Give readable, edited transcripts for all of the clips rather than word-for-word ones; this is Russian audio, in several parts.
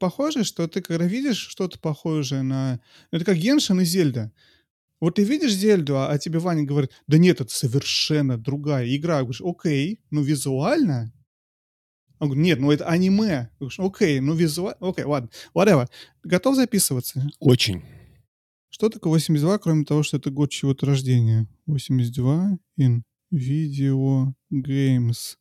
похоже, что ты когда видишь что-то похожее на... Это как Геншин и Зельда. Вот ты видишь Зельду, а тебе Ваня говорит: да нет, это совершенно другая игра. Говоришь: окей, ну визуально. Он говорит: нет, ну это аниме. Говоришь: окей, ну визуально. Окей, ладно, whatever. Готов записываться? Очень. Что такое 82, кроме того, что это год чего-то рождения? 82 in video games.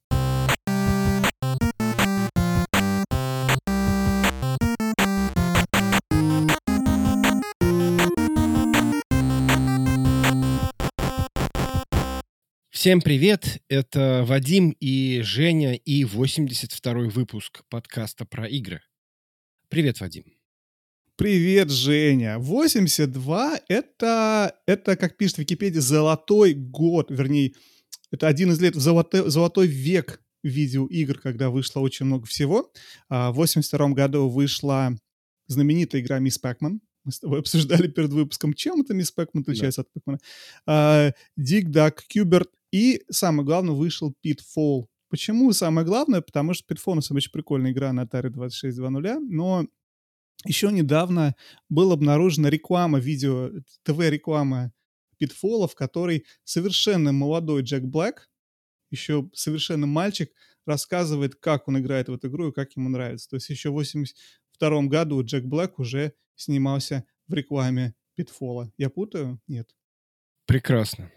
Всем привет, это Вадим и Женя и 82-й выпуск подкаста про игры. Привет, Вадим. Привет, Женя. 82 это, как пишет Википедия, золотой год, вернее, это один из лет, золотой век видеоигр, когда вышло очень много всего. В 82 году вышла знаменитая игра Мисс Пэкман. Мы с тобой обсуждали перед выпуском, чем это Мисс Пэкман Да. отличается от Пэкмана. Dig Dug, Qbert и, самое главное, вышел Pitfall. Почему самое главное? Потому что Pitfall, на самом деле, очень прикольная игра на Atari 2600, но еще недавно была обнаружена реклама, ТВ-реклама Pitfall, в которой совершенно молодой Джек Блэк, еще совершенно мальчик, рассказывает, как он играет в эту игру и как ему нравится. То есть еще в 82 году Джек Блэк уже снимался в рекламе Pitfall. Я путаю? Нет. Прекрасно.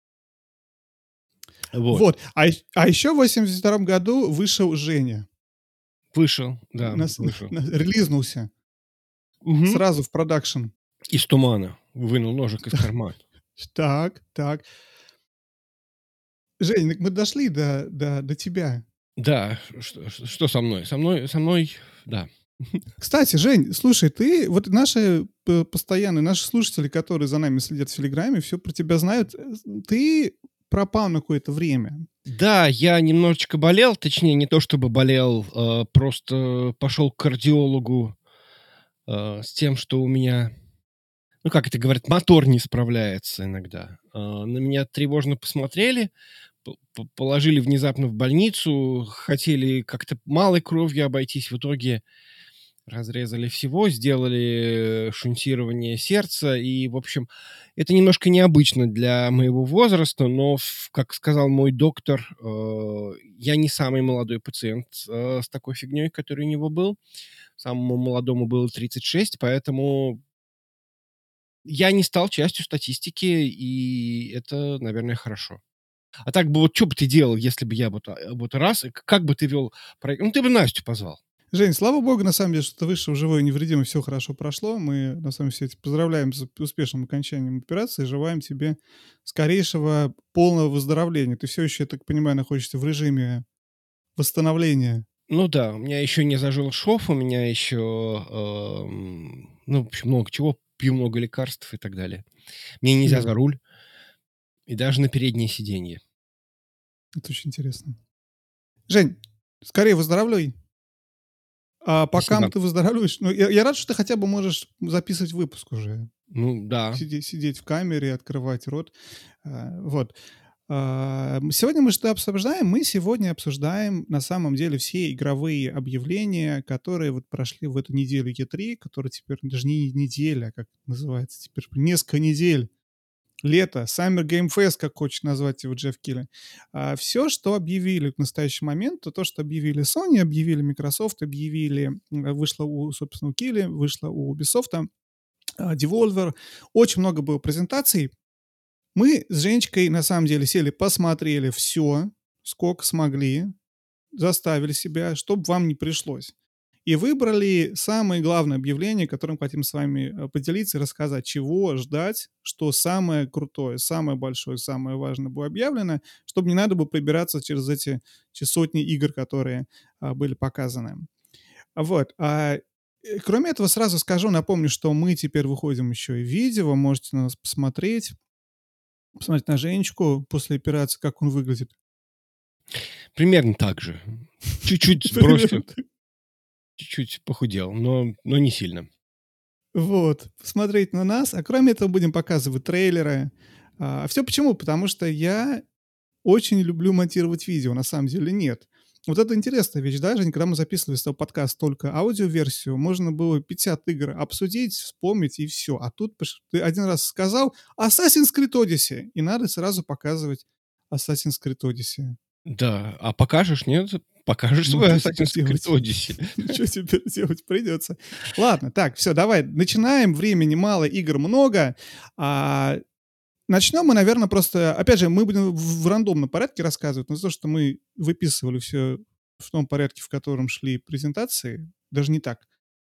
Вот. А еще в 82 году вышел Женя. Вышел, да, вышел. Релизнулся. Сразу в продакшн. Из тумана вынул ножик из кармана. Так. Жень, мы дошли до тебя. Да, что со мной? Со мной, да. Кстати, Жень, слушай, ты, вот наши постоянные, наши слушатели, которые за нами следят в Телеграме, все про тебя знают. Ты пропал на какое-то время. Да, я немножечко болел, точнее, не то чтобы болел, просто пошел к кардиологу с тем, что у меня, ну, как это говорят, мотор не справляется иногда. На меня тревожно посмотрели, положили внезапно в больницу, хотели как-то малой кровью обойтись, в итоге разрезали всего, сделали шунтирование сердца, и, в общем, это немножко необычно для моего возраста, но, как сказал мой доктор, я не самый молодой пациент с такой фигней, который у него был. Самому молодому было 36, поэтому я не стал частью статистики, и это, наверное, хорошо. А так бы вот что бы ты делал, если бы я вот раз, как бы ты вел проект? Ну, ты бы Настю позвал. Жень, слава богу, на самом деле, что ты вышел живой и невредимый, все хорошо прошло. Мы, на самом деле, поздравляем с успешным окончанием операции, желаем тебе скорейшего полного выздоровления. Ты все еще, я так понимаю, находишься в режиме восстановления. Ну да, у меня еще не зажил шов, у меня еще, ну, в общем, много чего, пью много лекарств и так далее. Мне нельзя за руль и даже на переднее сиденье. Это очень интересно. Жень, скорее выздоравливай. А пока Спасибо. ты выздоравливаешь, ну, я рад, что ты хотя бы можешь записывать выпуск уже. Ну да. Сидеть в камере, открывать рот. Вот. Сегодня мы что обсуждаем? Мы сегодня обсуждаем, на самом деле, все игровые объявления, которые вот прошли в эту неделю E3, которые теперь даже не неделя, как это называется, теперь несколько недель. Лето, Summer Game Fest, как хочет назвать его Джефф Килли. Все, что объявили в настоящий момент, то, что объявили Sony, объявили Microsoft, объявили, вышло у, собственно, у Килли, вышло у Ubisoft, Devolver. Очень много было презентаций. Мы с Женечкой, на самом деле, сели, посмотрели все, сколько смогли, заставили себя, чтобы вам не пришлось. И выбрали самое главное объявление, которым хотим с вами поделиться и рассказать, чего ждать, что самое крутое, самое большое, самое важное было объявлено, чтобы не надо было прибираться через эти сотни игр, которые были показаны. Вот. Кроме этого, сразу скажу, напомню, что мы теперь выходим еще и в видео, вы можете на нас посмотреть на Женечку после операции, как он выглядит. Примерно так же. Чуть-чуть сбросил, чуть-чуть похудел, но не сильно. Вот, посмотреть на нас. А кроме этого будем показывать трейлеры. Все почему? Потому что я очень люблю монтировать видео, на самом деле нет. Вот это интересная вещь, да, Жень, когда мы записывали с тобой подкаст только аудиоверсию, можно было 50 игр обсудить, вспомнить и все. А тут ты один раз сказал Assassin's Creed Odyssey, и надо сразу показывать Assassin's Creed Odyssey. Да, а покажешь, нет? Покажешь Ну, свой что теперь Assassin's Creed делать? Odyssey. Что теперь делать придется? Ладно, так, все, давай, начинаем. Времени мало, игр много. А, начнем мы, наверное, просто... Опять же, мы будем в рандомном порядке рассказывать, но за то, что мы выписывали все в том порядке, в котором шли презентации, даже не так.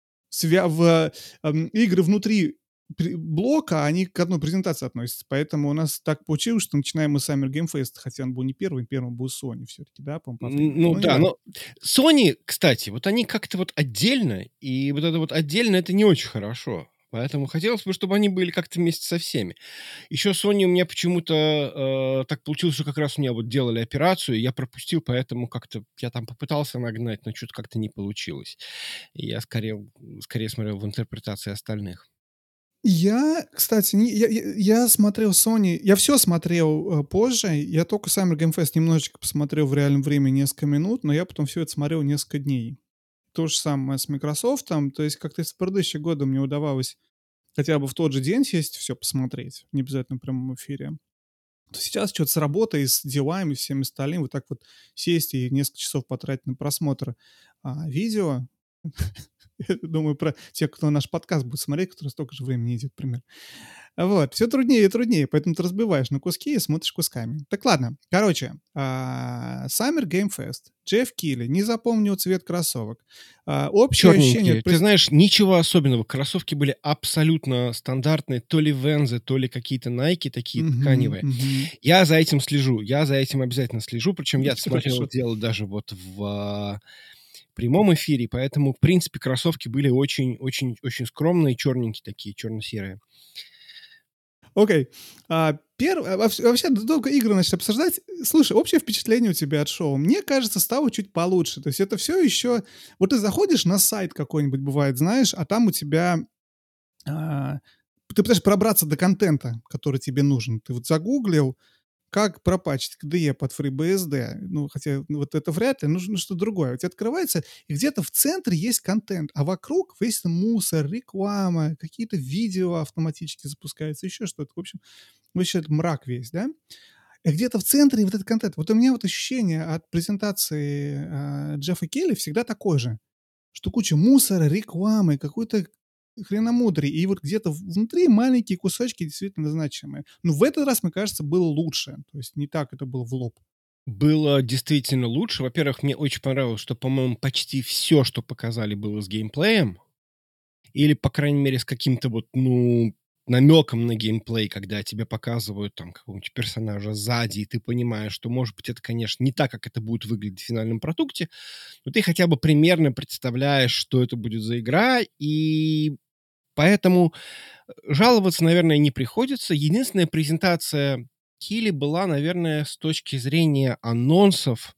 Игры внутри блока, они к одной презентации относятся. Поэтому у нас так получилось, что начинаем мы Summer Game Fest, хотя он был не первым был Sony все-таки, да, по-моему, по времени. Ну Но да, неважно. но Sony, кстати, вот они как-то вот отдельно, и вот это вот отдельно это не очень хорошо. Поэтому хотелось бы, чтобы они были как-то вместе со всеми. Еще Sony у меня почему-то так получилось, что как раз у меня вот делали операцию, я пропустил, поэтому как-то я там попытался нагнать, но что-то как-то не получилось. И я скорее смотрел в интерпретации остальных. Я, кстати, я смотрел Sony, я все смотрел, позже. Я только Summer Game Fest немножечко посмотрел в реальном времени несколько минут, но я потом все это смотрел несколько дней. То же самое с Microsoft. То есть как-то в предыдущие годы мне удавалось хотя бы в тот же день сесть, все посмотреть, не обязательно в прямом эфире. То сейчас что то с работой, с делами, всем остальным вот так вот сесть и несколько часов потратить на просмотр, видео. Я думаю, про тех, кто наш подкаст будет смотреть, который столько же времени идет примерно. Вот, все труднее и труднее, поэтому ты разбиваешь на куски и смотришь кусками. Так ладно, короче, Summer Game Fest, Джефф Килли, не запомнил цвет кроссовок. Общее ощущение Черненькие. от Ты знаешь, ничего особенного. Кроссовки были абсолютно стандартные. То ли Вензы, то ли какие-то Найки такие Мгм, тканевые. мгм. Я за этим слежу. Я за этим обязательно слежу. Причем я Очень смотрел хорошо. это дело даже вот в прямом эфире. Поэтому, в принципе, кроссовки были очень-очень-очень скромные, черненькие такие, черно-серые. Окей. Вообще, долго игры начать обсуждать. Слушай, общее впечатление у тебя от шоу, мне кажется, стало чуть получше. То есть это все еще... Вот ты заходишь на сайт какой-нибудь, бывает, знаешь, а там у тебя... а, ты пытаешься пробраться до контента, который тебе нужен. Ты вот загуглил, как пропатчить KDE под FreeBSD? Ну, хотя вот это вряд ли, нужно что-то другое. У тебя открывается, и где-то в центре есть контент, а вокруг весь мусор, реклама, какие-то видео автоматически запускаются, еще что-то. В общем, вообще это мрак весь, да? И где-то в центре вот этот контент. Вот у меня вот ощущение от презентации Джеффа Келли всегда такое же, что куча мусора, рекламы, какой-то хреномудрый. И вот где-то внутри маленькие кусочки действительно значимые. Но в этот раз, мне кажется, было лучше. То есть не так это было в лоб. Было действительно лучше. Во-первых, мне очень понравилось, что, по-моему, почти все, что показали, было с геймплеем. Или, по крайней мере, с каким-то вот, ну, намеком на геймплей, когда тебе показывают там какого-нибудь персонажа сзади, и ты понимаешь, что, может быть, это, конечно, не так, как это будет выглядеть в финальном продукте, но ты хотя бы примерно представляешь, что это будет за игра, и поэтому жаловаться, наверное, не приходится. Единственная презентация Килли была, наверное, с точки зрения анонсов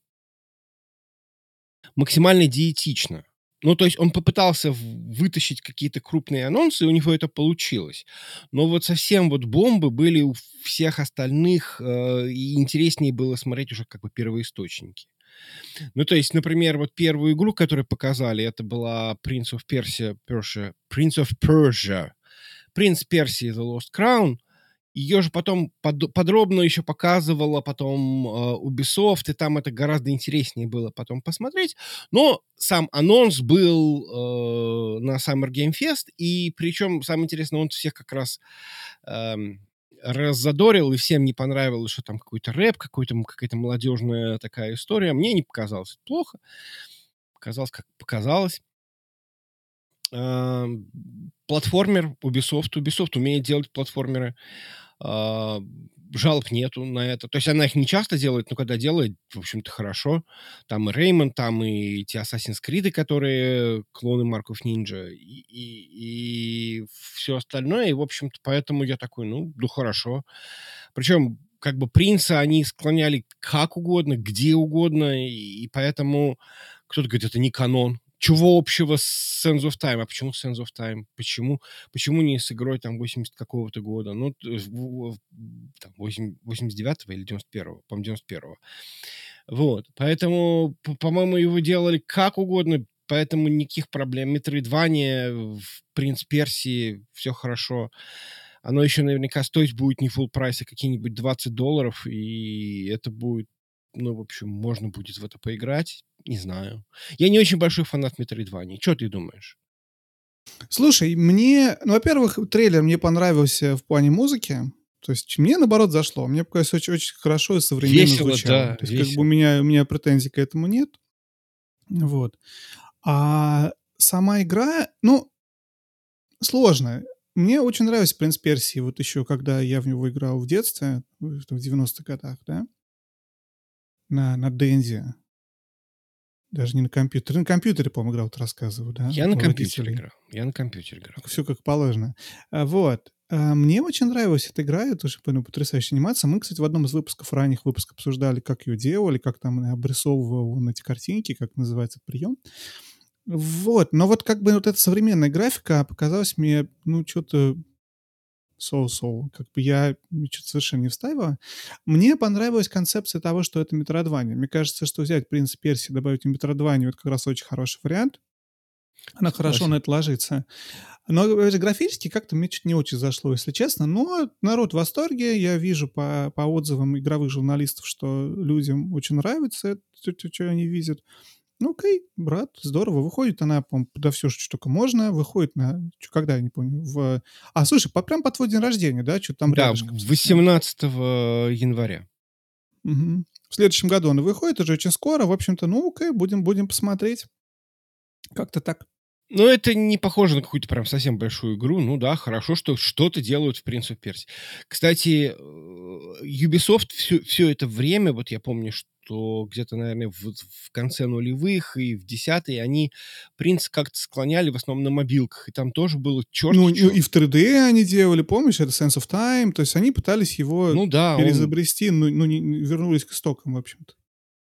максимально диетична. Ну, то есть он попытался вытащить какие-то крупные анонсы, и у него это получилось. Но вот совсем вот бомбы были у всех остальных, и интереснее было смотреть уже как бы первоисточники. Ну, то есть, например, вот первую игру, которую показали, это была Prince of Persia, Принц Персии The Lost Crown. Ее же потом подробно еще показывала потом Ubisoft, и там это гораздо интереснее было потом посмотреть. Но сам анонс был на Summer Game Fest, и причем, самое интересное, он всех как раз эм, раззадорил, и всем не понравилось, что там какой-то рэп, какая-то молодежная такая история. Мне не показалось это плохо. Показалось, как показалось. Ам, Платформер Ubisoft. Ubisoft умеет делать платформеры. А, Жалоб нету на это. То есть она их не часто делает, но когда делает, в общем-то, хорошо. Там и Rayman, там и те Assassin's Creed, которые клоны Марков Ninja, и все остальное. И, в общем-то, поэтому я такой, ну хорошо. Причем, как бы, принца они склоняли как угодно, где угодно, и поэтому кто-то говорит, это не канон. Чего общего с Sands of Time? А почему Sands of Time? Почему не с игрой там 80 какого-то года? Ну, там, 89-го или 91-го? По-моему, 91-го. Вот. Поэтому, по-моему, его делали как угодно, поэтому никаких проблем. Метроидвания, Принц Персии, все хорошо. Оно еще наверняка стоить будет не full прайс, а какие-нибудь $20, и это будет, ну, в общем, можно будет в это поиграть. Не знаю. Я не очень большой фанат Метроидвании. Что ты думаешь? Слушай, мне, ну, во-первых, трейлер мне понравился в плане музыки. То есть мне, наоборот, зашло. Мне показалось, очень хорошо и современно Весело, звучало. да, То есть как бы весело. у меня претензий к этому нет. Вот. А сама игра, ну, сложная. Мне очень нравится «Принц Персии». Вот еще когда я в него играл в детстве, в 90-х годах, да, на Денди. Даже не на компьютере. На компьютере, по-моему, играл, ты рассказывал, да, Я на у компьютере родителей. играл. Я на компьютере играл. Все как положено. Вот. Мне очень нравилась эта игра, это тоже, по потрясающая анимация. Мы, кстати, в одном из выпусков, ранних выпусков обсуждали, как ее делали, как там обрисовывал он эти картинки, как называется этот прием. Вот. Но вот как бы вот эта современная графика показалась мне, ну, что то соу-соу. Как бы я чё-то совершенно не вставила. Мне понравилась концепция того, что это метроидвания. Мне кажется, что взять «Принца Персии», добавить в метроидванию — это как раз очень хороший вариант. Она хорошо на Согласен. это ложится. Но, графически как-то мне чё-то не очень зашло, если честно. Но народ в восторге. Я вижу по отзывам игровых журналистов, что людям очень нравится чё они видят. Ну, окей, брат, здорово. Выходит она, по-моему, да всё, что только можно. Выходит когда, я не помню, слушай, прям под твой день рождения, да? Чё-то там Да, рядышком совсем. 18 января. Мгм. В следующем году она выходит, уже очень скоро. В общем-то, ну, окей, будем посмотреть. Как-то так. Ну, это не похоже на какую-то прям совсем большую игру. Ну да, хорошо, что что-то делают в «Принц оф Персии». Кстати, Ubisoft все это время, вот я помню, что где-то, наверное, в конце нулевых и в десятые они «Принц» как-то склоняли в основном на мобилках, и там тоже было Ну, черти и чё. в 3D они делали, помнишь, это Sense of Time. То есть они пытались его Ну да, он. переизобрести, не вернулись к истокам, в общем-то.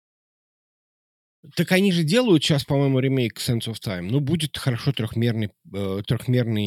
Так они же делают сейчас, по-моему, ремейк Sense of Time. Ну, будет хорошо трехмерный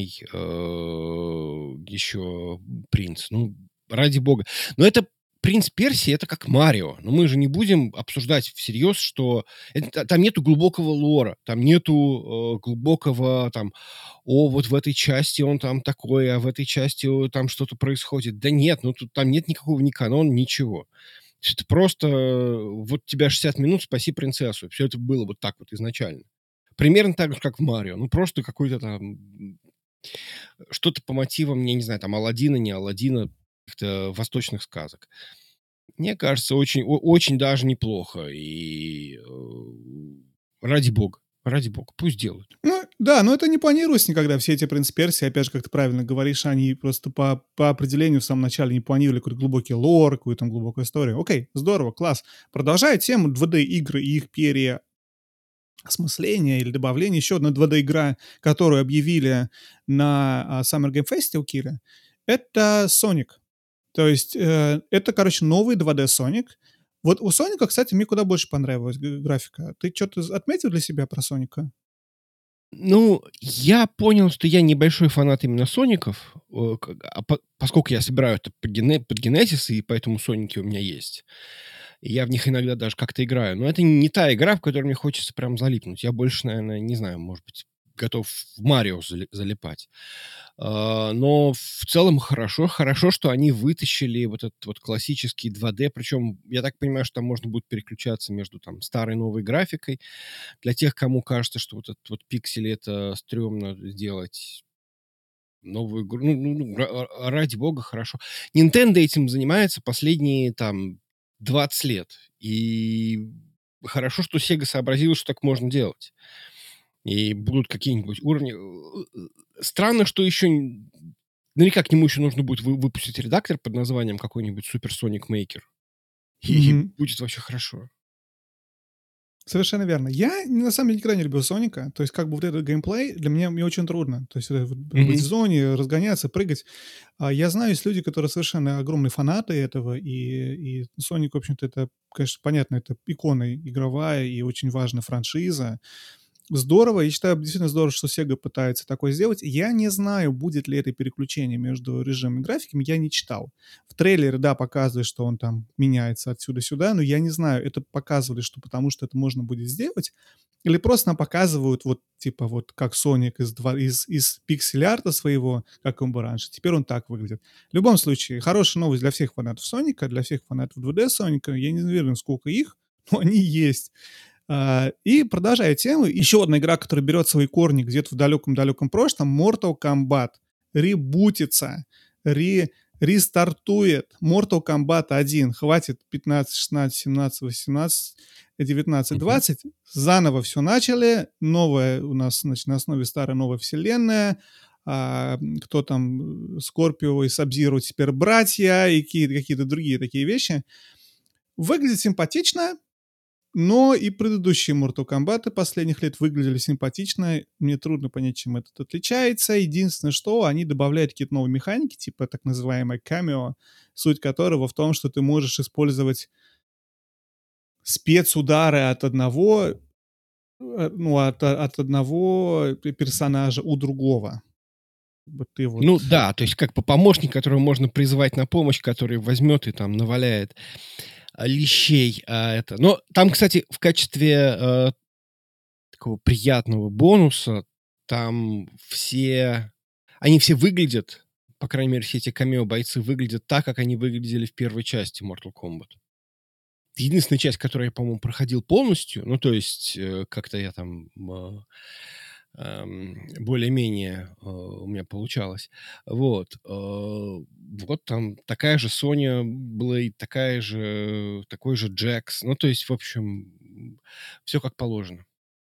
еще принц. Ну, ради бога. Но это принц Персии, это как Марио. Но мы же не будем обсуждать всерьез, что там нету глубокого лора, там нету глубокого там, вот в этой части он там такой, а в этой части там что-то происходит. Да нет, ну тут там нет никакого ни канона, ничего. Это просто вот тебя 60 минут, спаси принцессу. Все это было вот так вот изначально. Примерно так же, как в «Марио». Ну, просто какой-то там, что-то по мотивам, я не знаю, там Аладдина, не Аладдина, каких-то восточных сказок. Мне кажется, очень даже неплохо. И ради бога, пусть делают. Ну да, но это не планировалось никогда. Все эти «Принц Персии», опять же, как ты правильно говоришь, они просто по определению в самом начале не планировали какой-то глубокий лор, какую-то там глубокую историю. Окей, здорово, класс. Продолжая тему 2D-игры и их переосмысления или добавления, еще одна 2D-игра, которую объявили на Summer Game Fest у Кири, это Sonic. То есть, это, короче, новый 2D Sonic. Вот у Соника, кстати, мне куда больше понравилась графика. Ты что то отметил для себя про Соника? Ну, я понял, что я небольшой фанат именно «Соников», поскольку я собираю это под Genesis, и поэтому «Соники» у меня есть. И я в них иногда даже как-то играю. Но это не та игра, в которой мне хочется прям залипнуть. Я больше, наверное, не знаю, может быть, готов в «Марио» залипать. Но в целом хорошо, что они вытащили вот этот вот классический 2D. Причем, я так понимаю, что там можно будет переключаться между там старой и новой графикой. Для тех, кому кажется, что вот этот вот пиксели — это стрёмно сделать новую игру, ради бога, хорошо. Nintendo этим занимается последние там 20 лет. И хорошо, что Sega сообразила, что так можно делать. И будут какие-нибудь уровни. Странно, что еще наверняка к нему еще нужно будет выпустить редактор под названием какой-нибудь Super Sonic Maker. И Мгм. будет вообще хорошо. Совершенно верно. Я, на самом деле, никогда не любил Соника. То есть, как бы вот этот геймплей для меня мне очень трудно. То есть, вот быть в Мгм. зоне, разгоняться, прыгать. Я знаю, есть люди, которые совершенно огромные фанаты этого, и Соник, в общем-то, это, конечно, понятно, это икона игровая и очень важная франшиза. здорово. Я считаю, действительно здорово, что Sega пытается такое сделать. Я не знаю, будет ли это переключение между режимами и графиками, я не читал. В трейлере, да, показывает, что он там меняется отсюда сюда, но я не знаю, это показывали, что потому что это можно будет сделать, или просто нам показывают вот, типа, вот как Соник из пиксель-арта своего, как он был раньше. Теперь он так выглядит. В любом случае, хорошая новость для всех фанатов Соника, для всех фанатов 2D Соника. Я не уверен, сколько их, но они есть. И продолжая тему, еще одна игра, которая берет свои корни где-то в далеком-далеком прошлом, Mortal Kombat, ребутится, рестартует Mortal Kombat 1. Хватит 15, 16, 17, 18, 19, Мгм. 20. Заново все начали. Новая у нас, значит, на основе старой новая вселенная. Кто там, Скорпио и Сабзиру теперь братья, и какие-то другие такие вещи. Выглядит симпатично, но и предыдущие Mortal Kombat последних лет выглядели симпатично. Мне трудно понять, чем этот отличается. Единственное, что они добавляют какие-то новые механики, типа так называемое камео, суть которого в том, что ты можешь использовать спецудары от одного, от одного персонажа у другого. Вот ты вот... Ну да, то есть как бы помощник, которого можно призвать на помощь, который возьмет и там наваляет лещей. Но там, кстати, в качестве такого приятного бонуса там они все выглядят, по крайней мере, все эти камео-бойцы выглядят так, как они выглядели в первой части Mortal Kombat. Единственная часть, которую я, по-моему, проходил полностью, ну, то есть как-то я там более-менее у меня получалось. Вот там такая же Соня Блейд, такой же Джекс. Ну, то есть, в общем, все как положено.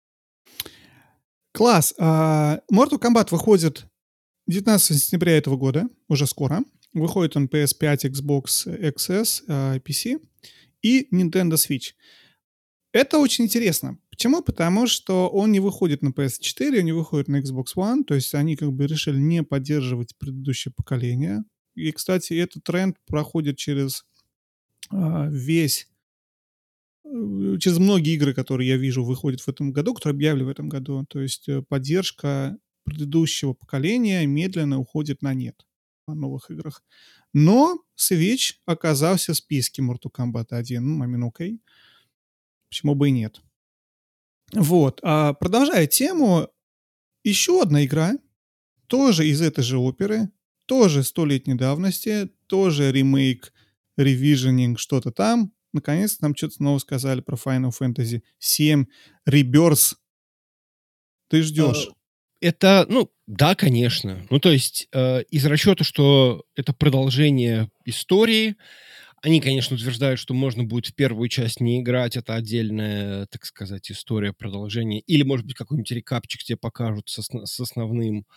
Класс! Mortal Kombat выходит 19 сентября этого года, уже скоро. Выходит он PS5, Xbox XS, PC и Nintendo Switch. Это очень интересно. Почему? Потому что он не выходит на PS4, он не выходит на Xbox One, то есть они как бы решили не поддерживать предыдущее поколение. И, кстати, этот тренд проходит через весь, через многие игры, которые я вижу, выходят в этом году, которые объявлены в этом году. То есть поддержка предыдущего поколения медленно уходит на нет на новых играх. Но Switch оказался в списке Mortal Kombat 1. Ну, I mean, окей. Почему бы и нет? Вот. Продолжая тему, еще одна игра, тоже из этой же оперы, тоже столетней давности, тоже ремейк, ревиженинг, что-то там. Наконец-то нам что-то снова сказали про Final Fantasy 7 Rebirth. Ты Э, ждешь. Это, ну, да, конечно. Ну, то есть из расчета, что это продолжение истории, они, конечно, утверждают, что можно будет в первую часть не играть, это отдельная, так сказать, история продолжения. Или, может быть, какой-нибудь рекапчик тебе покажут с основным,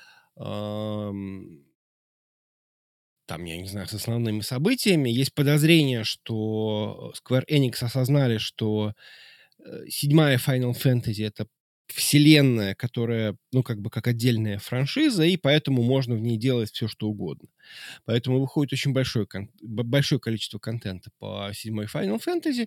ам, там, я не знаю, с основными событиями. Есть подозрение, что Square Enix осознали, что седьмая Final Fantasy — это вселенная, которая, ну, как бы как отдельная франшиза, и поэтому можно в ней делать все, что угодно. Поэтому выходит очень большое количество контента по седьмой Final Fantasy.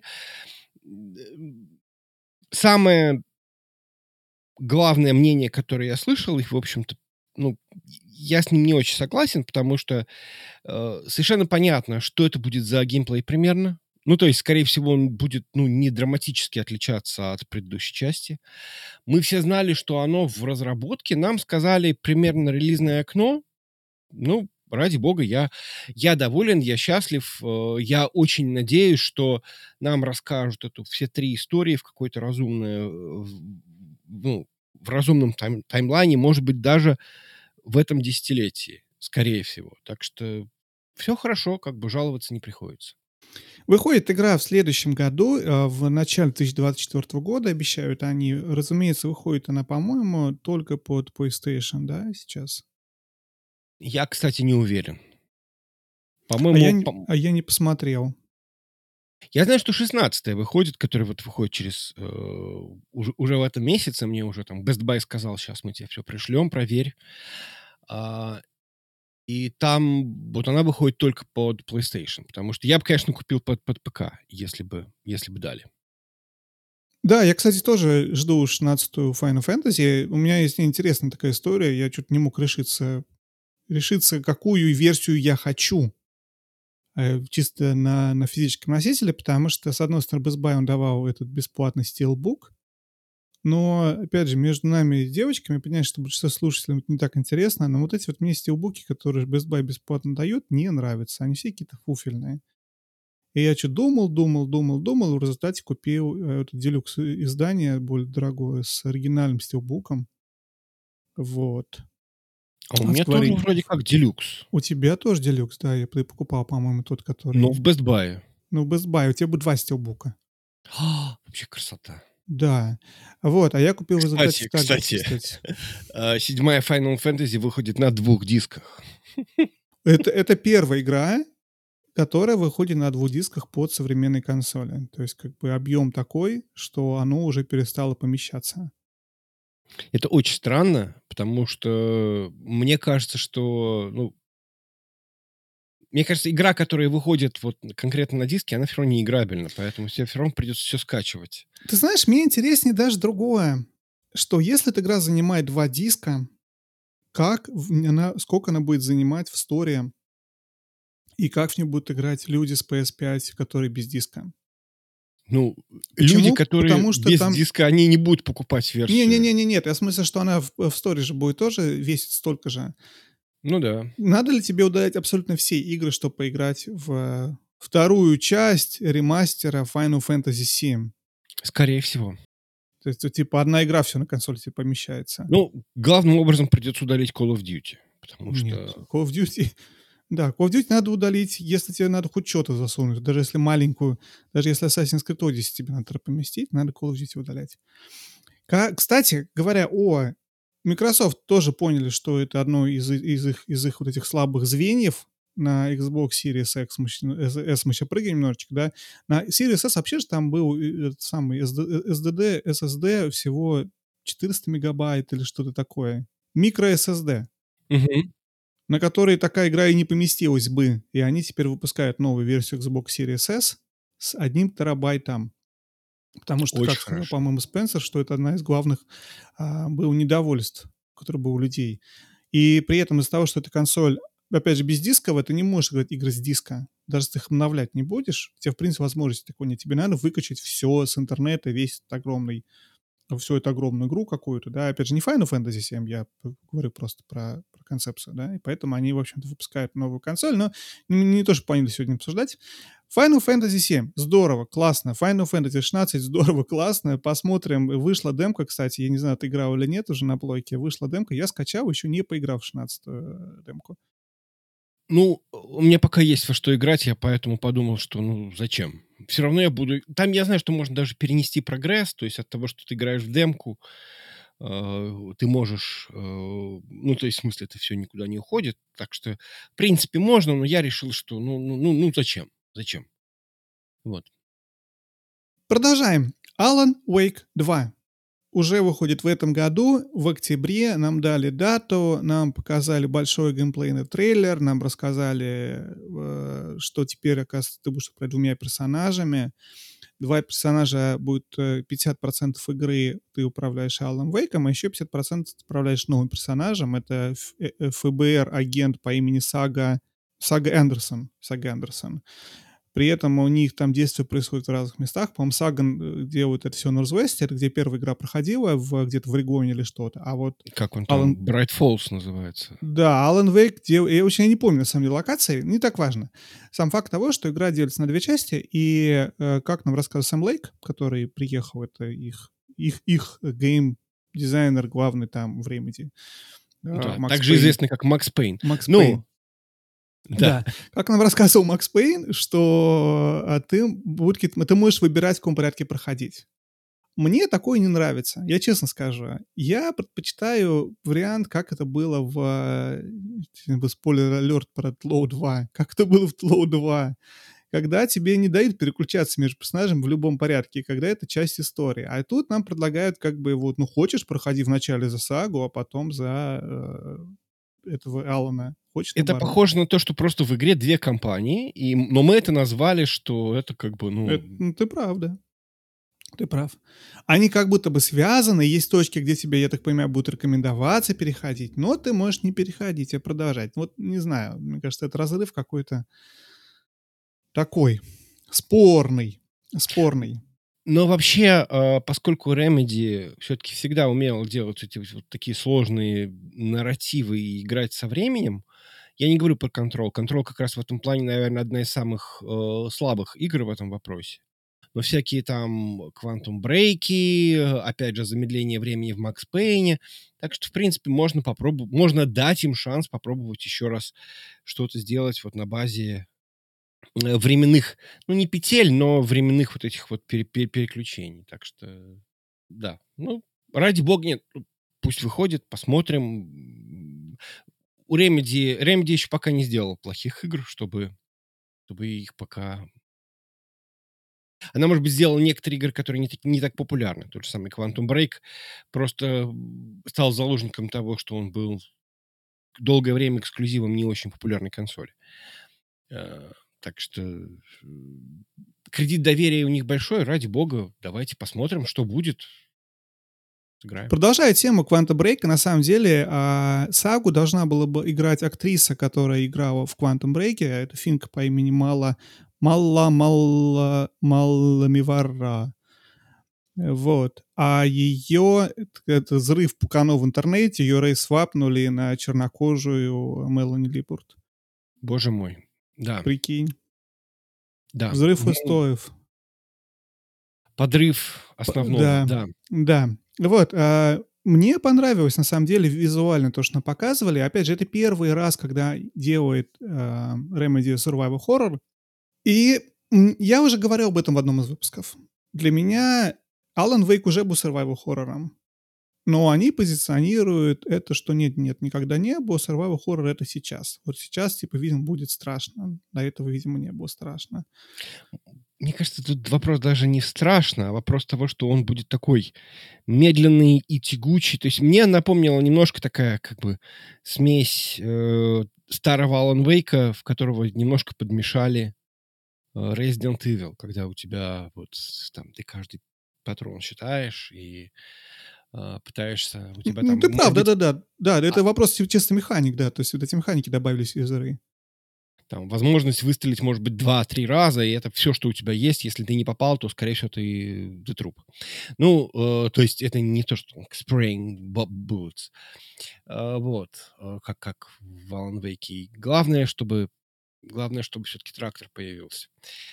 Самое главное мнение, которое я слышал, и, в общем-то, ну, я с ним не очень согласен, потому что совершенно понятно, что это будет за геймплей примерно. Ну, то есть, скорее всего, он будет, ну, не драматически отличаться от предыдущей части. Мы все знали, что оно в разработке. Нам сказали примерно релизное окно. Ну, ради бога, я доволен, я счастлив. Я очень надеюсь, что нам расскажут все три истории в какой-то разумное, ну, в разумном таймлайне, может быть, даже в этом десятилетии, скорее всего. Так что все хорошо, как бы жаловаться не приходится. Выходит игра в следующем году, в начале 2024 года, обещают они. Разумеется, выходит она, по-моему, только под PlayStation, да, сейчас? Я, кстати, не уверен. А я, По-моему, а я не посмотрел. я знаю, что 16 выходит, который вот выходит через уже в этом месяце. Мне уже там Best Buy сказал, сейчас мы тебе все пришлем, проверь. А, и там вот она выходит только под PlayStation, потому что я бы, конечно, купил под ПК, если бы дали. Да, я, кстати, тоже жду 16-ю Final Fantasy. У меня есть интересная такая история. Я чё-то не мог решиться, какую версию я хочу, чисто на физическом носителе, потому что, с одной стороны, Best Buy, он давал этот бесплатный Steelbook, но, опять же, между нами и девочками, понимаешь, что большинство слушателям это не так интересно, но вот эти вот мне стилбуки, которые Best Buy бесплатно дает, не нравятся. Они все какие-то фуфельные. И я что думал, в результате купил это делюкс издание, более дорогое, с оригинальным стилбуком. Вот. А у От меня Square тоже Enix. вроде как делюкс, У тебя тоже делюкс, да, я покупал, по-моему, тот, но который... в Best Buy. Ну, Best Buy, у тебя будет 2 стилбука. Вообще красота. Да. Вот, а я купил в результате Stardust, Кстати, кстати. 7-я Final Fantasy выходит на 2 дисках. Это первая игра, которая выходит на 2 дисках под современные консоли. То есть как бы объем такой, что оно уже перестало помещаться. Это очень странно, потому что мне кажется, что, ну, мне кажется, игра, которая выходит вот конкретно на диске, она всё равно не играбельна, поэтому тебе всё равно придется всё скачивать. Ты знаешь, мне интереснее даже другое, что если эта игра занимает 2 диска, сколько она будет занимать в сторе и как в нее будут играть люди с PS5, которые без диска. Ну, люди, Почему? которые Потому что без там... диска, они не будут покупать версию. Нет, я в смысле, что она в сторе же будет тоже весить столько же. Ну да, Надо ли тебе удалять абсолютно все игры, чтобы поиграть в вторую часть ремастера Final Fantasy VII? скорее всего. То есть, типа, одна игра все на консоль тебе помещается. Ну, главным образом придется удалить Call of Duty, потому Нет, что, Call of Duty... Да, Call of Duty надо удалить, если тебе надо хоть что-то засунуть. Даже если маленькую, даже если Assassin's Creed Odyssey тебе надо поместить, надо Call of Duty удалять. Кстати, говоря о... Microsoft тоже поняли, что это одно из их вот этих слабых звеньев на Xbox Series X. S мы еще прыгаем немножечко, да. На Series S вообще же там был этот самый SSD всего 400 мегабайт или что-то такое. Микро SSD, мгм, на который такая игра и не поместилась бы. И они теперь выпускают новую версию Xbox Series S с 1 терабайтом. Потому что, как очень сказал, хорошо. по-моему, Спенсер, что это одна из главных было недовольств, которое было у людей. И при этом из-за того, что эта консоль, опять же, без дисковая, ты не можешь играть игры с диска. Даже если ты их обновлять не будешь, у тебя, в принципе, возможности такой нет. Тебе надо выкачать все с интернета, весь этот огромный, всю эту огромную игру какую-то, да. Опять же, не Final Fantasy 7, я говорю просто про концепцию, да. И поэтому они, в общем-то, выпускают новую консоль, но не то, что планирую сегодня обсуждать. Final Fantasy 7. Здорово, классно. Final Fantasy 16. Здорово, классно. Посмотрим. Вышла демка, кстати. Я не знаю, ты играл или нет уже на плойке. Вышла демка. Я скачал, еще не поиграл в 16-ю демку. Ну, у меня пока есть во что играть, я поэтому подумал, что, ну, зачем? Все равно я буду... Там я знаю, что можно даже перенести прогресс, то есть от того, что ты играешь в демку, ты можешь... ну, то есть, в смысле, это все никуда не уходит. Так что, в принципе, можно, но я решил, что, ну, зачем? Зачем? Вот. Продолжаем. Alan Wake 2. Уже выходит в этом году, в октябре. Нам дали дату, нам показали большой геймплейный трейлер, нам рассказали, что теперь, оказывается, ты будешь управлять 2 персонажами. 2 персонажа будет 50% игры ты управляешь Аллом Вейком, а еще 50% ты управляешь новым персонажем. Это ФБР-агент по имени Сага Эндерсон. Сага Эндерсон. При этом у них там действие происходит в разных местах. По-моему, Саган делает это все на Норзвесте, где первая игра проходила, где-то в Регоне или что-то. А вот Как он там? Алан... Bright Falls называется. Да, Alan Wake, я очень не помню, на самом деле, локации, не так важно. Сам факт того, что игра делится на 2 части, и как нам рассказывал Сэм Лейк, который приехал, это их гейм-дизайнер главный там в Remedy, Да, Макс также Пейн. известный как Макс Пейн. Макс Ну, Пейн. да. Да, как нам рассказывал Макс Пейн, что ты можешь выбирать, в каком порядке проходить. Мне такое не нравится, я честно скажу. Я предпочитаю вариант, как это было спойлер-алерт про Тлоу 2, как это было в Тлоу 2, когда тебе не дают переключаться между персонажами в любом порядке, когда это часть истории. А тут нам предлагают как бы вот, ну хочешь, проходи вначале за Сагу, а потом за этого Алана. Хочешь Это наоборот. похоже на то, что просто в игре 2 компании, но мы это назвали, что это как бы, ну, Это ты прав, да. Ты прав. Они как будто бы связаны, есть точки, где тебе, я так понимаю, будут рекомендоваться переходить, но ты можешь не переходить, а продолжать. Вот не знаю, мне кажется, это разрыв какой-то такой спорный, спорный. Но вообще, поскольку Remedy все-таки всегда умел делать эти вот такие сложные нарративы и играть со временем, я не говорю про Control. Control как раз в этом плане, наверное, одна из самых слабых игр в этом вопросе. Но всякие там Quantum Break, опять же, замедление времени в Макс Пейне. Так что, в принципе, можно попробовать, можно дать им шанс попробовать еще раз что-то сделать вот на базе временных, ну, не петель, но временных вот этих вот переключений. Так что, да. Ну, ради бога, нет. Пусть выходит, посмотрим. У Remedy еще пока не сделал плохих игр, чтобы их пока... Она, может быть, сделала некоторые игры, которые не так популярны. Тот же самый Quantum Break просто стал заложником того, что он был долгое время эксклюзивом не очень популярной консоли. Э, Так что кредит доверия у них большой. Ради бога, давайте посмотрим, что будет. Сыграем. Продолжая тему Quantum Break, на самом деле Сагу должна была бы играть актриса, которая играла в Quantum Break. Это финка по имени Малламивара. Вот. А ее, это взрыв пуканов в интернете, ее рейс-свапнули на чернокожую Мелани Либурд. Боже мой. Да, Прикинь. да. Взрыв Ну, устоев. подрыв основного, Да, да. да. Вот. Мне понравилось, на самом деле, визуально то, что нам показывали. Опять же, это первый раз, когда делает Remedy Survival Horror. И я уже говорил об этом в одном из выпусков. Для меня Alan Wake уже был Survival Horror'ом. Но они позиционируют это, что нет, никогда не было, survival horror это сейчас. Вот сейчас, типа, видимо, будет страшно. До этого, видимо, не было страшно. Мне кажется, тут вопрос даже не страшно, а вопрос того, что он будет такой медленный и тягучий. То есть мне напомнила немножко такая, как бы, смесь старого Alan Wake'а, в которого немножко подмешали Resident Evil, когда у тебя вот там ты каждый патрон считаешь и пытаешься, у тебя там, Ты прав, может быть, да-да-да. Да, а, это вопрос чисто механик, да. То есть вот эти механики добавились из игры. там возможность выстрелить, может быть, 2-3 раза, и это все, что у тебя есть. Если ты не попал, то, скорее всего, ты труп. Ну, то есть это не то, что spraying bullets. Вот. Как в Alan Wake. Главное, чтобы все-таки трактор появился.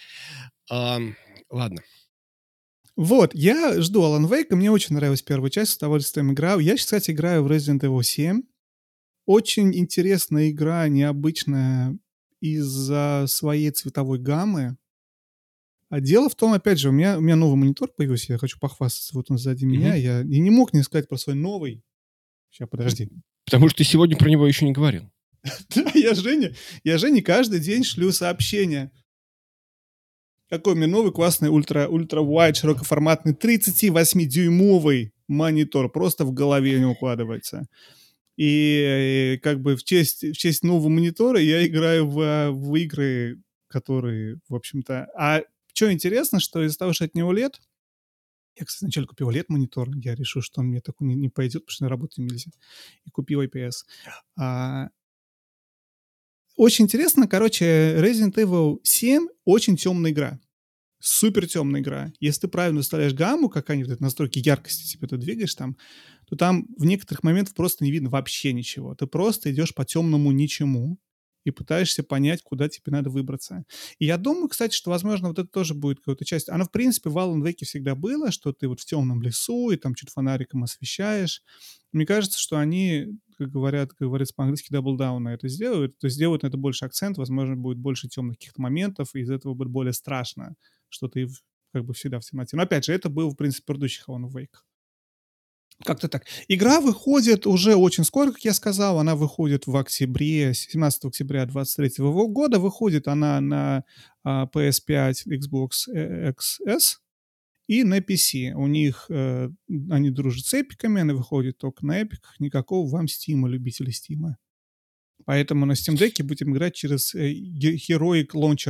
Ладно. Вот, я жду Alan Wake, мне очень нравилась первая часть, с удовольствием играл. Я сейчас, кстати, играю в Resident Evil 7. Очень интересная игра, необычная из-за своей цветовой гаммы. А дело в том, опять же, у меня новый монитор появился, я хочу похвастаться, вот он сзади меня. Мгм. Я и не мог не сказать про свой новый. Сейчас, подожди. Потому что ты сегодня про него еще не говорил. Да, я Жене каждый день шлю сообщения. Какой у меня новый классный ультра-вайд широкоформатный 38-дюймовый монитор. Просто в голове не укладывается. И как бы в честь нового монитора я играю в игры, которые, в общем-то... А что интересно, что из-за того, что от него LED, я, кстати, сначала купил LED-монитор, я решил, что он мне такой не пойдет, потому что на работу нельзя, и купил IPS. А, Очень интересно, короче, Resident Evil 7 очень темная игра. Супер темная игра. Если ты правильно выставляешь гамму, как они, вот эти настройки яркости, типа ты двигаешь там, то там в некоторых моментах просто не видно вообще ничего. Ты просто идешь по темному ничему и пытаешься понять, куда тебе надо выбраться. И я думаю, кстати, что, возможно, вот это тоже будет какая-то часть. Оно, в принципе, в Alan Wake всегда было, что ты вот в темном лесу и там чуть фонариком освещаешь. Мне кажется, что они, как говорится по-английски, double down на это сделают. То есть сделают на это больше акцент, возможно, будет больше темных каких-то моментов, и из этого будет более страшно, что ты как бы всегда в темноте. Но опять же, это был, в принципе, в предыдущих Alan Wake. Как-то так. Игра выходит уже очень скоро, как я сказал. Она выходит в октябре, 17 октября 2023 года. Выходит она на PS5, Xbox XS и на PC. У них они дружат с эпиками, она выходит только на эпиках. Никакого вам Стима, любителей Стима. Поэтому на Steam Deck будем играть через Heroic Launcher.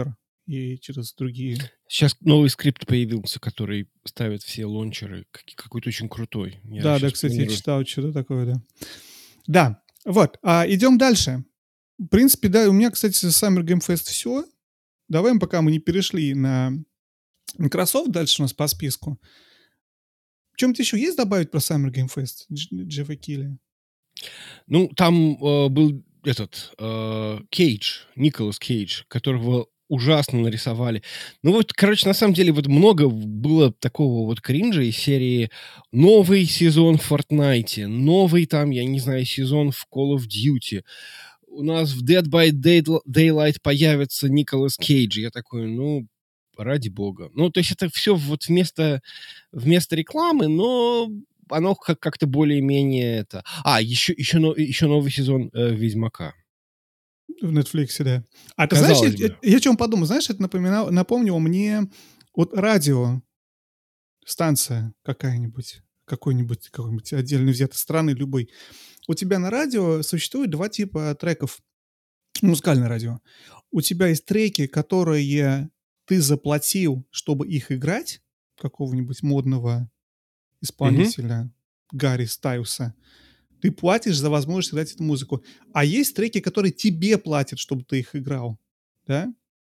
и через другие. Сейчас новый скрипт появился, который ставит все лончеры. Какой-то очень крутой. Я Да, сейчас кстати, я планирую. читал что-то такое, да. Да, вот, идем дальше. В принципе, да, у меня, кстати, Summer Game Fest все. Давай, пока мы не перешли на Microsoft, дальше у нас по списку. Чем-то еще есть добавить про Summer Game Fest, Джеффа Килли? Ну, там был этот Кейдж, Николас Кейдж, которого ужасно нарисовали. Ну вот, короче, на самом деле вот много было такого вот кринжа из серии новый сезон в Fortnite, новый там, я не знаю, сезон в Call of Duty. У нас в Dead by Daylight появится Николас Кейдж. Я такой, ну, ради бога. Ну, то есть это все вот вместо рекламы, но оно как-то более-менее это... еще новый сезон Ведьмака. В Netflix, да. А ты знаешь, Казалось бы. я о чем подумал? Знаешь, это напомнило мне вот радиостанция какой-нибудь отдельно взятой страны, любой. У тебя на радио существует два типа треков. Музыкальное радио. У тебя есть треки, которые ты заплатил, чтобы их играть, какого-нибудь модного Мгм. исполнителя Гарри Стайлса. Ты платишь за возможность играть эту музыку. А есть треки, которые тебе платят, чтобы ты их играл, да?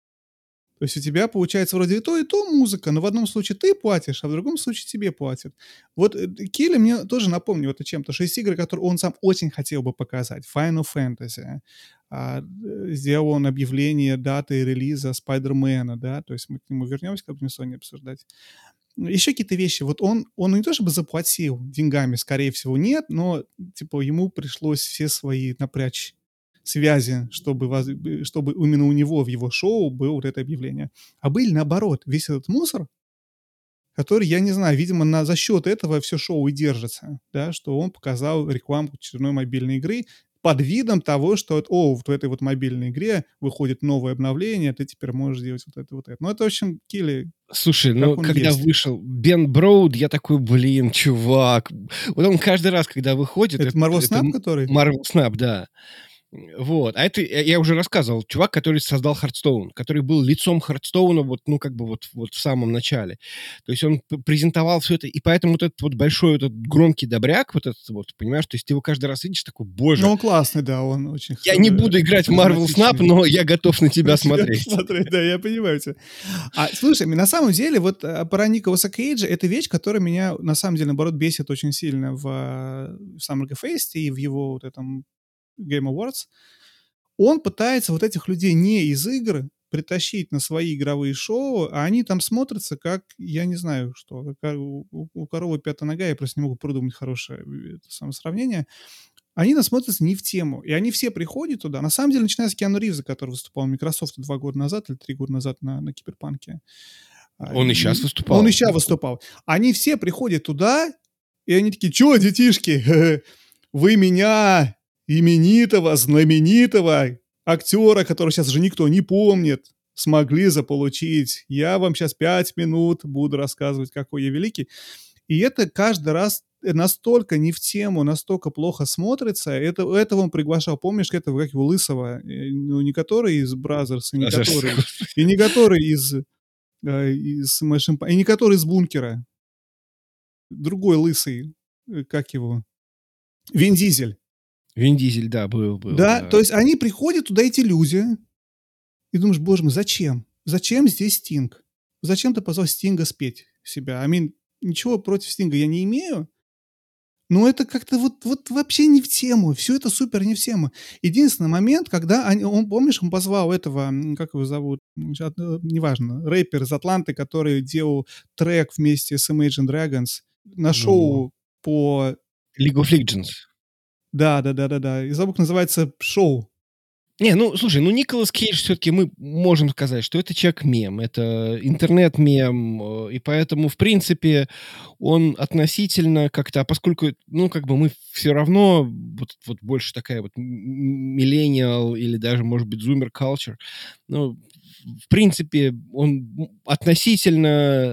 То есть у тебя получается вроде и то музыка, но в одном случае ты платишь, а в другом случае тебе платят. Вот Килли мне тоже напомнил это чем-то, что есть игры, которые он сам очень хотел бы показать. Final Fantasy. Сделал он объявление даты релиза Спайдермена, да, то есть мы к нему вернемся, как бы Sony обсуждать. Еще какие-то вещи. Вот он не то чтобы заплатил деньгами, скорее всего, нет, но типа ему пришлось все свои напрячь связи, чтобы именно у него в его шоу было вот это объявление. А были наоборот, весь этот мусор, который, я не знаю, видимо, за счет этого все шоу и держится, да, что он показал рекламу очередной мобильной игры под видом того, что вот в этой вот мобильной игре выходит новое обновление, ты теперь можешь делать вот это, вот это. Ну, это, в общем, Килли, Слушай, как ну, он когда есть. вышел Бен Броуд, я такой, блин, чувак. Вот он каждый раз, когда выходит, Это Marvel это Snap, который? Marvel Snap, да. Вот. А это, я уже рассказывал, чувак, который создал Hearthstone, который был лицом Hearthstone вот, ну, как бы вот в самом начале. То есть он презентовал все это, и поэтому вот этот вот большой, этот громкий добряк, вот этот вот, понимаешь, то есть ты его каждый раз видишь, такой, Ну, боже, он классный, да, он очень я не буду играть в Marvel Snap, харизматичный. но я готов на тебя Тебя смотреть. посмотреть, да, я понимаю тебя. Слушай, на самом деле, вот про Николаса Кейджа, это вещь, которая меня, на самом деле, наоборот, бесит очень сильно в Summer Game Fest и в его вот этом Game Awards. Он пытается вот этих людей не из игр притащить на свои игровые шоу, а они там смотрятся как, я не знаю, что, как у коровы пятая нога, я просто не могу придумать хорошее это самое сравнение. Они нас смотрятся не в тему. И они все приходят туда. На самом деле, начиная с Киану Ривза, который выступал в Microsoft 2 года назад или 3 года назад на Киберпанке. Он и сейчас Он и выступал. ща выступал. Они все приходят туда, и они такие: "Чё, детишки, вы меня, именитого, знаменитого актера, которого сейчас уже никто не помнит, смогли заполучить. Я вам сейчас 5 минут буду рассказывать, какой я великий". И это каждый раз настолько не в тему, настолько плохо смотрится. Этого он приглашал, помнишь, этого, как его, Лысого, ну, не который из Бразерс, и не который из Smash Empire, и не который из Бункера. Другой Лысый, как его? Вин Дизель. Вин Дизель, да, был, Да, да. то есть они приходят туда, эти люди, и думаешь: боже мой, зачем? Зачем здесь Стинг? Зачем ты позвал Стинга спеть себя? Ничего против Стинга я не имею, но это как-то вот вообще не в тему. Все это супер не в тему. Единственный момент, когда помнишь, он позвал этого, как его зовут, неважно, рэпер из Атланты, который делал трек вместе с Imagine Dragons на Ну, шоу по... League of Legends. Да. И забыл, как называется шоу. Не, ну, слушай, ну, Николас Кейдж все-таки мы можем сказать, что это человек-мем, это интернет-мем, и поэтому, в принципе, он относительно как-то, а поскольку, ну, как бы мы все равно, вот больше такая вот миллениал или даже, может быть, зумер culture, ну, в принципе, он относительно,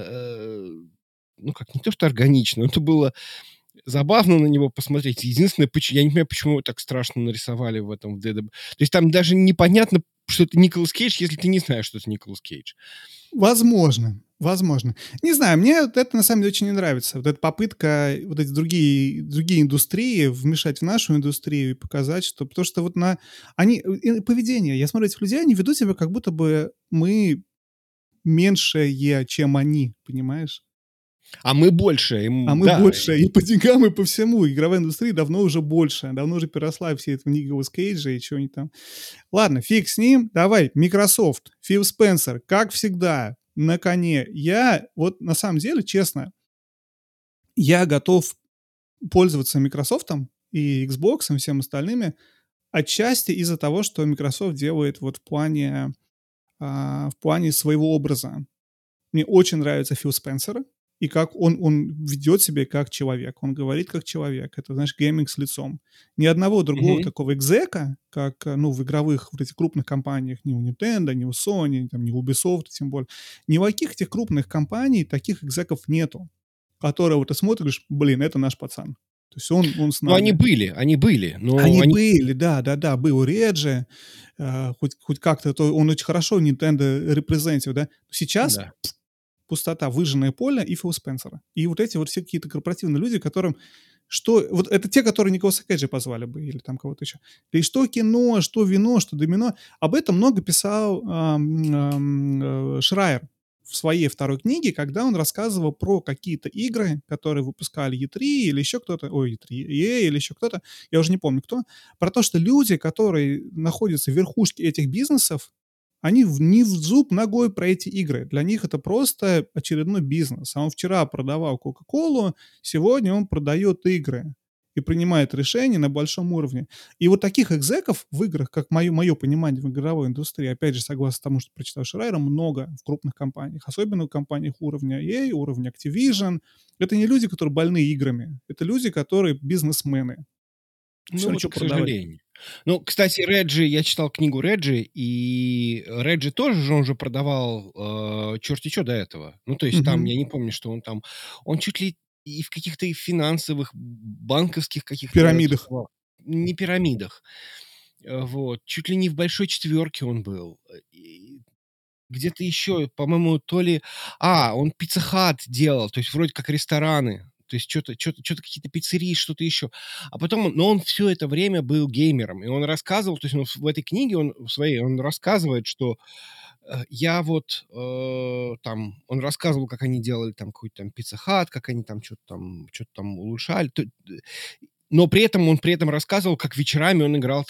ну, как не то, что органично, но это было забавно на него посмотреть. Единственное, я не понимаю, почему его так страшно нарисовали в этом в Dead. То есть там даже непонятно, что это Николас Кейдж, если ты не знаешь, что это Николас Кейдж. Возможно, возможно. Не знаю, мне вот это на самом деле очень не нравится. Вот эта попытка вот эти другие индустрии вмешать в нашу индустрию и показать, что... Потому что вот поведение, я смотрю этих людей, они ведут себя, как будто бы мы меньшее, чем они, понимаешь? А мы больше, А мы да. больше и по деньгам, и по всему. Игровая индустрия давно уже больше. Давно уже переросла все это в Николас Кейджа и чего-нибудь там. Ладно, фиг с ним. Давай, Microsoft, Фил Спенсер, как всегда, на коне. Я вот на самом деле, честно, я готов пользоваться Microsoft и Xbox и всем остальными отчасти из-за того, что Microsoft делает вот в плане своего образа. Мне очень нравится Фил Спенсер, и как он ведет себя как человек. Он говорит как человек. Это, знаешь, гейминг с лицом. Ни одного другого Мгм. такого экзека, как, ну, в игровых вот этих крупных компаниях, ни у Nintendo, ни у Sony, там, ни у Ubisoft, тем более. Ни у каких этих крупных компаний таких экзеков нету, которые вот ты смотришь, блин, это наш пацан. То есть он с Ну, нами. они были, но Они они были, да-да-да, был Реджи, хоть как-то то он очень хорошо Nintendo репрезентил, да. Сейчас да. пустота, выжженное поле и Фил Спенсера. И вот эти вот все какие-то корпоративные люди, которым что... Вот это те, которые Николаса Кейджа позвали бы или там кого-то еще. И что кино, что вино, что домино. Об этом много писал Шрайер в своей второй книге, когда он рассказывал про какие-то игры, которые выпускали E3 или еще кто-то, ой, E3, EA или еще кто-то, я уже не помню кто, про то, что люди, которые находятся в верхушке этих бизнесов, они не в зуб ногой про эти игры. Для них это просто очередной бизнес. А он вчера продавал Кока-Колу, сегодня он продает игры и принимает решения на большом уровне. И вот таких экзеков в играх, как мое понимание в игровой индустрии, опять же, согласно тому, что прочитал Шрайера, много в крупных компаниях. Особенно в компаниях уровня EA, уровня Activision. Это не люди, которые больны играми. Это люди, которые бизнесмены. Все Ну, вот, хочу к продавать. сожалению. Ну, кстати, Реджи, я читал книгу Реджи, и Реджи тоже же он же продавал, черти чё до этого. Ну, то есть там, Мгм. я не помню, что он там, он чуть ли и в каких-то и финансовых, банковских каких-то Пирамидах. тусовал, не пирамидах. Вот. Чуть ли не в большой четверке он был. И где-то еще, по-моему, то ли... он Pizza Hut делал, то есть вроде как рестораны. То есть что-то какие-то пиццерии, что-то еще. А потом, но он все это время был геймером. И он рассказывал, то есть он в этой книге, он в своей, он рассказывает, что я вот там, он рассказывал, как они делали там какой-то там Pizza Hut, как они там что-то там улучшали. Но при этом рассказывал, как вечерами он играл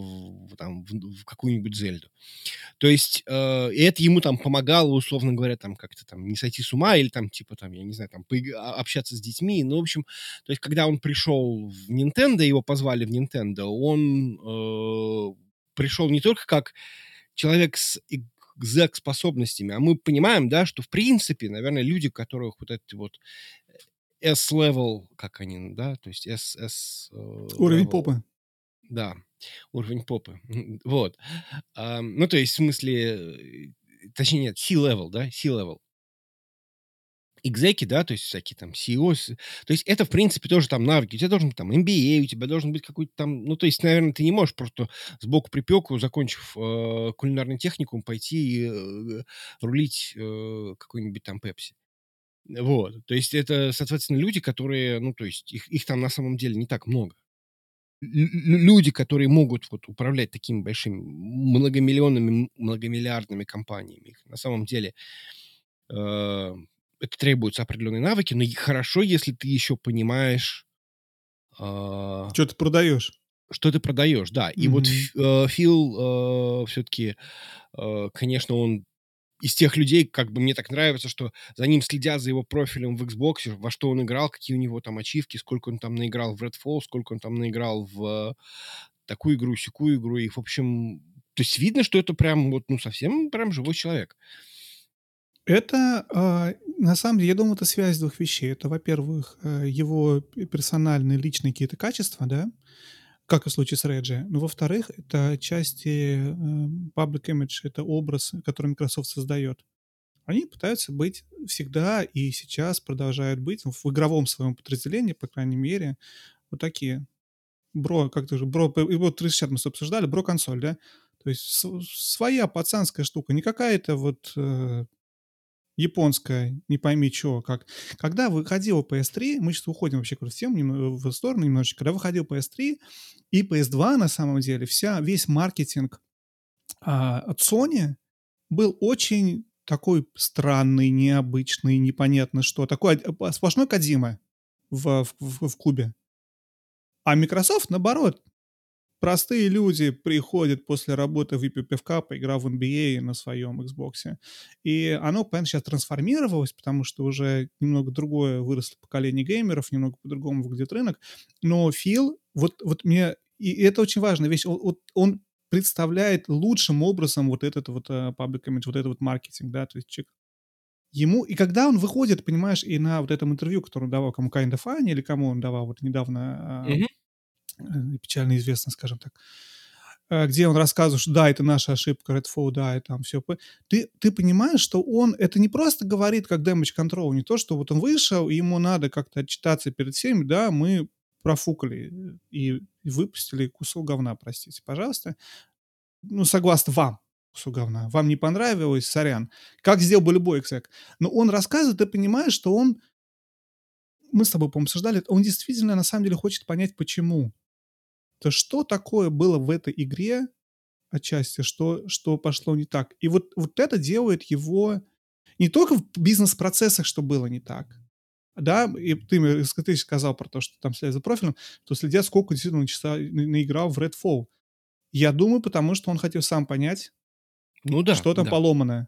в какую-нибудь Зельду. То есть, и это ему там помогало, условно говоря, там как-то там не сойти с ума или там типа там, я не знаю, там общаться с детьми. Ну, в общем, то есть, когда он пришел в Nintendo, его позвали в Nintendo, он пришел не только как человек с экзек-способностями, а мы понимаем, да, что в принципе, наверное, люди, у которых вот этот вот S-level, как они, да, то есть Уровень level, попы. да, уровень попы. Вот. Ну, то есть, в смысле, точнее, нет, C-level, да, C-level. Экзеки, да, то есть всякие там CEO, то есть это, в принципе, тоже там навыки. У тебя должен быть там MBA, у тебя должен быть какой-то там, ну, то есть, наверное, ты не можешь просто сбоку припеку, закончив кулинарный техникум, пойти и рулить какой-нибудь там Пепси. Вот. То есть это, соответственно, люди, которые, ну, то есть их там на самом деле не так много. Люди, которые могут вот управлять такими большими многомиллионными, многомиллиардными компаниями, их на самом деле э, это требуются определенные навыки, но и хорошо, если ты еще понимаешь, а, Что ты продаешь? что ты продаешь, да. И вот Мгм. Фил все-таки, конечно, он из тех людей, как бы мне так нравится, что за ним следят, за его профилем в Xbox, во что он играл, какие у него там ачивки, сколько он там наиграл в Redfall, сколько он там наиграл в такую игру, сякую игру. И, в общем, то есть видно, что это прям вот, ну, совсем прям живой человек. Это, на самом деле, я думаю, это связь двух вещей. Это, во-первых, его персональные, личные какие-то качества, да, как и в случае с Реджи. Но, во-вторых, это отчасти public image, это образ, который Microsoft создает. Они пытаются быть всегда и сейчас продолжают быть в игровом своем подразделении, по крайней мере, вот такие. Как-то же, и вот 360 мы обсуждали, бро-консоль, да? То То есть своя пацанская штука, не какая-то вот, японская, не пойми чё, как. Когда выходила PS3, мы сейчас уходим вообще в тему, в сторону немножечко. Когда выходил PS3 и PS2, на самом деле, весь маркетинг, от Sony был очень такой странный, необычный, непонятно что. Такой сплошной Кодзима в кубе. А Microsoft, наоборот, простые люди приходят после работы, выпив пивка, поиграв в NBA на своем Xbox. И оно, понятно, сейчас трансформировалось, потому что уже немного другое выросло поколение геймеров, немного по-другому выглядит рынок. Но Фил, вот мне... И это очень важная вещь. Он представляет лучшим образом вот этот вот public image, вот этот вот маркетинг, да, то есть человек ему, и когда он выходит, понимаешь, и на вот этом интервью, которое он давал кому Kind of Funny или кому он давал вот недавно, Мгм. печально известно, скажем так, где он рассказывает, что да, это наша ошибка, Redfall, да, и там все. Ты понимаешь, что он это не просто говорит как damage control, не то, что вот он вышел, и ему надо как-то отчитаться перед всеми, да, мы профукали и выпустили кусок говна, простите, пожалуйста. Ну, согласно вам, кусок говна. Вам не понравилось, сорян. Как сделал бы любой экзек. Но он рассказывает, ты понимаешь, что мы с тобой, по-моему, обсуждали, он действительно на самом деле хочет понять, почему. То что такое было в этой игре отчасти, что пошло не так. И вот это делает его не только в бизнес-процессах, что было не так. Да, и ты сказал про то, что там следят за профилем, то следят, сколько действительно наиграл в Redfall. Я думаю, потому что он хотел сам понять, Ну да, что там да. поломано.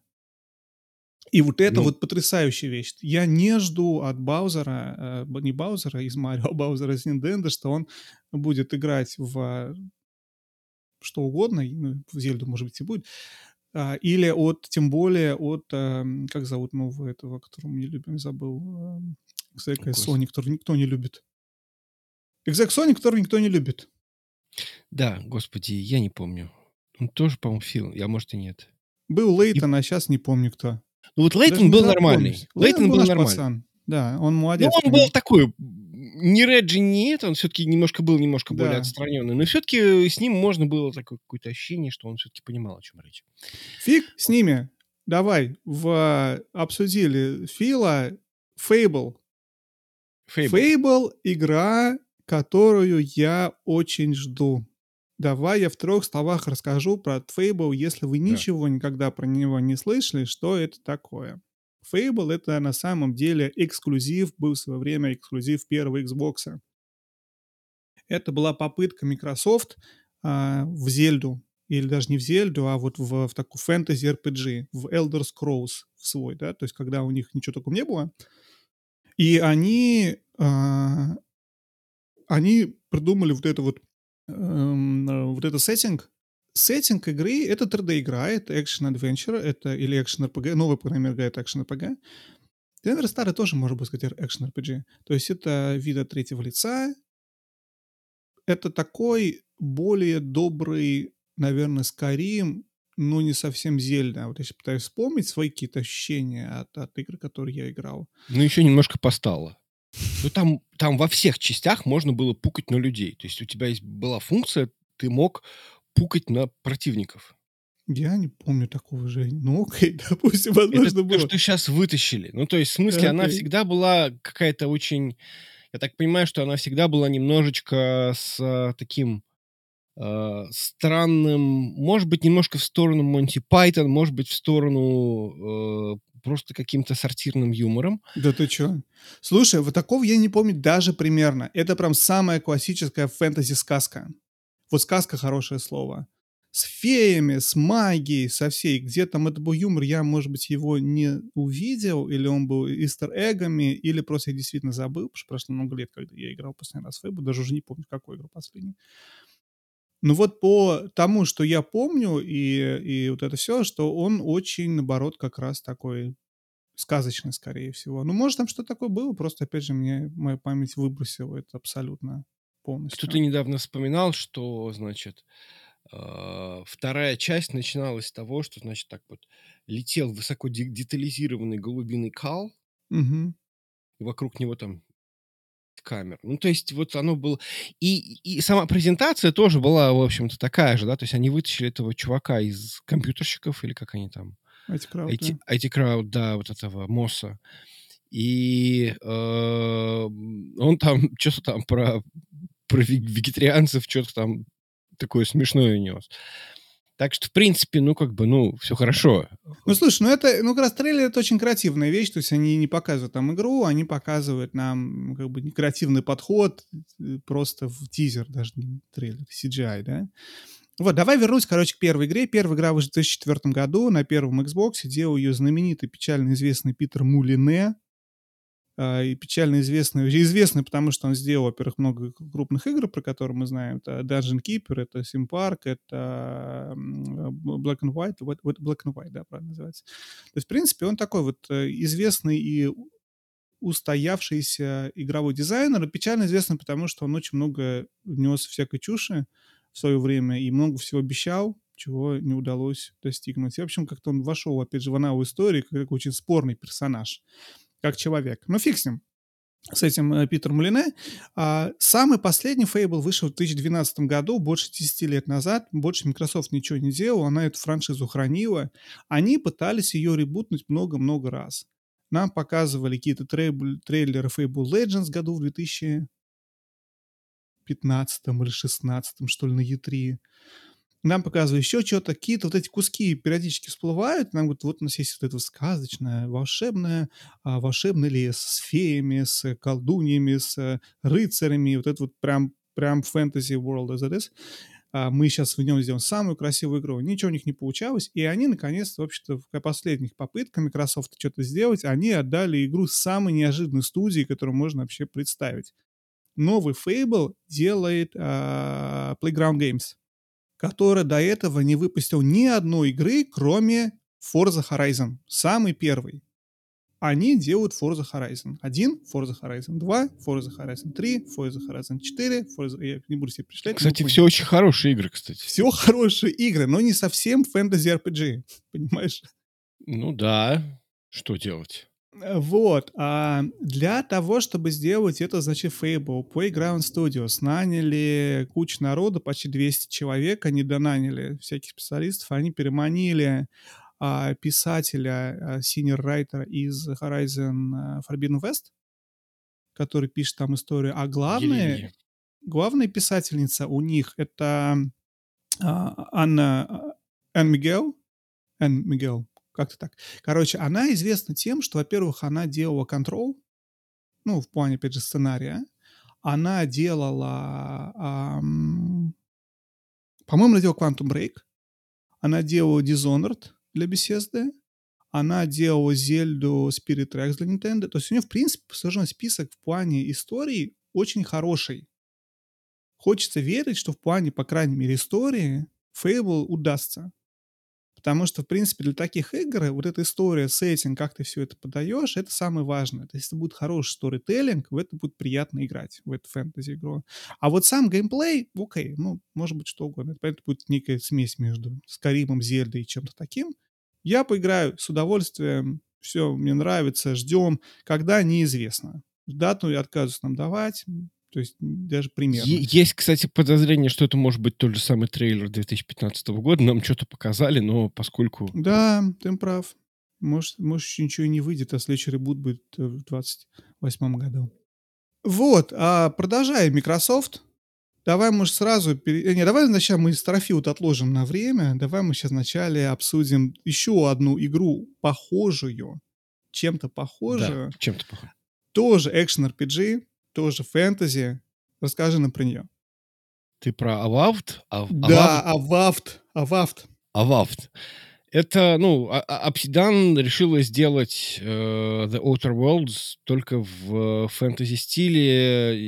И вот это Ну, вот потрясающая вещь. Я не жду от Баузера, не Баузера из Марио, а Баузера из Nintendo, что он будет играть в что угодно, ну, в Зельду, может быть, и будет, или тем более как зовут нового этого, которого мы не любим, забыл, Exec гос Sony, который никто не любит. Exec Sony, который никто не любит. Да, господи, я не помню. Он тоже, по-моему, Фил, а может и нет. Был И Лейтон, а сейчас не помню кто. ну вот Даже Лейтон не был нормальный. запомнить. Лейтон Лейтон был был наш нормальный. пацан. Да, он Ну, молодец, он был конечно. такой, не Реджи, не это, он все-таки немножко более Да. отстраненный, но все-таки с ним можно было такое какое-то ощущение, что он все-таки понимал, о чем речь. Фиг с ними. Давай, обсудили Фила, Fable. Фейбл, Fable — игра, которую я очень жду. Давай я в 3 словах расскажу про Fable, если вы да. ничего никогда про него не слышали, что это такое. Fable — это на самом деле эксклюзив, был в свое время эксклюзив первого Xbox. Это была попытка Microsoft в Зельду, или даже не в Зельду, а вот в такую фэнтези-RPG, в Elder Scrolls в свой, да, то есть когда у них ничего такого не было, и они придумали вот этот сеттинг. Сеттинг игры — это 3D-игра, это экшен-адвенчер, это или экшен-РПГ, новая, по крайней мере, это экшен-РПГ. Да, наверно, старый тоже, можно было сказать, экшен-RPG. То есть это вид от третьего лица. Это такой более добрый, наверное, Skyrim, но не совсем Зельда. Вот если пытаюсь вспомнить свои какие-то ощущения от игр, которые я играл. Ну, еще немножко постало. Ну, там во всех частях можно было пукать на людей. То есть у тебя была функция, ты мог пукать на противников. Я не помню такого же. Ну, окей, допустим, Это возможно, то, было. что сейчас вытащили. Ну, то есть, в смысле, она Окей. всегда была какая-то очень... Я так понимаю, что она всегда была немножечко с таким странным, может быть, немножко в сторону Монти Пайтон, может быть, в сторону просто каким-то сортирным юмором. Да ты чё? Слушай, вот такого я не помню даже примерно. Это прям самая классическая фэнтези-сказка. Вот сказка — хорошее слово. С феями, с магией, со всей. Где там это был юмор, я, может быть, его не увидел, или он был истер-эггами, или просто я действительно забыл, потому что прошло много лет, когда я играл последний раз в Фэбу, даже уже не помню, какую игру последний. Но вот по тому, что я помню, и вот это все, что он очень, наоборот, как раз такой сказочный, скорее всего. Ну, может, там что-то такое было, просто, опять же, мне моя память выбросила это абсолютно Кто-то полностью. недавно вспоминал, что, значит, вторая часть начиналась с того, что, значит, так вот летел высоко детализированный голубиный кал, Мгм. и вокруг него там камер. Ну, то есть вот оно было... И сама презентация тоже была, в общем-то, такая же, да? То есть они вытащили этого чувака из компьютерщиков, или как они там, Эти крауд, да. IT-крауд, да, вот этого Мосса. И он там что-то там про вегетарианцев что-то там такое смешное нес. Так что, в принципе, ну, как бы, ну, все хорошо. Ну, слушай, ну это, ну, как раз трейлер — это очень креативная вещь, то есть они не показывают там игру, они показывают нам как бы креативный подход, просто в тизер, даже не трейлер, CGI, да. Вот, давай вернусь, короче, к первой игре. Первая игра вышла в 2004 году на первом Xbox, делал ее знаменитый, печально известный Питер Мулине. И печально известный, известный, потому что он сделал, во-первых, много крупных игр, про которые мы знаем. Это Dungeon Keeper, это Sim Park, это Black and White, вот Black and White, да, правильно называется. То есть, в принципе, он такой вот известный и устоявшийся игровой дизайнер, и печально известный, потому что он очень много внес всякой чуши в свое время и много всего обещал, чего не удалось достигнуть. И, в общем, как-то он вошел, опять же, в аналогию истории, как такой очень спорный персонаж, как человек. Но фиг с ним, с этим Питер Мулине. Самый последний Fable вышел в 2012 году, больше 10 лет назад. Больше Microsoft ничего не делал, она эту франшизу хранила. Они пытались ее ребутнуть много-много раз. Нам показывали какие-то трейлеры Fable Legends году в 2015 или 16, что ли, на E3. Нам показывают еще что-то, какие-то вот эти куски периодически всплывают. Нам говорят, вот у нас есть вот это сказочное, волшебное, волшебный лес с феями, с колдуньями, с рыцарями. Вот это вот прям фэнтези world as it is. Мы сейчас в нем сделаем самую красивую игру. Ничего у них не получалось. И они, наконец-то, в общем-то, в последних попытках Microsoft что-то сделать, они отдали игру самой неожиданной студии, которую можно вообще представить. Новый Fable делает Playground Games, который до этого не выпустил ни одной игры, кроме Forza Horizon. Самый первый. Они делают Forza Horizon 1, Forza Horizon 2, Forza Horizon 3, Forza Horizon 4, Forza... Я не буду себе перечислять, но Кстати, вы все поняли. очень хорошие игры, кстати. Все хорошие игры, но не совсем фэнтези RPG, понимаешь? Ну да, что делать? Вот. Для того, чтобы сделать это, значит, Fable, Playground Studios наняли кучу народу, почти 200 человек, они донаняли всяких специалистов, они переманили писателя, senior-райтера из Horizon Forbidden West, который пишет там историю, а Еле-еле. главная писательница у них это Анна Энн Мигел, как-то так. Короче, она известна тем, что, во-первых, она делала Control, ну, в плане, опять же, сценария. Она делала, по-моему, она делала Quantum Break, она делала Dishonored для Bethesda, она делала Зельду Spirit Tracks для Nintendo. То есть у нее, в принципе, сложен список в плане истории очень хороший. Хочется верить, что в плане, по крайней мере, истории Fable удастся. Потому что, в принципе, для таких игр вот эта история, сеттинг, как ты все это подаешь, это самое важное. То есть, если будет хороший сторителлинг, в это будет приятно играть, в эту фэнтези-игру. А вот сам геймплей, окей, ну, может быть, что угодно. Это будет некая смесь между Скайримом, Зельдой и чем-то таким. Я поиграю с удовольствием, все, мне нравится, ждем, когда неизвестно. Дату отказываются нам давать, то есть даже примерно. Есть, кстати, подозрение, что это может быть тот же самый трейлер 2015 года. Нам что-то показали, но поскольку... Да, ты прав. Может, еще ничего и не выйдет, а следующий ребут будет в 28 году. Вот, продолжая Microsoft, давай, может, сразу... Не, давай сначала мы Starfield отложим на время. Давай мы сейчас вначале обсудим еще одну игру, похожую, чем-то Да, похожую. чем-то похоже. Тоже экшен-RPG, тоже фэнтези. Расскажи нам про нее. Ты про Avowed? Да, Avowed. Avowed. Это, ну, Obsidian решила сделать The Outer Worlds только в фэнтези-стиле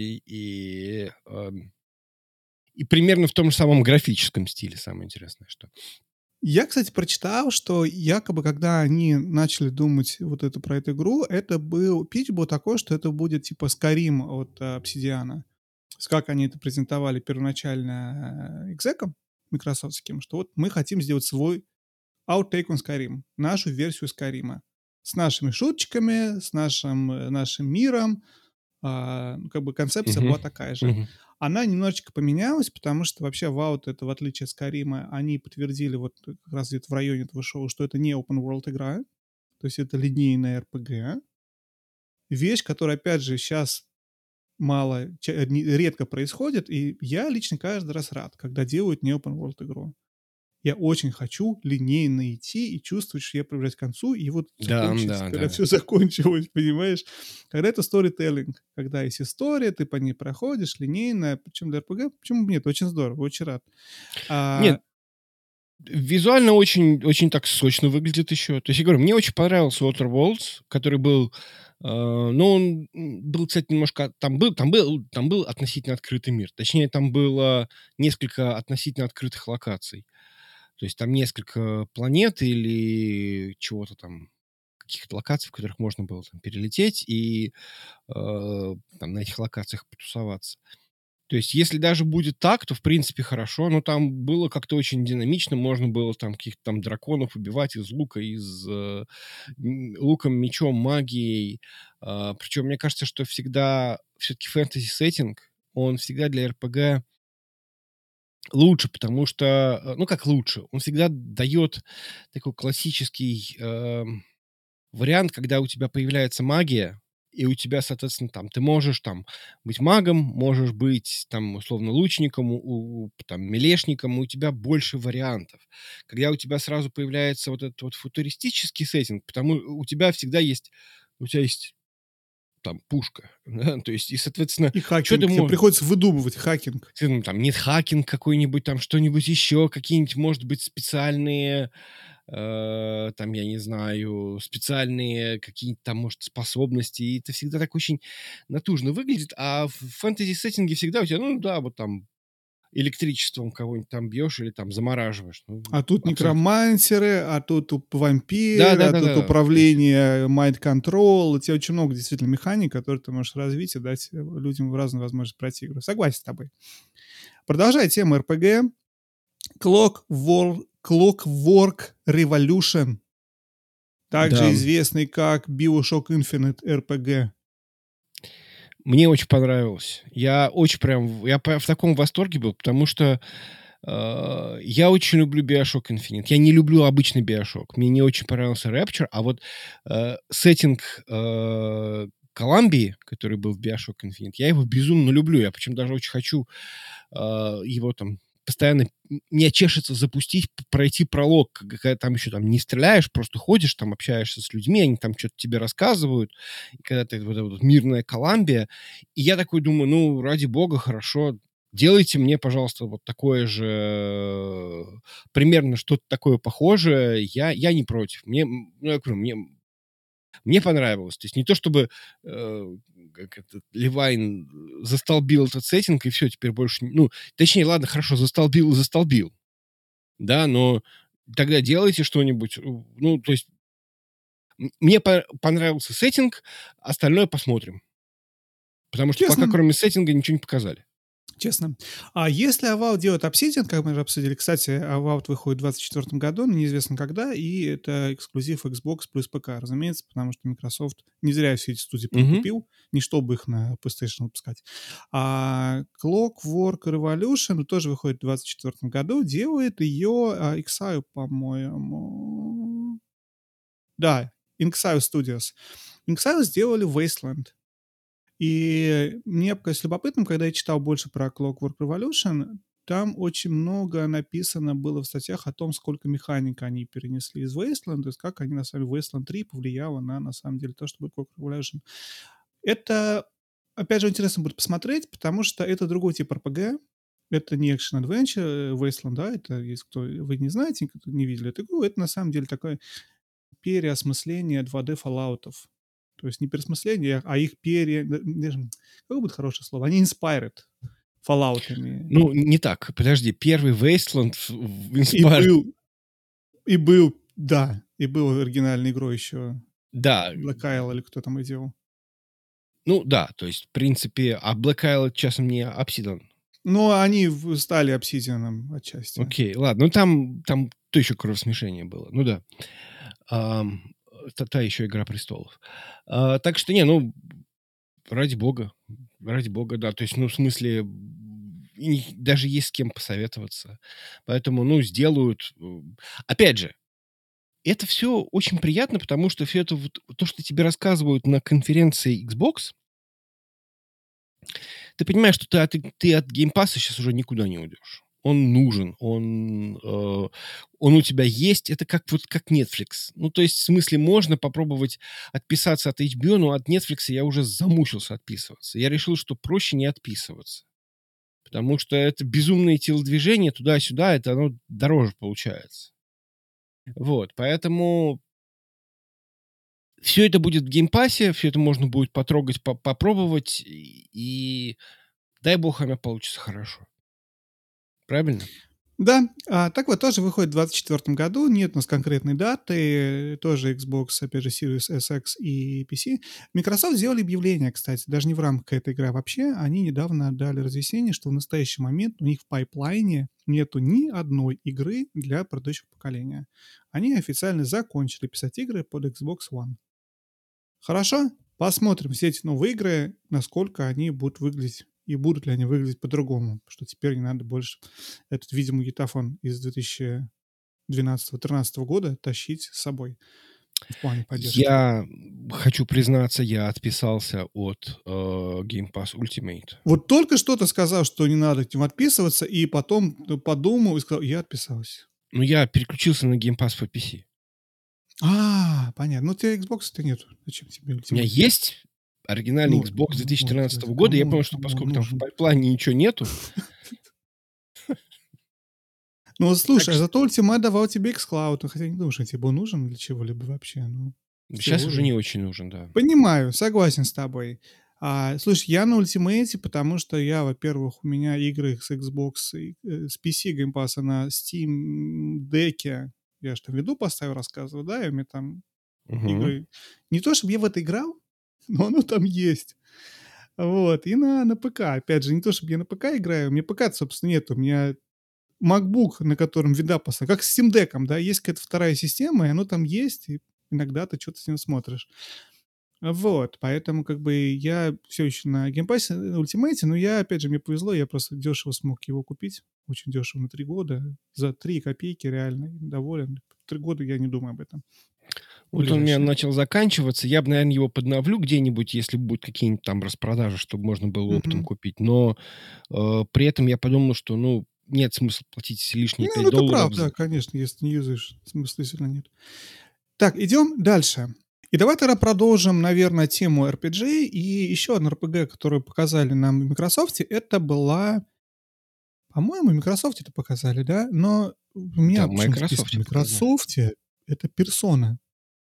и примерно в том же самом графическом стиле, самое интересное, что. Я, кстати, прочитал, что якобы, когда они начали думать вот это про эту игру, питч был такой, что это будет типа Skyrim от Obsidian. Как они это презентовали первоначально экзеком микрософтским, что вот мы хотим сделать свой outtake on Skyrim, нашу версию Skyrim. С нашими шуточками, с нашим миром, Как бы концепция Мгм. была такая же. Мгм. Она немножечко поменялась, потому что вообще Vault, это в отличие от Skyrim, они подтвердили вот как раз где-то в районе этого шоу, что это не open world игра, то есть это линейная RPG. Вещь, которая, опять же, сейчас редко происходит, и я лично каждый раз рад, когда делают не open world игру. Я очень хочу линейно идти и чувствовать, что я приближаюсь к концу, и вот Да, закончить, да, когда да. все закончилось, понимаешь? Когда это storytelling, когда есть история, ты по ней проходишь, линейная, причем для RPG, почему бы нет, очень здорово, очень рад. Нет, А, визуально очень очень так сочно выглядит еще. То есть я говорю, мне очень понравился Outer Worlds, который был, ну, он, был, кстати, немножко там был относительно открытый мир. Точнее, там было несколько относительно открытых локаций. То есть там несколько планет или чего-то там, каких-то локаций, в которых можно было там перелететь и, там на этих локациях потусоваться. То есть, если даже будет так, то в принципе хорошо, но там было как-то очень динамично, можно было там каких-то там драконов убивать из лука, луком, мечом, магией. Причем мне кажется, что всегда все-таки фэнтези-сеттинг, он всегда для РПГ лучше, потому что, ну как лучше, он всегда дает такой классический вариант, когда у тебя появляется магия, и у тебя, соответственно, там ты можешь там быть магом, можешь быть там условно лучником, там милешником, и у тебя больше вариантов. Когда у тебя сразу появляется вот этот вот футуристический сеттинг, потому у тебя есть там пушка, да, то есть и, соответственно, и что ты хакинг, тебе можешь? приходится выдумывать хакинг. Ну, там нет хакинг какой-нибудь, там что-нибудь еще, какие-нибудь, может быть, специальные там, я не знаю, специальные какие-то там, может, способности, и это всегда так очень натужно выглядит, а в фэнтези-сеттинге всегда у тебя, ну да, вот там электричеством кого-нибудь там бьешь или там замораживаешь. Ну, А тут абсолютно. некромансеры, а тут вампиры, а тут Да-да-да-да-да. То есть, управление, mind control. У тебя очень много действительно механик, которые ты можешь развить и дать людям разную возможность пройти игру. Согласен с тобой. Продолжая тему RPG, Clockwork Revolution, также да, известный как BioShock Infinite RPG. мне очень понравилось. Я в таком восторге был, потому что я очень люблю BioShock Infinite. Я не люблю обычный BioShock. Мне не очень понравился Rapture, а вот сеттинг Колумбии, который был в BioShock Infinite, я его безумно люблю. Я причем даже очень хочу его там постоянно мне чешется запустить, пройти пролог, когда там еще там не стреляешь, просто ходишь, там общаешься с людьми, они там что-то тебе рассказывают, и когда ты вот эта вот мирная Колумбия, и я такой думаю, ну, ради бога, хорошо, делайте мне, пожалуйста, вот такое же, примерно что-то такое похожее, я не против. Ну, я говорю, мне понравилось. То есть не то чтобы как это, Левайн застолбил этот сеттинг, и все, теперь больше... Ну, точнее, ладно, хорошо, застолбил и застолбил. Да, но тогда делайте что-нибудь. Ну, то есть мне понравился сеттинг, остальное посмотрим. Потому что пока Честно, кроме сеттинга ничего не показали. честно. А если Avowed делает Obsidian, как мы же обсудили, кстати, Avowed выходит в 2024 году, но неизвестно когда, и это эксклюзив Xbox плюс ПК, разумеется, потому что Microsoft не зря все эти студии Мгм. купил, не чтобы их на PlayStation выпускать. А Clockwork Revolution тоже выходит в 2024 году, делает ее Exile, по-моему. Да, Inxile Studios. Inxile сделали Wasteland. И мне показалось любопытным, когда я читал больше про Clockwork Revolution, там очень много написано было в статьях о том, сколько механик они перенесли из Wasteland, то есть как они, на самом деле, Wasteland 3 повлияло на самом деле, то, что будет Clockwork Revolution. Это, опять же, интересно будет посмотреть, потому что это другой тип RPG, это не action-adventure Wasteland, да, это, если кто, вы не знаете, кто не видели эту игру, это на самом деле такое переосмысление 2D фоллаутов. То есть не переосмысление, а их какое будет хорошее слово? Они inspired фоллаутами. Ну, не так. Подожди, первый Wasteland в И Inspired. был, и был оригинальной игрой еще Да, Black Isle или кто там и делал. ну да, то есть, в принципе, а Black Isle часом не Obsidian. Но они стали обсидианом отчасти. Окей, ладно. Ну, там то еще кровосмешение было. Ну да. Та еще «Игра престолов». Так что не, ну, Ради бога. Ради бога, да. То есть, ну, в смысле, и даже есть с кем посоветоваться. Поэтому, ну, сделают. Опять же, это все очень приятно, потому что все это вот то, что тебе рассказывают на конференции Xbox, ты понимаешь, что ты от геймпасса сейчас уже никуда не уйдешь. Он нужен, он у тебя есть. Это как вот как Netflix. Ну, то есть, в смысле, можно попробовать отписаться от HBO, но от Netflix я уже замучился отписываться. Я решил, что проще не отписываться. Потому что это безумные телодвижения туда-сюда, это оно дороже получается. Вот, поэтому все это будет в геймпассе, все это можно будет потрогать, попробовать, и дай бог оно получится хорошо. Правильно? Да, так вот тоже выходит в 2024 году. Нет у нас конкретной даты. Тоже Xbox, опять же, Series S, X и PC. Microsoft сделали объявление, кстати, даже не в рамках этой игры, а вообще. Они недавно дали разъяснение, что в настоящий момент у них в пайплайне нету ни одной игры для предыдущего поколения. Они официально закончили писать игры под Xbox One. Хорошо? Посмотрим все эти новые игры, насколько они будут выглядеть и будут ли они выглядеть по-другому. Что теперь не надо больше этот, видимо, гитафон из 2012-2013 года тащить с собой в плане поддержки. Я хочу признаться, я отписался от Game Pass Ultimate. Вот только что ты сказал, что не надо этим отписываться, и потом подумал и сказал, я отписался. Ну, я переключился на Game Pass по PC. Понятно. Ну, у тебя Xbox-то нет. Зачем тебе У меня Ultimate? есть оригинальный Ну, Xbox вот, 2013 года. Я кому, понял, что кому он поскольку там в нужен? пайплайне ничего нету, Ну, вот так слушай, а что зато Ultimate давал тебе xCloud, хотя не думаю, что тебе он нужен для чего-либо вообще, ну, в сейчас уже не теории. очень нужен, да. Понимаю, согласен с тобой. Слушай, я на Ultimate, потому что я, во-первых, у меня игры с Xbox, с PC Game Pass на Steam Deck, я же там виду поставил, рассказывал, да, и у меня там Мгм. игры... Не то, чтобы я в это играл, но оно там есть. Вот, и на ПК. Опять же, не то, чтобы я на ПК играю, у меня ПК, собственно, нет, у меня MacBook, на котором вида поставлена, как с Steam Deck, да, есть какая-то вторая система, и оно там есть, и иногда ты что-то с ним смотришь. Вот, поэтому как бы я все еще на геймпассе, Ultimate, но я, опять же, мне повезло, я просто дешево смог его купить, очень дешево, на 3 года, за 3 копейки реально доволен. 3 года я не думаю об этом в Вот он у меня ближайшее. начал заканчиваться. Я бы, наверное, его подновлю где-нибудь, если будут какие-нибудь там распродажи, чтобы можно было оптом Мгм. купить. Но при этом я подумал, что, ну, нет смысла платить лишние Не, $5 ну ты прав, за... да, конечно, если не юзаешь, смысла действительно нет. Так, идем дальше. И давай тогда продолжим, наверное, тему RPG. И еще одна RPG, которую показали нам в Microsoft, это была, по-моему, в Microsoft это показали, да? Но у Да, меня в почему-то списано в Microsoft показали. Microsoft это Persona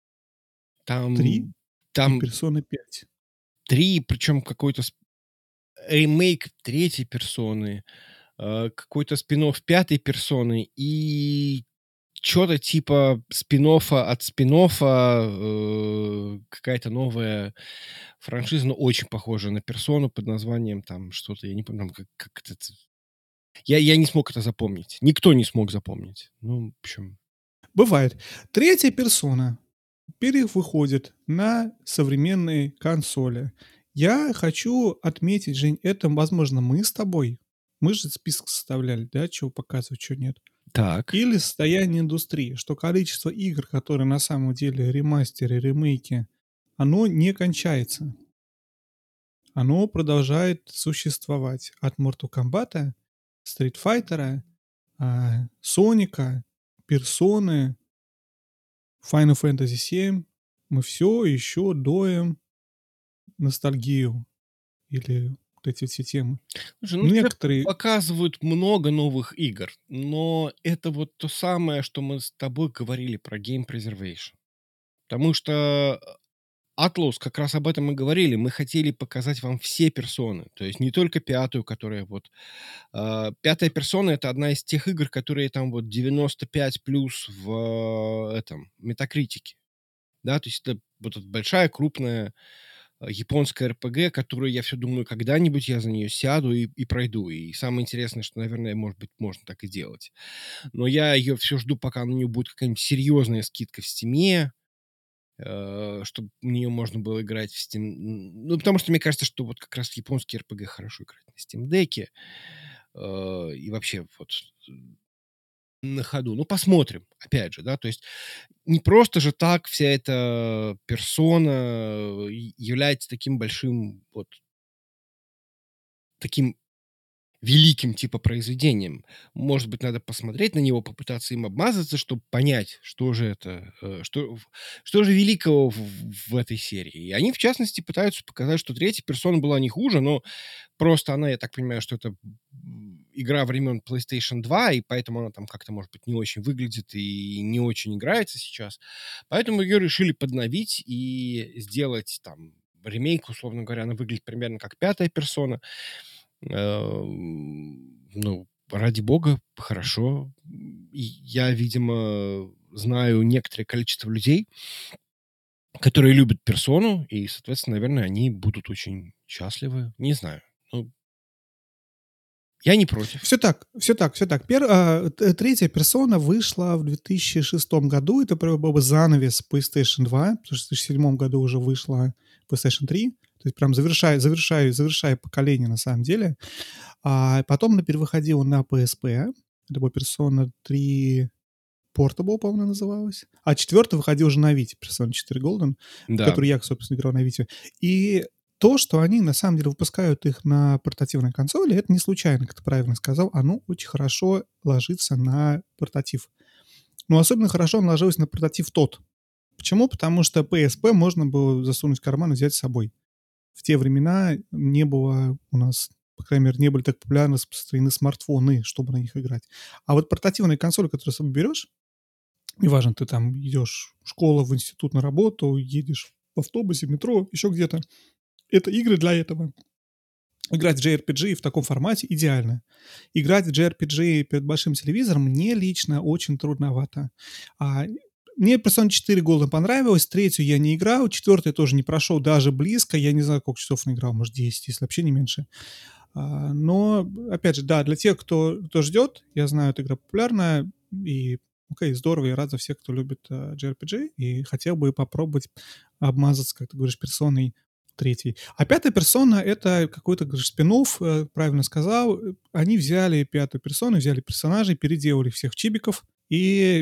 3 Там, и там Persona 5. 3, причем какой-то ремейк третьей персоны, какой-то спин-офф пятой персоны и что-то типа спин-оффа от спин-оффа, какая-то новая франшиза, но очень похожая на персону под названием там что-то, я не помню, там как это... Я не смог это запомнить. Никто не смог запомнить. Ну, в общем... Бывает. Третья персона выходит на современные консоли. Я хочу отметить, Жень, это, возможно, мы с тобой. Мы же список составляли, да, чего показывать, чего нет. Так. Или состояние индустрии, что количество игр, которые на самом деле ремастеры, ремейки, оно не кончается. Оно продолжает существовать. От Mortal Kombat, Street Fighter, Соника, Персоны, Final Fantasy 7. Мы все еще доем ностальгию или вот эти все темы. Слушай, ну тебе Некоторые... показывают много новых игр, но это вот то самое, что мы с тобой говорили про Game Preservation. Потому что Atlus как раз об этом и говорили. Мы хотели показать вам все персоны. То есть не только пятую, которая вот... пятая персона — это одна из тех игр, которые там вот 95 плюс в этом метакритике. Да, то есть это вот эта большая, крупная японская РПГ, которую я все думаю, когда-нибудь я за нее сяду и пройду. И самое интересное, что, наверное, может быть, можно так и делать. Но я ее все жду, пока на нее будет какая-нибудь серьезная скидка в Стиме. чтобы в нее можно было играть в Steam. Ну, потому что мне кажется, что вот как раз японские RPG хорошо играть на Steam Deck. И вообще вот на ходу. Ну, посмотрим, опять же, да, то есть не просто же так вся эта персона является таким большим, вот таким великим типа произведением. Может быть, надо посмотреть на него, попытаться им обмазаться, чтобы понять, что же это, что же великого в этой серии. И они, в частности, пытаются показать, что третья персона была не хуже, но просто она, я так понимаю, что это игра времен PlayStation 2, и поэтому она там как-то, может быть, не очень выглядит и не очень играется сейчас. Поэтому ее решили подновить и сделать там ремейк, условно говоря, она выглядит примерно как пятая персона. Ну, ради бога, хорошо. И я, видимо, знаю некоторое количество людей, которые любят персону, и, соответственно, наверное, они будут очень счастливы. Не знаю. Ну, я не против. Все так, все так, все так. Третья персона вышла в 2006 году. Это был бы занавес PlayStation 2, потому что в 2007 году уже вышла PlayStation 3. То есть прям завершая поколение на самом деле. А потом она перевыходила на PSP. Это была Persona 3 Portable, по-моему, она называлась. А четвертая выходила уже на Vita, Persona 4 Golden, в Да. которую я, собственно, играл на Vita. И то, что они на самом деле выпускают их на портативной консоли, это не случайно, как ты правильно сказал, оно очень хорошо ложится на портатив. Но особенно хорошо оно ложилось на портатив тот. Почему? Потому что PSP можно было засунуть в карман и взять с собой. В те времена не было у нас, по крайней мере, не были так популярны распространены смартфоны, чтобы на них играть. А вот портативные консоли, которые с собой берешь, неважно, ты там идешь в школу, в институт, на работу, едешь в автобусе, в метро, еще где-то. Это игры для этого. Играть в JRPG в таком формате идеально. Играть в JRPG перед большим телевизором мне лично очень трудновато. А, мне Persona 4 Golden понравилось, третью я не играл, четвертую тоже не прошел даже близко, я не знаю, сколько часов наиграл, может 10, если вообще не меньше. Но, опять же, да, для тех, кто ждет, я знаю, эта игра популярная, и окей, здорово, я рад за всех, кто любит JRPG, и хотел бы попробовать обмазаться, как ты говоришь, персоной третьей. А пятая персона — это какой-то, говоришь, спин-офф, правильно сказал. Они взяли пятую персону, взяли персонажей, переделали всех в чибиков и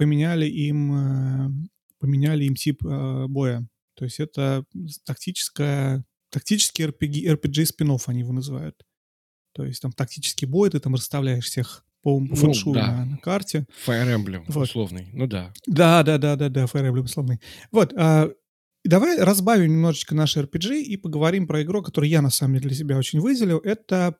поменяли им тип боя. То есть это тактический RPG спин-офф они его называют. То есть там тактический бой, ты там расставляешь всех по Ну, фэншую да. на карте. Fire Emblem Вот. условный. Ну да. Да, Fire Emblem условный. Вот, давай разбавим немножечко наш RPG и поговорим про игру, которую я на самом деле для себя очень выделил. Это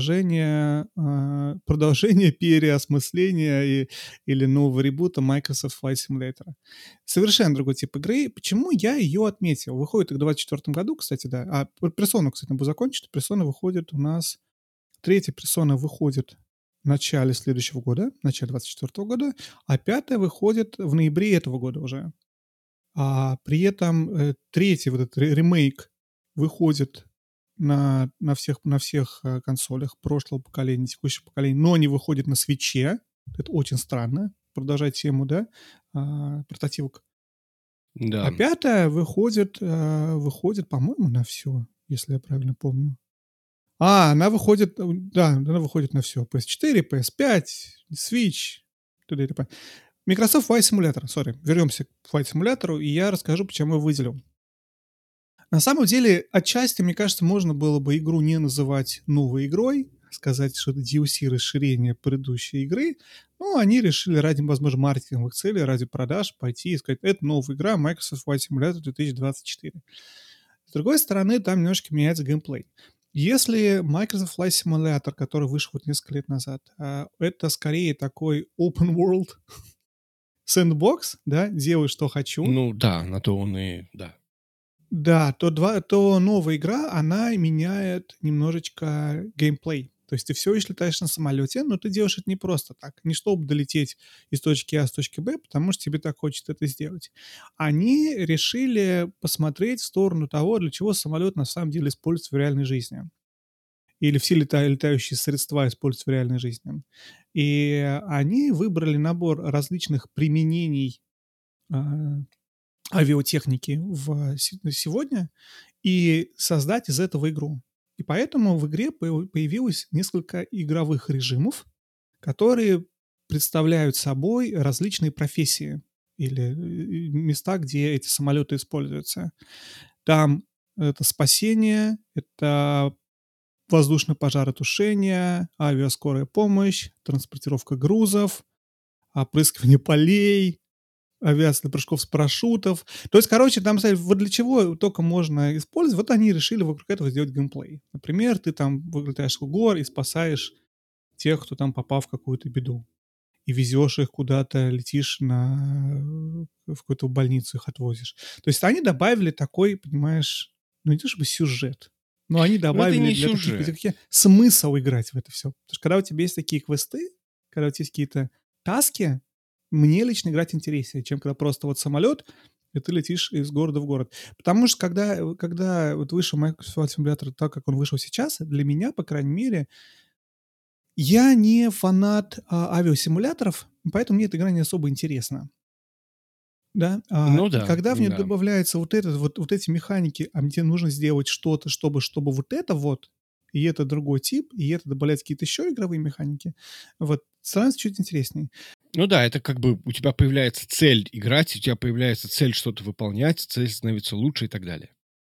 продолжение переосмысления или нового ребута Microsoft Flight Simulator. Совершенно другой тип игры. Почему я ее отметил? Выходит в 2024 году, кстати, да. Персону, кстати, надо закончить. Персона выходит у нас... Третья персона выходит в начале следующего года, в начале 2024 года, а пятая выходит в ноябре этого года уже. При этом третий вот этот ремейк выходит на всех консолях прошлого поколения, текущего поколения, но не выходит на свитче. Это очень странно. Продолжать тему, да, портативок. Да. А пятая выходит, по-моему, на все, если я правильно помню. Она выходит, да, она выходит на все. PS4, PS5, Switch, т.д. и т.п. Microsoft Flight Simulator, сори. Вернемся к Flight Simulator, и я расскажу, почему я выделил. На самом деле, отчасти, мне кажется, можно было бы игру не называть новой игрой, сказать, что это DLC расширение предыдущей игры, но они решили ради, возможно, маркетинговых целей, ради продаж пойти и сказать, это новая игра Microsoft Flight Simulator 2024. С другой стороны, там немножко меняется геймплей. Если Microsoft Flight Simulator, который вышел вот несколько лет назад, это скорее такой open world sandbox, да, делаю, что хочу, Ну да, на то он и... Да. да, то новая игра, она меняет немножечко геймплей. То есть ты все еще летаешь на самолете, но ты делаешь это не просто так. Не чтобы долететь из точки А с точки Б, потому что тебе так хочется это сделать. Они решили посмотреть в сторону того, для чего самолет на самом деле используется в реальной жизни. Или все летающие средства используются в реальной жизни. И они выбрали набор различных применений а, авиатехники сегодня и создать из этого игру. И поэтому в игре появилось несколько игровых режимов, которые представляют собой различные профессии или места, где эти самолеты используются. Там это спасение, это воздушное пожаротушение, авиаскорая помощь, транспортировка грузов, опрыскивание полей, авиация для прыжков с парашютов. То есть, короче, там, смотри, вот для чего только можно использовать. Вот они решили вокруг этого сделать геймплей. Например, ты там вылетаешь в гор и спасаешь тех, кто там попал в какую-то беду. И везешь их куда-то, летишь в какую-то больницу, их отвозишь. То есть они добавили такой, понимаешь, ну не то чтобы сюжет, но они Но это добавили не для таких сюжет. людей смысл играть в это все. Потому что когда у тебя есть такие квесты, когда у тебя есть какие-то таски, мне лично играть интереснее, чем когда просто вот самолет, и ты летишь из города в город. Потому что когда вот вышел Microsoft Flight Simulator так, как он вышел сейчас, для меня, по крайней мере, я не фанат, авиасимуляторов, поэтому мне эта игра не особо интересна. Да, Ну и да, когда в нее да. добавляется вот эти механики, тебе нужно сделать что-то, чтобы вот это вот, и это другой тип, и это добавляет какие-то еще игровые механики, вот, становится чуть интереснее. Ну да, это как бы у тебя появляется цель играть, у тебя появляется цель что-то выполнять, цель становится лучше и так далее.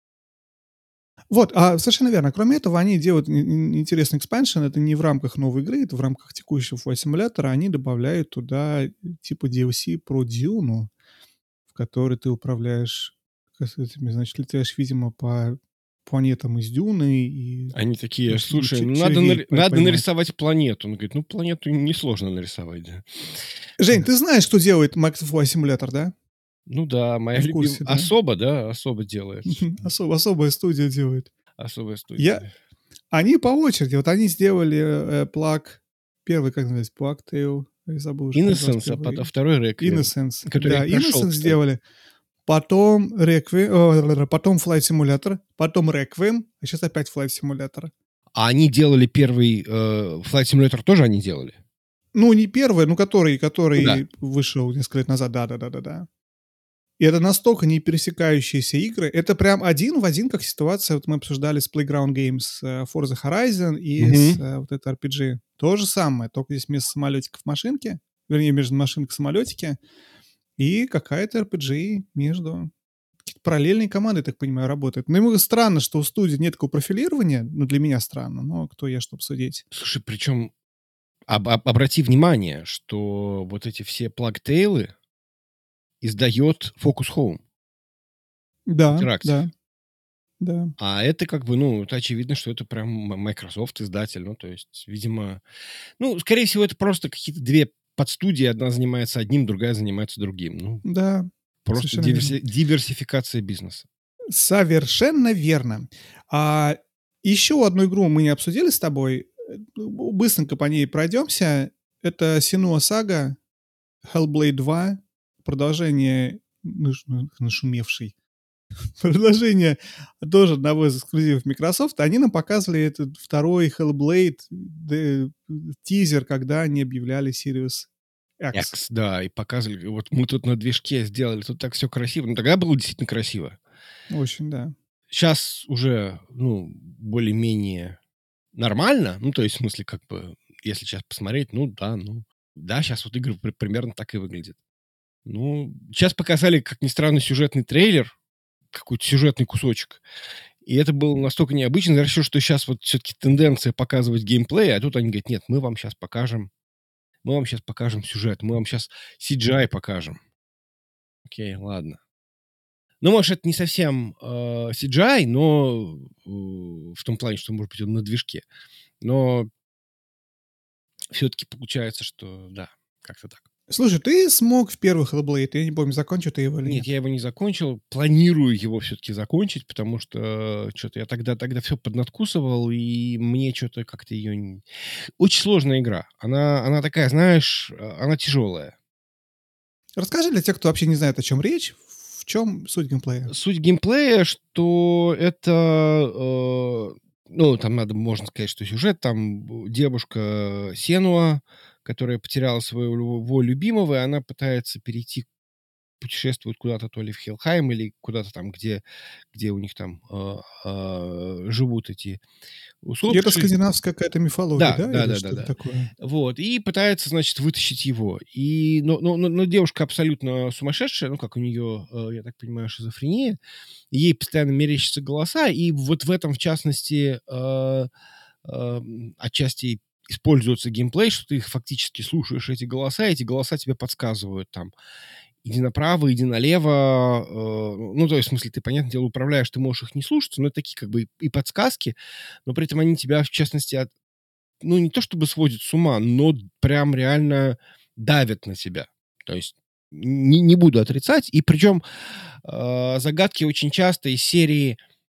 Вот, совершенно верно. Кроме этого, они делают интересный экспаншн. Это не в рамках новой игры, это в рамках текущего Flight Simulator. Они добавляют туда типа DLC про Дюну, в которой ты управляешь этими, значит, летаешь, видимо, по планетам из Дюны и Они такие: каких-нибудь слушай, ну червей надо поймать. нарисовать планету. Он говорит: ну, планету несложно нарисовать, да. Жень, ты знаешь, что делает Max Flight Simulator, да? Ну да, моя Ты в любимая курсе, да? особо, да, особо делает. Особая студия делает. Особая Я студия. Они по очереди. Вот они сделали, первый, как называется, Plague Tale, я забыл уже, как назывался Innocence, а первый. второй Requiem, Innocence. который я Да, прошел, Innocence кстати. сделали, потом потом Flight Simulator, потом Requiem, а сейчас опять Flight Simulator. А они делали первый, Flight Simulator тоже они делали? Ну, не первый, но Ну да. который вышел несколько лет назад. Да-да-да-да-да. И это настолько не пересекающиеся игры. Это прям один в один, как ситуация, вот мы обсуждали с Playground Games, Forza Horizon и с Мгм. вот это RPG. То же самое, только здесь вместо самолетиков машинки, вернее, между машинкой самолетики, и какая-то RPG между. Какие-то параллельные команды, я так понимаю, работают. Но ему странно, что у студии нет такого профилирования. Ну, для меня странно, но кто я, чтобы судить. Слушай, причем обрати внимание, что вот эти все Plague издает Focus Home Да, Interactive. да, да. А это как бы, ну, это очевидно, что это прям Microsoft издатель. Ну, то есть, видимо, ну, скорее всего, это просто какие-то две подстудии. Одна занимается одним, другая занимается другим. Ну, Да, просто совершенно верно. диверсификация бизнеса. Совершенно верно. А, Еще одну игру мы не обсудили с тобой. Быстренько по ней пройдемся. Это Senua Saga, Hellblade 2, продолжение нашумевший. Продолжение тоже одного из эксклюзивов Microsoft. Они нам показывали этот второй Hellblade тизер, когда они объявляли Sirius X. X, да, и показывали, вот мы тут на движке сделали, тут так все красиво. Ну, тогда было действительно красиво. Очень, да. Сейчас уже, ну, более-менее нормально. Ну, то есть, в смысле, как бы, если сейчас посмотреть, ну да, сейчас вот игры примерно так и выглядят. Ну, сейчас показали, как ни странно, сюжетный трейлер, какой-то сюжетный кусочек. И это было настолько необычно. Я решил, что сейчас вот все-таки тенденция показывать геймплей, а тут они говорят: нет, мы вам сейчас покажем сюжет, мы вам сейчас CGI покажем. Окей, ладно. Ну, может, это не совсем CGI, но в том плане, что, может быть, он на движке. Но все-таки получается, что да, как-то так. Слушай, ты смог в первый Hellblade, я не помню, закончил ты его или Нет, нет. я его не закончил. Планирую его все-таки закончить, потому что что-то я тогда все поднадкусывал, и мне что-то как-то ее... Очень сложная игра. Она такая, знаешь, она тяжелая. Расскажи для тех, кто вообще не знает, о чем речь, в чем суть геймплея. Суть геймплея, что это... ну, там можно сказать, что сюжет, там девушка Сенуа, которая потеряла своего любимого, и она пытается перейти путешествуют куда-то, то ли в Хелхайм, или куда-то там, где у них там живут эти И это усопшие. скандинавская какая-то мифология, Да, да, или что-то да-да-да-да. такое? Вот, и пытается, значит, вытащить его. Но девушка абсолютно сумасшедшая, ну, как у нее, я так понимаю, шизофрения. Ей постоянно мерещатся голоса, и вот в этом, в частности, отчасти используется геймплей, что ты их фактически слушаешь, эти голоса тебе подсказывают там: иди направо, иди налево. Ну, то есть, в смысле, ты, понятное дело, управляешь, ты можешь их не слушаться, но это такие как бы и подсказки, но при этом они тебя, в частности, ну, не то чтобы сводят с ума, но прям реально давят на тебя. То есть не буду отрицать. И причем загадки очень часто из серии: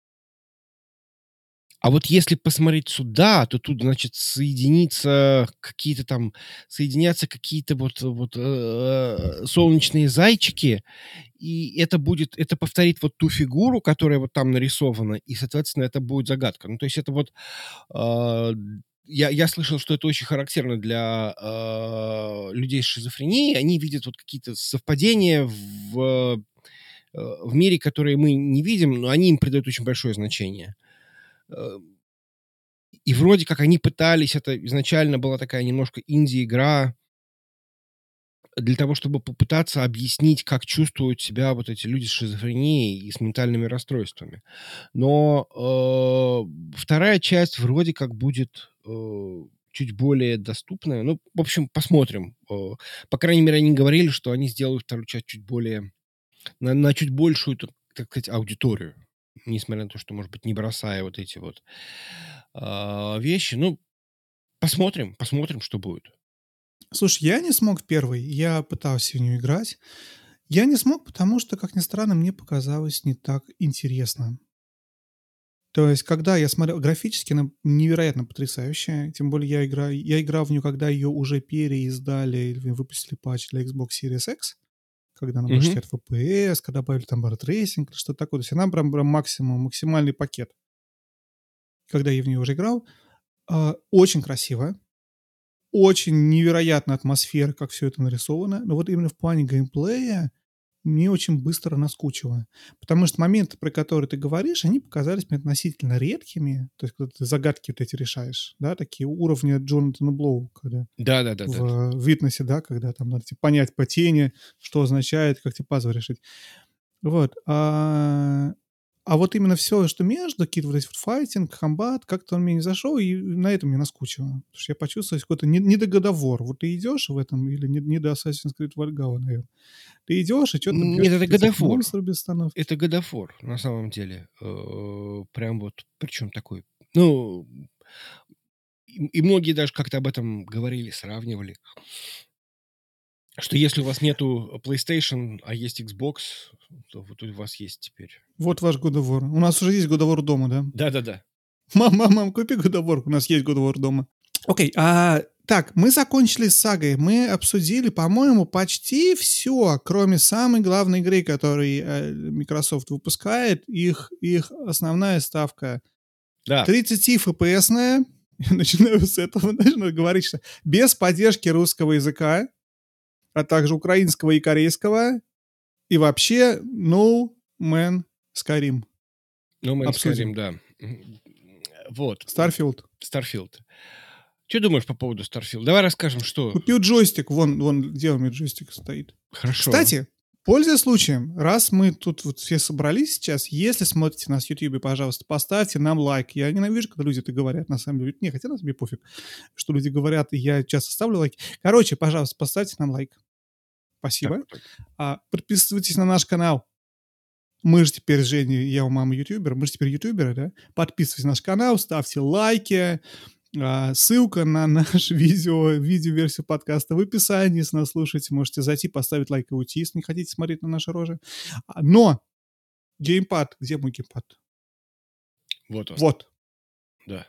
а вот если посмотреть сюда, то тут, значит, соединятся какие-то солнечные зайчики, и это повторит вот ту фигуру, которая вот там нарисована, и, соответственно, это будет загадка. Ну, то есть это вот а, я слышал, что это очень характерно для людей с шизофренией. Они видят вот какие-то совпадения в мире, которые мы не видим, но они им придают очень большое значение. Э, И вроде как они пытались, это изначально была такая немножко инди-игра для того, чтобы попытаться объяснить, как чувствуют себя вот эти люди с шизофренией и с ментальными расстройствами. Но вторая часть вроде как будет чуть более доступная. Ну, в общем, посмотрим. По крайней мере, они говорили, что они сделают вторую часть чуть более, на чуть большую, так сказать, аудиторию. Несмотря на то, что, может быть, не бросая вот эти вот вещи. Ну, посмотрим, что будет. Слушай, я не смог в первый, я пытался в нее играть. Я не смог, потому что, как ни странно, мне показалось не так интересно. То есть, когда я смотрел графически, она невероятно потрясающая. Тем более я играл в нее, когда ее уже переиздали или выпустили патч для Xbox Series X, когда она была Мгм. 60 FPS, когда добавили там рейтрейсинг или что-то такое. То есть она прям максимальный пакет. Когда я в нее уже играл, очень красиво, очень невероятно атмосфера, как все это нарисовано. Но вот именно в плане геймплея мне очень быстро наскучило. Потому что моменты, про которые ты говоришь, они показались мне относительно редкими. То есть, когда ты загадки вот эти решаешь, да, такие уровни Джонатана Блоу, когда Да-да-да-да. в Витнесе, да, когда там надо типа, понять по тени, что означает, как тебе пазл решить. Вот. А вот именно все, что между, какие-то вот эти вот файтинг, комбат, как-то он мне не зашел, и на этом мне наскучило. Потому что я почувствовал какой-то недогодовор. Вот ты идешь в этом или не до Assassin's Creed Valhalla, наверно. Ты идешь и что то бьешь Нет, это каких-то God of этих War. монстров без остановки. Это God of War, на самом деле. Прям вот, причем такой, ну, и многие даже как-то об этом говорили, сравнивали, что если у вас нету PlayStation, а есть Xbox, то вот у вас есть теперь. Вот ваш God of War. У нас уже есть God of War дома, да? Да-да-да. Мам, купи God of War, у нас есть God of War дома. Окей, так, мы закончили с сагой. Мы обсудили, по-моему, почти все, кроме самой главной игры, которую Microsoft выпускает. Их основная ставка Да. 30 FPS-ная. Я начинаю с этого, начинаю говорить, что без поддержки русского языка, а также украинского и корейского, и вообще No Man Skyrim. No Man's Skyrim, Обсудим. да. Вот. Starfield. Starfield. Что думаешь по поводу Starfield? Давай расскажем, что... Купил джойстик, вон где у меня джойстик стоит. Хорошо. Кстати, пользуясь случаем, раз мы тут вот все собрались сейчас, если смотрите нас в Ютубе, пожалуйста, поставьте нам лайк. Я ненавижу, когда люди это говорят, на самом деле. Не, хотя на мне пофиг, что люди говорят, и я часто ставлю лайки. Короче, пожалуйста, поставьте нам лайк. Так, Спасибо. так. Подписывайтесь на наш канал. Мы же теперь с Женей, я у мамы ютубер, мы же теперь ютуберы, да? Подписывайтесь на наш канал, ставьте лайки. Ссылка на наш видеоверсию подкаста в описании. Если нас слушаете, можете зайти, поставить лайк и уйти, если не хотите смотреть на наши рожи. Но геймпад, где мой геймпад? Вот он. Вот. Да.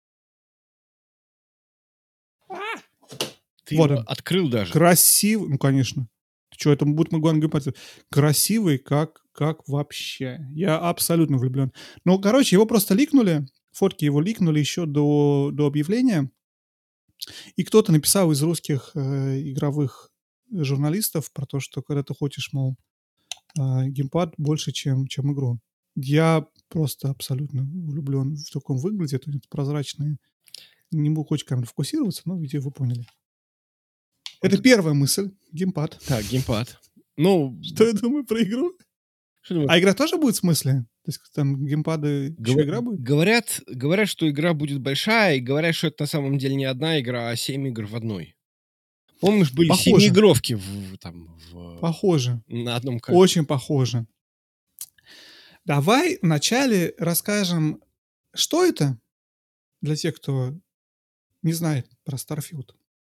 Ты Вот его он. открыл даже. Красивый, ну, конечно. Что, это будет мой главный геймпад. Красивый, как вообще. Я абсолютно влюблен. Ну, короче, его просто ликнули. Фотки его ликнули еще до объявления. И кто-то написал из русских игровых журналистов про то, что когда ты хочешь, мол, геймпад больше, чем игру. Я просто абсолютно влюблен в таком выглядит. Он прозрачный. Не буду очень камеру фокусироваться, но видео вы поняли. Это первая мысль. Геймпад. Так, геймпад. Ну, Что я думаю про игру? что думаешь? А игра тоже будет в смысле? То есть там геймпады, еще игра будет? Говорят, что игра будет большая, и говорят, что это на самом деле не одна игра, а 7 игр в одной. Помнишь, были Похоже. 7-игровки Похоже. на одном Очень похоже. Давай вначале расскажем, что это для тех, кто не знает про Starfield.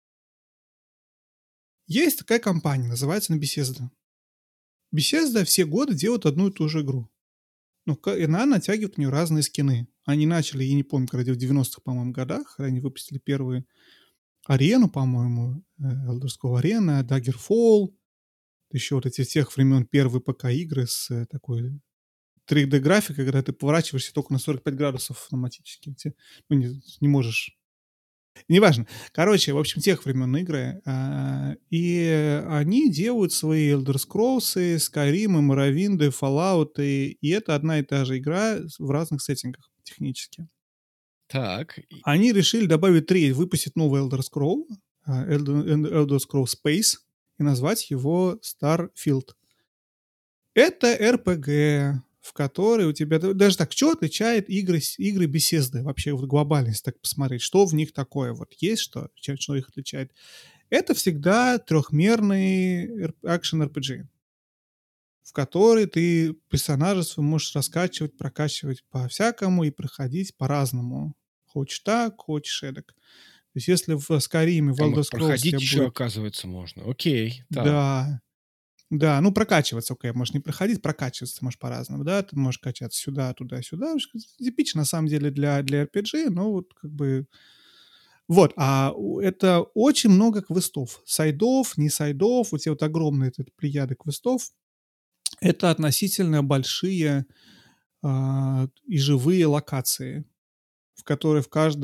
Есть такая компания, называется она Bethesda. Bethesda все годы делает одну и ту же игру. Ну, и она натягивает в нее разные скины. Они начали, я не помню, когда в 90-х, по-моему, годах, когда они выпустили первую арену, по-моему, Elder Scrolls Arena, Daggerfall, еще вот эти тех времен первые ПК-игры с такой 3D-графикой, когда ты поворачиваешься только на 45 градусов автоматически. Ну, не можешь. Неважно. Короче, в общем, тех времен игры. И они делают свои Elder Scrolls, Skyrim, Morrowind, Fallout, и это одна и та же игра в разных сеттингах технически. Так. Они решили добавить выпустить новый Elder Scroll, Elder Scrolls Space, и назвать его Starfield. Это RPG, в которой у тебя... Даже так, что отличает игры Bethesda вообще вот глобально, если так посмотреть? Что в них такое вот есть, что их отличает? Это всегда трехмерный экшен-RPG, в который ты персонажа свой можешь раскачивать, прокачивать по-всякому и проходить по-разному. Хочешь так, хочешь эдак. То есть если в Skyrim, в Там Elder их Scrolls проходить тебе еще, будет... оказывается, можно. Окей, так. Да, ну прокачиваться, окей, можешь не проходить, прокачиваться можешь по-разному, да, ты можешь качаться сюда, туда, сюда. Типично, на самом деле, для RPG, но вот как бы... Вот, это очень много квестов. Сайдов, не сайдов, вот эти вот огромные плеяды квестов. Это относительно большие и живые локации, в которые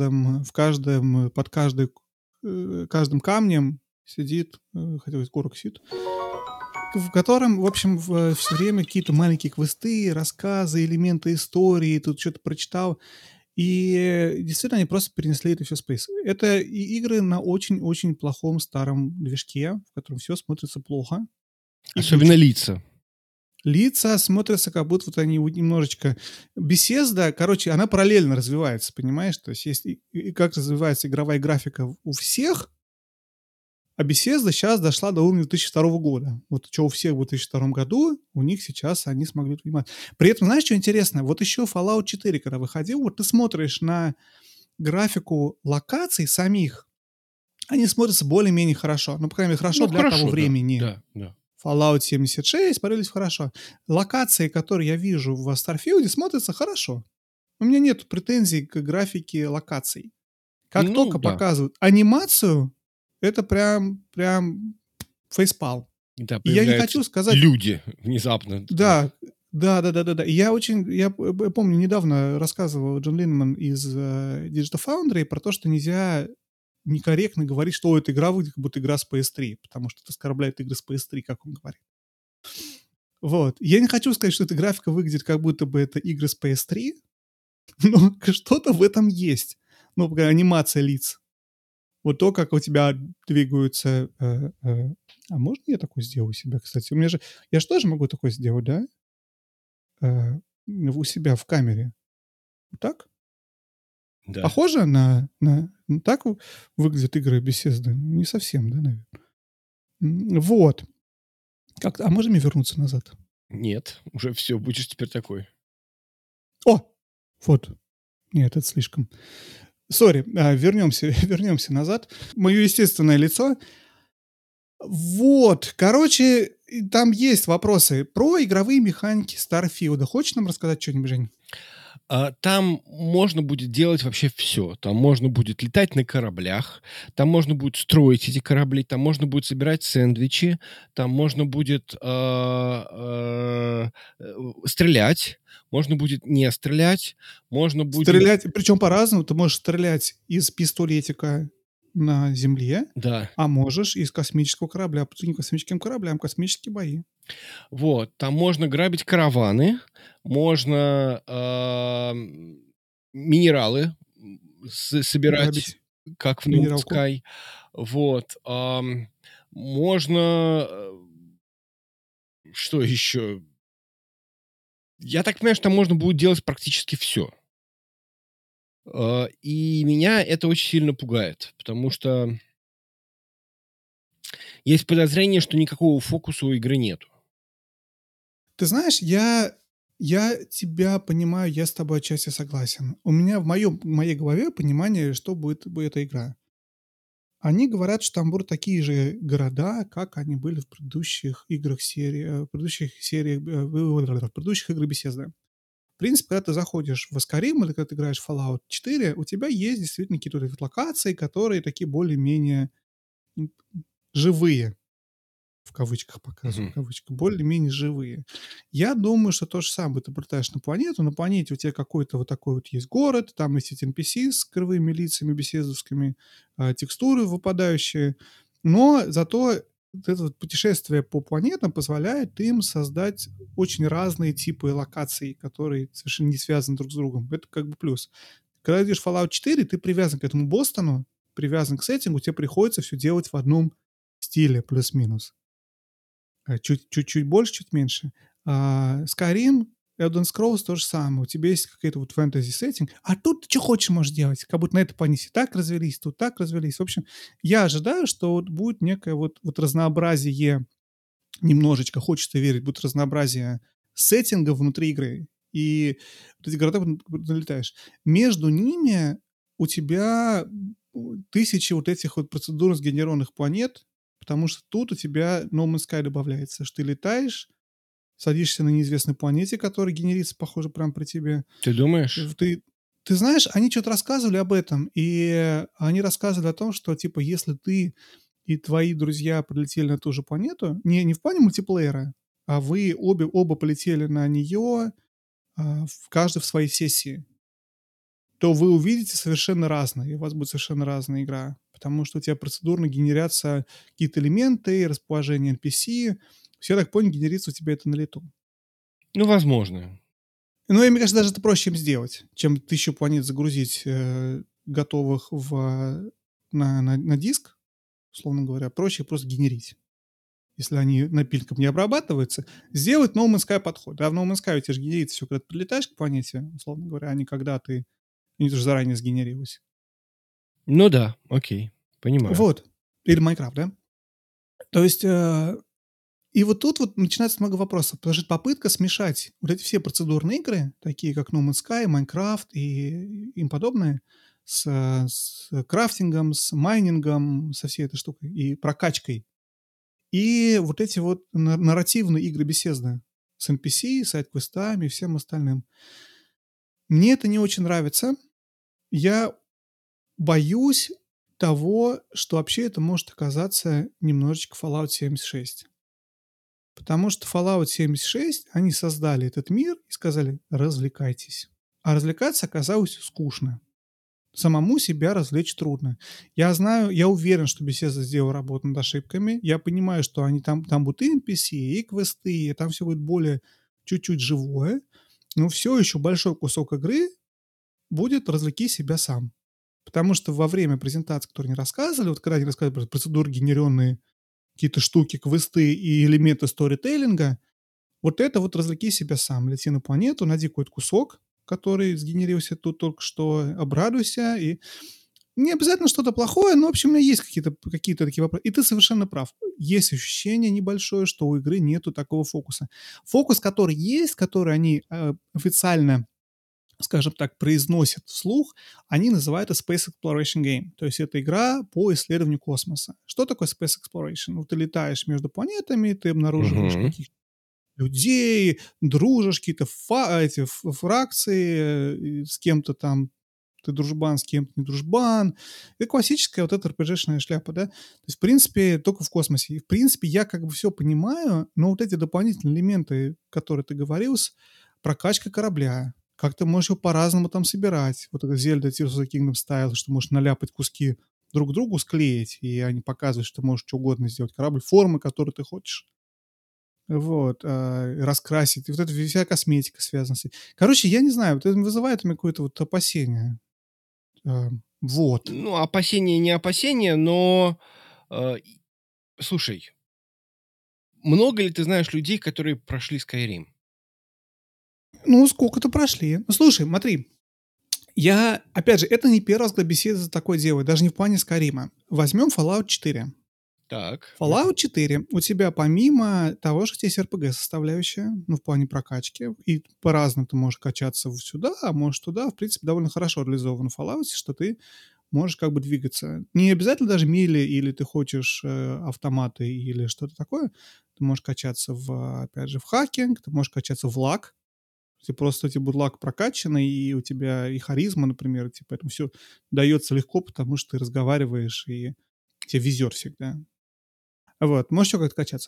каждым камнем сидит, хотел сказать, Горок сидит, в котором, в общем, все время какие-то маленькие квесты, рассказы, элементы истории, тут что-то прочитал. И действительно, они просто перенесли это все в Space. Это игры на очень-очень плохом старом движке, в котором все смотрится плохо. Особенно лица. Лица смотрятся, как будто вот они немножечко... Bethesda, короче, она параллельно развивается, понимаешь? То есть и как развивается игровая графика у всех, а Bethesda сейчас дошла до уровня 2002 года. Вот что у всех в 2002 году, у них сейчас они смогли понимать. При этом, знаешь, что интересно? Вот еще Fallout 4, когда выходил, вот ты смотришь на графику локаций самих, они смотрятся более-менее хорошо. Ну, по крайней мере, хорошо для того времени. Да. Fallout 76 смотрелись хорошо. Локации, которые я вижу в Starfield, смотрятся хорошо. У меня нет претензий к графике локаций. Как только показывают анимацию, это прям фейспал. Да, И я не появляются хочу сказать... люди внезапно. Да. И я помню, недавно рассказывал Джон Линнеман из Digital Foundry про то, что нельзя некорректно говорить, что эта игра выглядит, как будто игра с PS3, потому что это оскорбляет игры с PS3, как он говорит. Вот. Я не хочу сказать, что эта графика выглядит, как будто бы это игры с PS3, но что-то в этом есть. Ну, анимация лиц. Вот то, как у тебя двигаются... А можно я такое сделаю у себя, кстати? Я же тоже могу такое сделать, да? У себя в камере. Вот так? Да. Похоже на так выглядят игры Bethesda? Не совсем, да, наверное? Вот. А можем вернуться назад? Нет, уже все, будешь теперь такой. О! Вот. Нет, это слишком. Сори, вернемся назад. Мое естественное лицо. Вот, короче, там есть вопросы про игровые механики Starfield. Хочешь нам рассказать что-нибудь, Жень? Там можно будет делать вообще все. Там можно будет летать на кораблях, там можно будет строить эти корабли, там можно будет собирать сэндвичи, там можно будет стрелять, можно будет не стрелять, можно будет... Стрелять, причем по-разному. Ты можешь стрелять из пистолетика, на Земле, Да. а можешь из космического корабля. По другим космическим кораблям, космические бои. Вот. Там можно грабить караваны, можно, минералы, собирать, Грабить как в No Man's минералку. Sky. Вот. Можно, что еще? Я так понимаю, что там можно будет делать практически все. И меня это очень сильно пугает, потому что есть подозрение, что никакого фокуса у игры нету. Ты знаешь, я тебя понимаю, я с тобой отчасти согласен. У меня в моей голове понимание, что будет эта игра. Они говорят, что там будут такие же города, как они были в предыдущих играх серии, в предыдущих сериях, в предыдущих играх Bethesda. В принципе, когда ты заходишь в Skyrim или когда ты играешь в Fallout 4, у тебя есть действительно какие-то вот эти вот локации, которые такие более-менее м, живые. В кавычках показываю, Мгм. кавычка, более-менее живые. Я думаю, что то же самое. Ты прилетаешь на планете у тебя какой-то вот такой вот есть город, там есть эти NPC с кривыми лицами беседовскими, текстуры выпадающие, но зато вот это вот путешествие по планетам позволяет им создать очень разные типы локаций, которые совершенно не связаны друг с другом. Это как бы плюс. Когда идешь в Fallout 4, ты привязан к этому Бостону, привязан к сеттингу, тебе приходится все делать в одном стиле плюс-минус. Чуть-чуть больше, чуть меньше. Skyrim, Elden Scrolls то же самое. У тебя есть какой-то вот фэнтези-сеттинг, а тут ты чё хочешь можешь делать. Как будто на этой планете так развелись, тут так развелись. В общем, я ожидаю, что вот будет некое вот разнообразие немножечко, хочется верить, будет разнообразие сеттингов внутри игры. И вот эти города, куда ты летаешь. Между ними у тебя тысячи вот этих вот процедурно сгенерированных планет, потому что тут у тебя No Man's Sky добавляется, что ты летаешь, садишься на неизвестной планете, которая генерится, похоже, прямо при тебе. Ты думаешь? Ты, ты знаешь, они что-то рассказывали об этом, и они рассказывали о том, что, типа, если ты и твои друзья прилетели на ту же планету, не в плане мультиплеера, а вы оба полетели на нее, каждый в своей сессии, то вы увидите совершенно разное, и у вас будет совершенно разная игра. Потому что у тебя процедурно генерятся какие-то элементы, расположение NPC. Все, я так понял, генерится у тебя это на лету. Ну, возможно. Ну, и мне кажется, даже это проще им сделать, чем 1000 планет загрузить, готовых на диск, условно говоря. Проще просто генерить. Если они напильком не обрабатываются, сделать No Man's Sky подход. Да, в No Man's Sky у тебя же генерится все, когда ты прилетаешь к планете, условно говоря, а не когда ты они же заранее сгенерилось. Ну да, окей, понимаю. Вот. Или Майнкрафт, да? То есть, и вот тут вот начинается много вопросов, потому что попытка смешать вот эти все процедурные игры, такие как No Man's Sky, Майнкрафт и им подобное, с крафтингом, с майнингом, со всей этой штукой и прокачкой. И вот эти вот нарративные игры Bethesda с NPC, сайд-квестами и всем остальным. Мне это не очень нравится. Я боюсь того, что вообще это может оказаться немножечко Fallout 76. Потому что Fallout 76, они создали этот мир и сказали: "Развлекайтесь". А развлекаться оказалось скучно. Самому себя развлечь трудно. Я знаю, я уверен, что Bethesda сделала работу над ошибками. Я понимаю, что они там будут и NPC, и квесты, и там все будет более чуть-чуть живое. Но все еще большой кусок игры будет "развлеки себя сам". Потому что во время презентации, которые они рассказывали, вот когда они рассказывали про процедуры генеренные, какие-то штуки, квесты и элементы сторителлинга, вот это вот "развлеки себя сам". Лети на планету, найди какой-то кусок, который сгенерился тут только что, обрадуйся. И не обязательно что-то плохое, но, в общем, у меня есть какие-то такие вопросы. И ты совершенно прав. Есть ощущение небольшое, что у игры нету такого фокуса. Фокус, который есть, который они, официально, скажем так, произносят вслух, они называют это Space Exploration Game. То есть это игра по исследованию космоса. Что такое Space Exploration? Ну, ты летаешь между планетами, ты обнаруживаешь Мгм. каких людей, дружишь, какие-то фракции, с кем-то там ты дружбан, с кем-то не дружбан. Это классическая вот эта РПГшная шляпа, да. То есть, в принципе, только в космосе. И, в принципе, я как бы все понимаю, но вот эти дополнительные элементы, которые ты говорил, прокачка корабля, как ты можешь его по-разному там собирать. Вот это Zelda Tears of the Kingdom Style, что можешь наляпать куски друг другу склеить, и они показывают, что ты можешь чё угодно сделать. Корабль формы, которую ты хочешь. Вот, раскрасить. И вот эта вся косметика связана с этим. Короче, я не знаю, вот это вызывает у меня какое-то вот опасение. Вот. Ну, опасения не опасения, но, и слушай, много ли ты знаешь людей, которые прошли Skyrim? Ну, сколько-то прошли. Ну, слушай, смотри, я, опять же, это не первый раз, когда беседа такое делаю, даже не в плане Скайрима. Возьмем Fallout 4. Так, Fallout 4 у тебя помимо того, что здесь RPG-составляющая, ну, в плане прокачки, и по-разному ты можешь качаться сюда, а можешь туда, в принципе, довольно хорошо реализовано в Fallout, что ты можешь как бы двигаться. Не обязательно даже мили или ты хочешь автоматы или что-то такое. Ты можешь качаться в, опять же, в хакинг, ты можешь качаться в лаг. Ты просто, у тебя будет лаг прокачанный, и у тебя и харизма, например, типа, это все дается легко, потому что ты разговариваешь, и тебе везет всегда. Вот, можешь еще как-то качаться.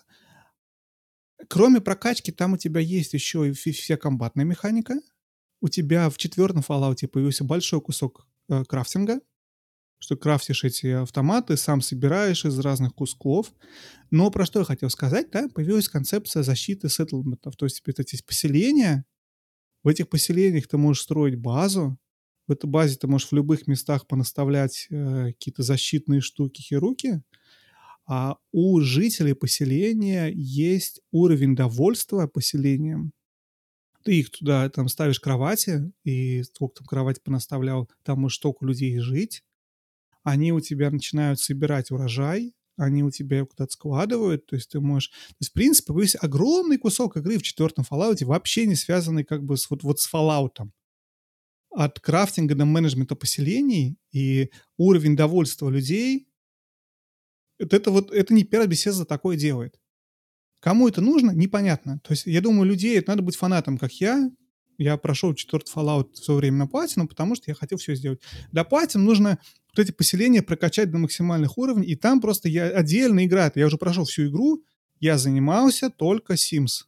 Кроме прокачки, там у тебя есть еще и вся комбатная механика. У тебя в четвертом Fallout появился большой кусок крафтинга, что крафтишь эти автоматы, сам собираешь из разных кусков. Но про что я хотел сказать, да, появилась концепция защиты сеттлментов. То есть вот эти поселения, в этих поселениях ты можешь строить базу, в этой базе ты можешь в любых местах понаставлять какие-то защитные штуки, хируки, а у жителей поселения есть уровень довольства поселением. Ты их туда, там, ставишь кровати, и сколько там кровать понаставлял, там можешь столько людей жить. Они у тебя начинают собирать урожай, они у тебя его куда-то складывают, то есть ты можешь... То есть, в принципе, есть огромный кусок игры в четвертом Fallout, вообще не связанный как бы с, вот с Fallout. От крафтинга до менеджмента поселений и уровень довольства людей, это не первая беседа такое делает. Кому это нужно, непонятно. То есть я думаю, людей это надо быть фанатом, как я. Я прошел четвертый Fallout в свое время на платину, потому что я хотел все сделать. До платин нужно вот эти поселения прокачать до максимальных уровней, и там просто я отдельно играю. Я уже прошел всю игру, я занимался только Sims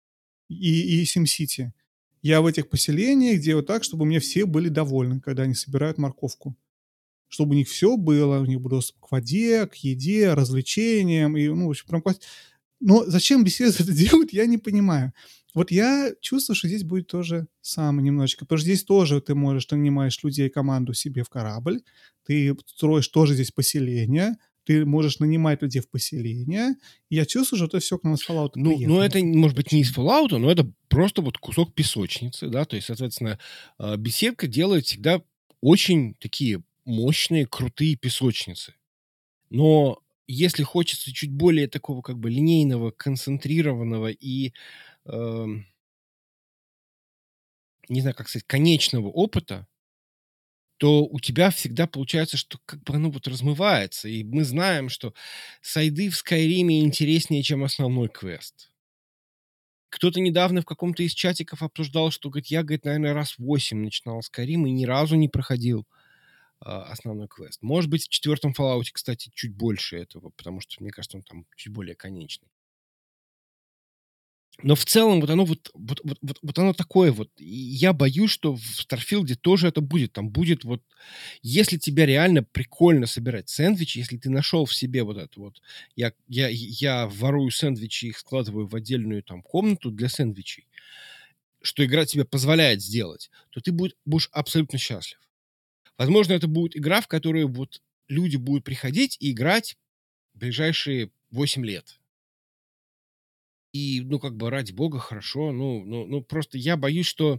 и SimCity. Я в этих поселениях делаю так, чтобы мне все были довольны, когда они собирают морковку. Чтобы у них все было, у них был доступ к воде, к еде, развлечениям, и, ну, в общем, прям но зачем беседа это делают, я не понимаю. Вот я чувствую, что здесь будет то же самое немножечко, потому что здесь тоже ты можешь, ты нанимаешь людей, команду себе в корабль, ты строишь тоже здесь поселение, ты можешь нанимать людей в поселение. И я чувствую, что это все к нам из Fallout ну, приехали это, каким-то может быть, не из образом. Fallout, но это просто вот кусок песочницы, да, то есть, соответственно, беседка делает всегда очень такие мощные, крутые песочницы. Но если хочется чуть более такого как бы линейного, концентрированного и, эм, не знаю, как сказать, конечного опыта, то у тебя всегда получается, что как бы оно вот размывается. И мы знаем, что сайды в Скайриме интереснее, чем основной квест. Кто-то недавно в каком-то из чатиков обсуждал, что, говорит, я, говорит, наверное, раз 8 начинал Skyrim и ни разу не проходил основной квест. Может быть, в четвертом Fallout, кстати, чуть больше этого, потому что, мне кажется, он там чуть более конечный. Но в целом вот оно вот оно такое вот. И я боюсь, что в "Старфилде" тоже это будет. Там будет вот если тебя реально прикольно собирать сэндвичи, если ты нашел в себе вот это вот: я ворую сэндвичи, их складываю в отдельную там комнату для сэндвичей, что игра тебе позволяет сделать, то ты будешь абсолютно счастлив. Возможно, это будет игра, в которую вот люди будут приходить и играть ближайшие 8 лет. И, ну, как бы, ради бога, хорошо. Ну, просто я боюсь, что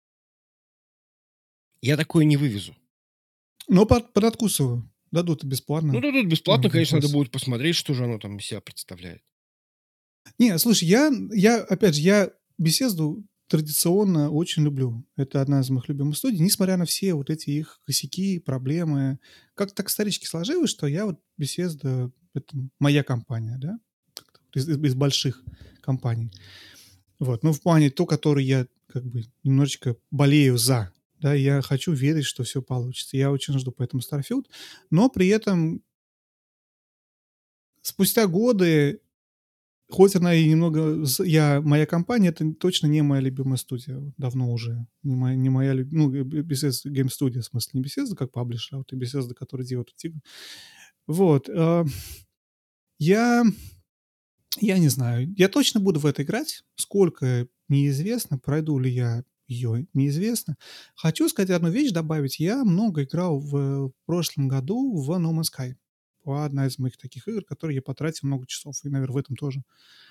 я такое не вывезу. Но подоткусываю. Дадут Ну, бесплатно. да, тут бесплатно, конечно, надо будет посмотреть, что же оно там из себя представляет. Не, слушай, я, опять же, я "Бесезду" традиционно очень люблю. Это одна из моих любимых студий, несмотря на все вот эти их косяки, проблемы. Как-то так исторически сложилось, что я вот "Бесезда" — это моя компания, да, как-то вот из больших компаний. Вот, ну, в плане ту, которую я как бы немножечко болею за, да, я хочу верить, что все получится. Я очень жду поэтому Starfield, но при этом спустя годы Хоть она и немного моя компания — это точно не моя любимая студия. Вот давно уже. Не моя ну, Bethesda Game Studio, в смысле, не Bethesda как паблишер, а вот и Bethesda, который делает эти игры. Вот, я я не знаю. Я точно буду в это играть. Сколько — неизвестно. Пройду ли я ее — неизвестно. Хочу сказать одну вещь, добавить. Я много играл в прошлом году в No Man's Sky. Одна из моих таких игр, которые я потратил много часов. И, наверное, в этом тоже.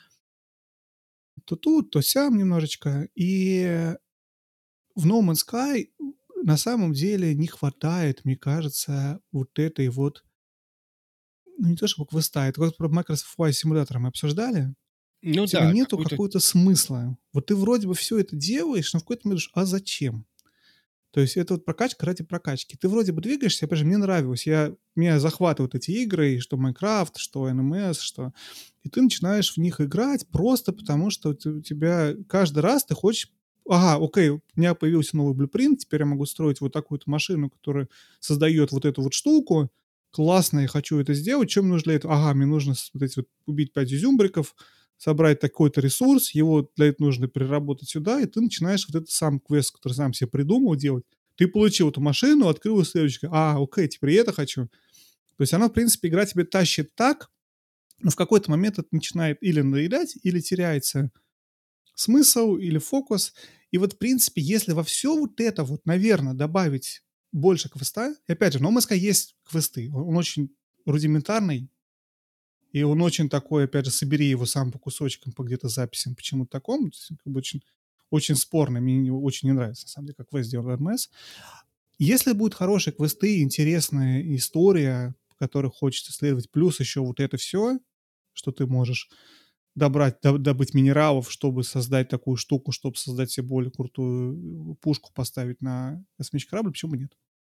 То тут, то сям немножечко. И в No Man's Sky на самом деле не хватает, мне кажется, вот этой вот, ну, не то чтобы квеста, это вот про Microsoft Flight Simulator мы обсуждали. Ну У тебя да, нету какой-то какого-то смысла. Вот ты вроде бы все это делаешь, но в какой-то момент думаешь: "А зачем?" То есть это вот прокачка ради прокачки. Ты вроде бы двигаешься, опять же, мне нравилось. Меня захватывают эти игры, и что Майнкрафт, что НМС, что... И ты начинаешь в них играть просто потому, что у тебя каждый раз ты хочешь: "Ага, окей, у меня появился новый блюпринт, теперь я могу строить вот такую-то машину, которая создает вот эту вот штуку. Классно, я хочу это сделать. Чё мне нужно для этого? Ага, мне нужно вот эти вот убить 5 изюмбриков, собрать такой-то ресурс, его для этого нужно переработать сюда", и ты начинаешь вот этот сам квест, который сам себе придумал, делать. Ты получил эту машину, открыл следующий. Окей, теперь и это хочу. То есть она, в принципе, игра тебе тащит так, но в какой-то момент это начинает или надоедать, или теряется смысл, или фокус. И вот, в принципе, если во все вот это вот, наверное, добавить больше квеста, и опять же, в No Man's Sky есть квесты, он очень рудиментарный, и он очень такой, опять же, собери его сам по кусочкам, по где-то записям, почему-то такому. То есть, как бы очень, очень спорно. Мне очень не нравится, на самом деле, как квест сделал РМС. Если будут хорошие квесты, интересная история, в которой хочется исследовать, плюс еще вот это все, что ты можешь добыть минералов, чтобы создать такую штуку, чтобы создать себе более крутую пушку поставить на космический корабль, почему бы нет?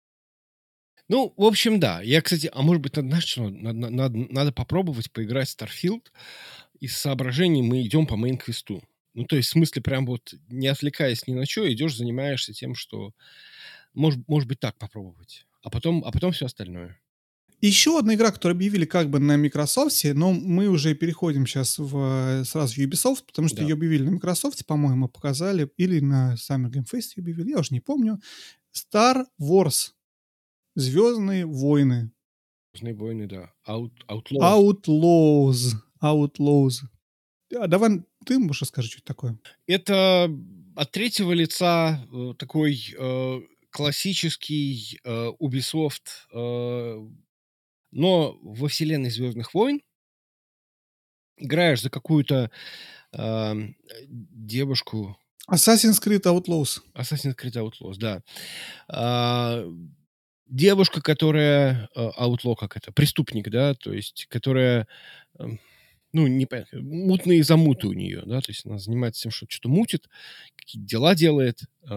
Ну, в общем, да. Я, кстати, а может быть, знаешь что, надо попробовать поиграть в Starfield. Из соображений мы идем по мейн-квесту. Ну, то есть, в смысле, прям вот не отвлекаясь ни на чё, идешь, занимаешься тем, что... Может быть, так попробовать. А потом все остальное. Еще одна игра, которую объявили как бы на Microsoft, но мы уже переходим сейчас сразу в Ubisoft, потому что Да. ее объявили на Microsoft, по-моему, показали, или на Summer Game Fest её объявили, я уже не помню. Star Wars. Звездные войны. "Звездные войны", да. Outlaws. Outlaws. Outlaws. Давай ты, может, расскажи, что это такое? Это от третьего лица, такой, классический, Ubisoft, но во вселенной "Звездных войн". Играешь за какую-то, девушку. Assassin's Creed Outlaws. Assassin's Creed Outlaws, да. А, девушка, которая, outlaw, как это, преступник, да, то есть которая, эм, ну, непонятно, мутные замуты у нее, да, то есть она занимается тем, что чё-то мутит, какие-то дела делает.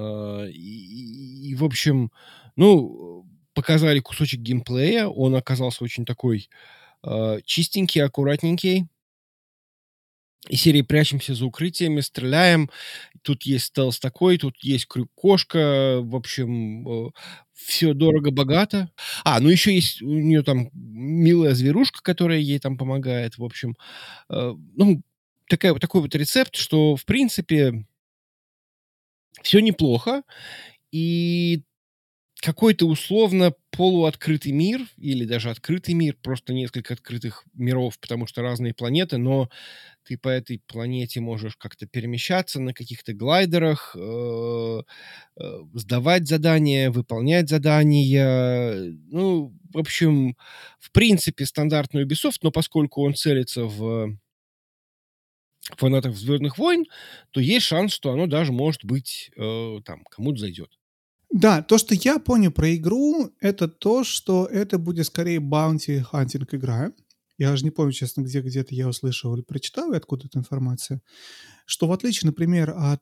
В общем, ну, показали кусочек геймплея. Он оказался очень такой, чистенький, аккуратненький. Из серии прячемся за укрытиями, стреляем. Тут есть стелс такой, тут есть крюк-кошка. В общем, все дорого-богато. Ну еще есть у нее там милая зверушка, которая ей там помогает. В общем, ну, такой вот рецепт, что, в принципе, все неплохо. И какой-то условно полуоткрытый мир или даже открытый мир, просто несколько открытых миров, потому что разные планеты, но ты по этой планете можешь как-то перемещаться на каких-то глайдерах, сдавать задания, выполнять задания. Ну, в общем, в принципе, стандартный Ubisoft, но поскольку он целится в фанатов "Звездных войн", то есть шанс, что оно даже, может быть, там кому-то зайдет. Да, то, что я понял про игру, это то, что это будет скорее баунти-хантинг игра. Я уже не помню, честно, где-то я услышал или прочитал, и откуда эта информация, что в отличие, например, от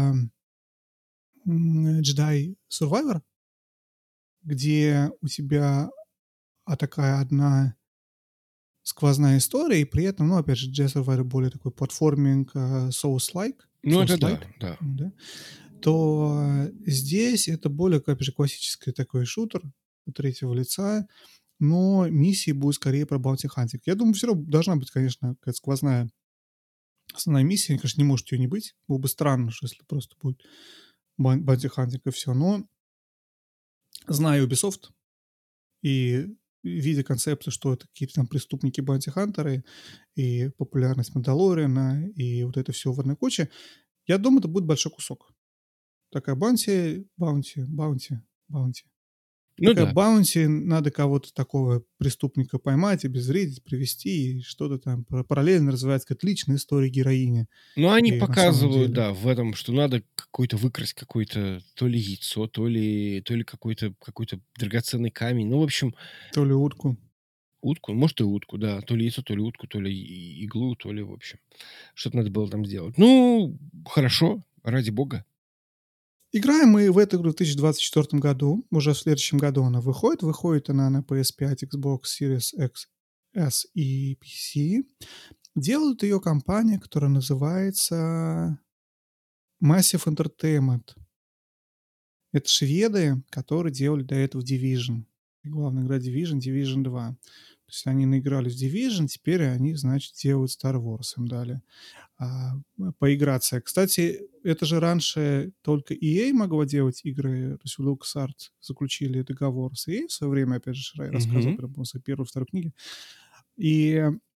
Jedi Survivor, где у тебя такая одна сквозная история, и при этом, ну, опять же, Jedi Survivor более такой платформинг, Souls-like, Ну, это да, Souls-like, да. да, то здесь это более, опять же, классический такой шутер третьего лица, но миссии будут скорее про баунти хантинг. Я думаю, все равно должна быть, конечно, какая-то сквозная основная миссия. Конечно, не может ее не быть. Было бы странно, что если просто будет баунти-хантинг и все. Но зная Ubisoft и видя концепцию, что это какие-то там преступники баунти-хантеры, и популярность Мандалориана, и вот это все в одной куче, я думаю, это будет большой кусок. Такая баунти, баунти, баунти, баунти. Ну Такая да. баунти, надо кого-то такого преступника поймать, обезвредить, привести, и что-то там параллельно развивается какая-то личная история героини. Ну, они И на самом показывают, деле да, в этом, что надо какой-то выкрасть какое-то то ли яйцо, то ли какой-то драгоценный камень. Ну, в общем, то ли утку. утку, может, и утку, да. То ли яйцо, то ли утку, то ли иглу, то ли, в общем, что-то надо было там сделать. Ну, хорошо, ради бога. Играем мы в эту игру в 2024 году. Уже в следующем году она выходит. Выходит она на PS5, Xbox Series X, S и PC. Делает ее компания, которая называется Massive Entertainment. Это шведы, которые делали до этого Division. И главная игра Division, Division 2. То есть они наигрались в Division, теперь они, значит, делают Star Wars, им дали поиграться. Кстати, это же раньше только EA могла делать игры, то есть LucasArts заключили договор с EA в свое время, опять же, Шрай рассказывал Мгм. прям после первой, второй книги. И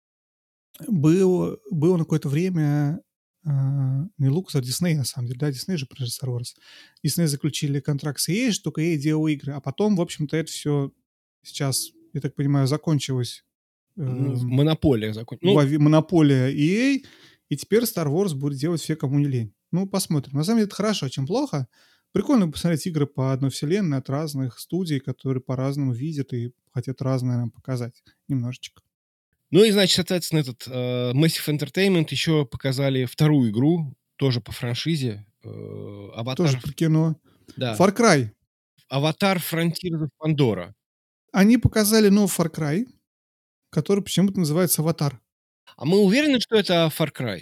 было на какое-то время не Lucas, а Disney, на самом деле, да, Disney же прежде Star Wars. Disney заключили контракт с EA, что только EA делал игры, а потом, в общем-то, это все сейчас, я так понимаю, закончилось Ну, эм, монополия Ну, монополия EA, и теперь Star Wars будет делать все, кому не лень. Ну, посмотрим. На самом деле это хорошо, чем плохо. Прикольно посмотреть игры по одной вселенной от разных студий, которые по-разному видят и хотят разное нам показать немножечко. ну и, значит, соответственно, этот Massive Entertainment еще показали вторую игру, тоже по франшизе. Тоже Аватар, про кино. да. Far Cry. Аватар Frontiers of Pandora. Они показали новый Far Cry, который почему-то называется «Аватар». А мы уверены, что это Far Cry?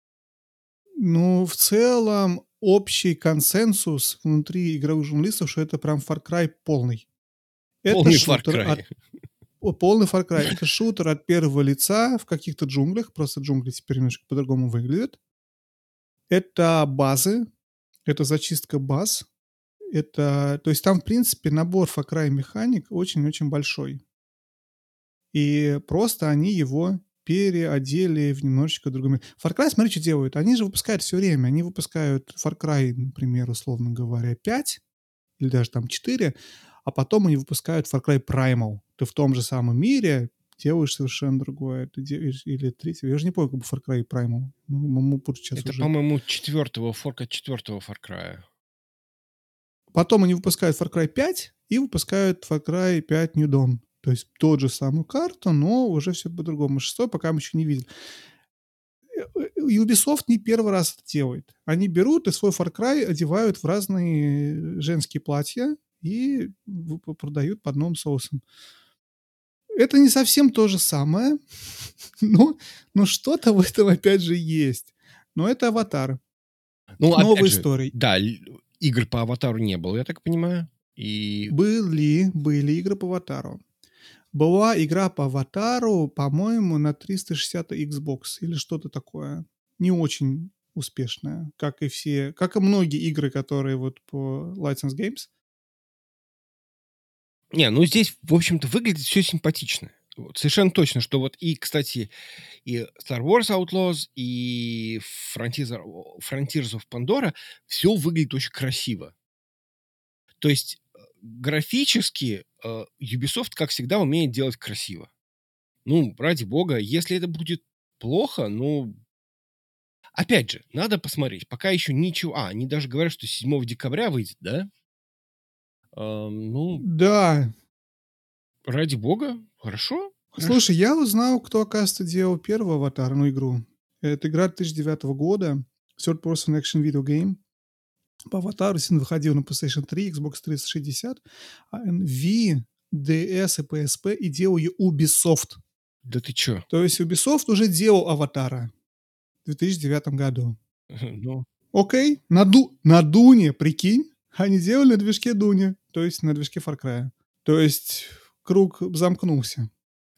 Ну, в целом, общий консенсус внутри игровых журналистов, что это прям Far Cry полный. Это Полный Far шутер Cry. от полный Far Cry. Это шутер от первого лица в каких-то джунглях. Просто джунгли теперь немножко по-другому выглядят. Это базы, это зачистка баз. То есть там, в принципе, набор Far Cry механик очень-очень большой. И просто они его переодели в немножечко другой мир. Far Cry, смотри, что делают. Они же выпускают все время. Они выпускают Far Cry, например, условно говоря, 5 или даже там 4, а потом они выпускают Far Cry Primal. Ты в том же самом мире делаешь совершенно другое. Ты делаешь, или третье. Я уже не помню, как бы Far Cry Primal. Мы сейчас Это, уже. по-моему, форка четвертого Far Cry. Потом они выпускают Far Cry 5 и выпускают Far Cry 5 New Dawn. То есть тот же самую карту, но уже все по-другому. Шестой пока мы еще не видели. Ubisoft не первый раз это делает. Они берут и свой Far Cry одевают в разные женские платья и продают под новым соусом. Это не совсем то же самое, но что-то в этом опять же есть. Но это «Аватар». Ну, опять Новая же, история. да, игр по Аватару не было, я так понимаю. И Были игры по «Аватару». Была игра по «Аватару», по-моему, на 360 Xbox или что-то такое. Не очень успешная, как и многие игры, которые вот по License Games. не, ну здесь, в общем-то, выглядит все симпатично. Вот, совершенно точно, что вот и, кстати, и Star Wars Outlaws, и Frontiers of Pandora все выглядит очень красиво. То есть графически Ubisoft, как всегда, умеет делать красиво. Ну, ради бога, если это будет плохо, ну, опять же, надо посмотреть. Пока еще ничего. Они даже говорят, что 7 декабря выйдет, да? Ну, Да. ради бога, хорошо, хорошо. Слушай, я узнал, кто, оказывается, делал первую «Аватар», ну, игру. Это игра 2009 года, third person action video game. По «Аватару» действительно выходил на PlayStation 3, Xbox 360, Wii, DS и PSP, и делал ее Ubisoft. Да ты чё? То есть Ubisoft уже делал «Аватара» в 2009 году. Ну, Окей, на Дуне, прикинь, они делали на движке Дуни, то есть на движке Far Cry. То есть круг замкнулся.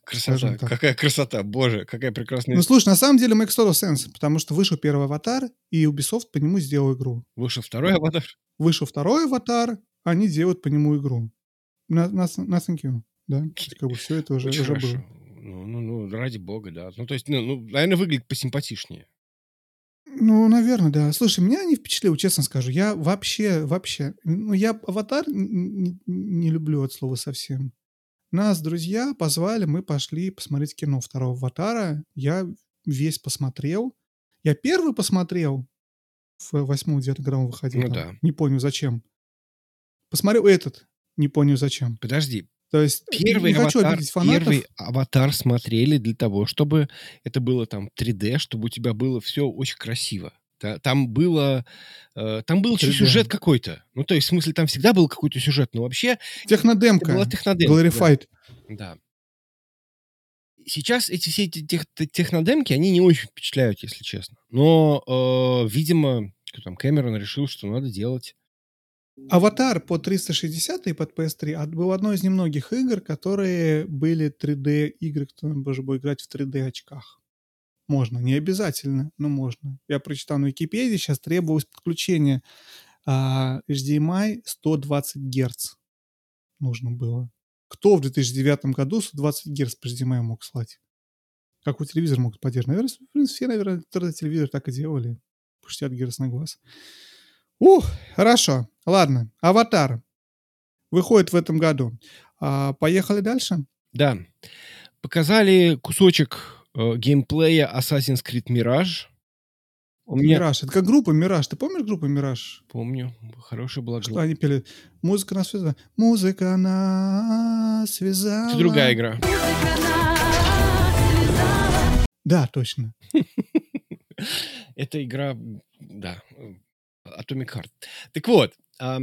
скажем Красота. так. Какая красота. Боже, какая прекрасная... Ну, слушай, на самом деле makes total sense, потому что вышел первый «Аватар», и Ubisoft по нему сделал игру. Вышел второй аватар. Вышел второй «Аватар», они делают по нему игру. Nothing you, да. То есть как бы всё это Очень уже хорошо. было. Ну, ради бога, да. Ну, то есть, наверное, выглядит посимпатичнее. Ну, наверно, да. Слушай, меня не впечатлило, честно скажу. Я вообще, ну, я «Аватар» не люблю от слова совсем. Нас друзья позвали, мы пошли посмотреть кино второго «Аватара». Я весь посмотрел. Я первый посмотрел в 8-9, когда он выходил Ну там. да. Не помню зачем. Посмотрел этот, не помню зачем. Подожди. То есть Первый не хочу аватар, обидеть фанатов. смотрели для того, чтобы это было там 3D, чтобы у тебя было все очень красиво. Там было, там был еще 3D. сюжет какой-то. Ну, то есть, в смысле, там всегда был какой-то сюжет, но вообще это была Технодемка. технодемка, да. Glorified. Да. Сейчас все эти технодемки, они не очень впечатляют, если честно. Но, видимо, кто там, Кэмерон решил, что надо делать. «Аватар» под 360 и под PS3 был одной из немногих игр, которые были 3D-игры, кто можно было играть в 3D-очках. Можно, не обязательно, но можно. Я прочитал на Википедии, сейчас требовалось подключение HDMI 120 Гц нужно было. Кто в 2009 году 120 Гц по HDMI мог слать? Какой телевизор могут поддерживать? Наверное, в принципе, все, наверное, телевизор так и делали. 60 Гц на глаз. Хорошо. Ладно. «Аватар» выходит в этом году. Поехали дальше? Да. Показали кусочек, геймплея Assassin's Creed Mirage. У меня «Мираж». Это как группа «Мираж». Ты помнишь группу «Мираж»? помню, хорошая была Что группа. они пели? «Музыка нас связала». «Музыка нас связала». Это другая игра. Да, точно. Это игра, да, Atomic Heart. Так вот,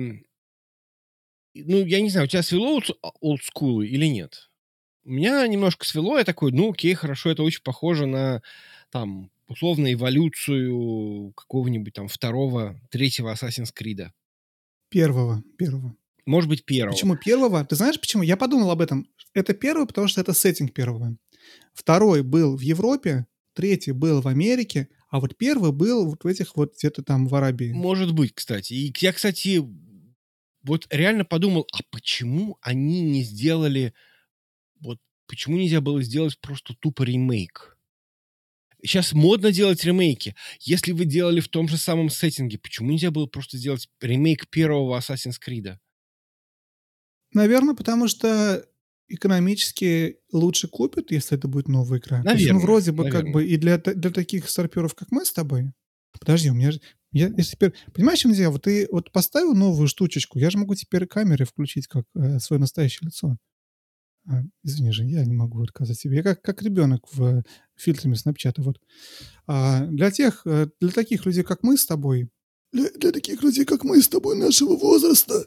ну, я не знаю, у тебя свело олдскулы или нет? У меня немножко свело, я такой, ну, окей, хорошо, это очень похоже на, там, условно, эволюцию какого-нибудь там второго, третьего Assassin's Creed. Первого. Может быть, первого. Почему первого? Ты знаешь, почему? Я подумал об этом. Это первый, потому что это сеттинг первого. Второй был в Европе, третий был в Америке, а вот первый был вот в этих вот где-то там в Арабии. Может быть, кстати. И я, кстати, вот реально подумал, а почему они не сделали, вот почему нельзя было сделать просто тупо ремейк? Сейчас модно делать ремейки. Если вы делали в том же самом сеттинге, почему нельзя было просто сделать ремейк первого Assassin's Creed? Наверно, потому что экономически лучше купят, если это будет новая игра. То есть, ну, Наверное, вроде бы как наверное. бы и для таких старпёров, как мы с тобой. Подожди, у меня же если теперь понимаешь, в чём дело? Вот ты вот поставил новую штучечку, я же могу теперь камеры включить как, своё настоящее лицо. Извини, Жень, я не могу отказать себе. Я как ребёнок в фильтре «Снапчата». Вот. Для таких людей, как мы с тобой, для таких людей, как мы с тобой, нашего возраста,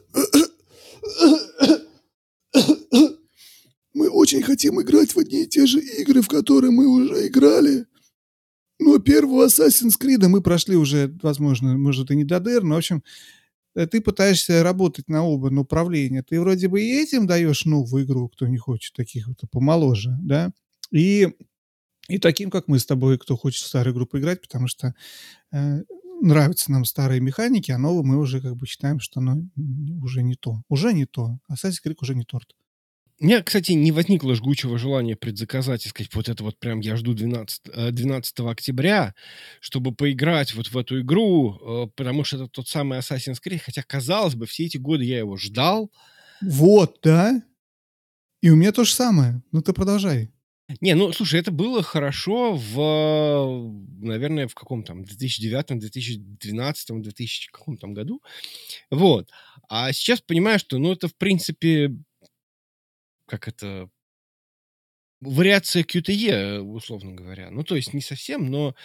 мы очень хотим играть в одни и те же игры, в которые мы уже играли. Но первого Assassin's Creed мы прошли уже, возможно, может, и не до дыр, но, в общем, ты пытаешься работать на оба направления. Ты вроде бы и этим даешь новую игру, кто не хочет, таких вот помоложе, да, и таким, как мы с тобой, кто хочет в старую игру поиграть, потому что нравятся нам старые механики, а новые мы уже как бы считаем, что оно уже не то. Уже не то. Assassin's Creed уже не торт. У меня, кстати, не возникло жгучего желания предзаказать и сказать, вот это вот прям я жду 12 октября, чтобы поиграть вот в эту игру, потому что это тот самый Assassin's Creed, хотя, казалось бы, все эти годы я его ждал. Вот, да. И у меня то же самое. Ну, ты продолжай. Не, ну, слушай, это было хорошо наверное, в каком там 2009, 2012, 2000 каком там году. Вот. А сейчас понимаю, что, ну, это, в принципе, как это, вариация QTE, условно говоря. Ну, то есть не совсем, но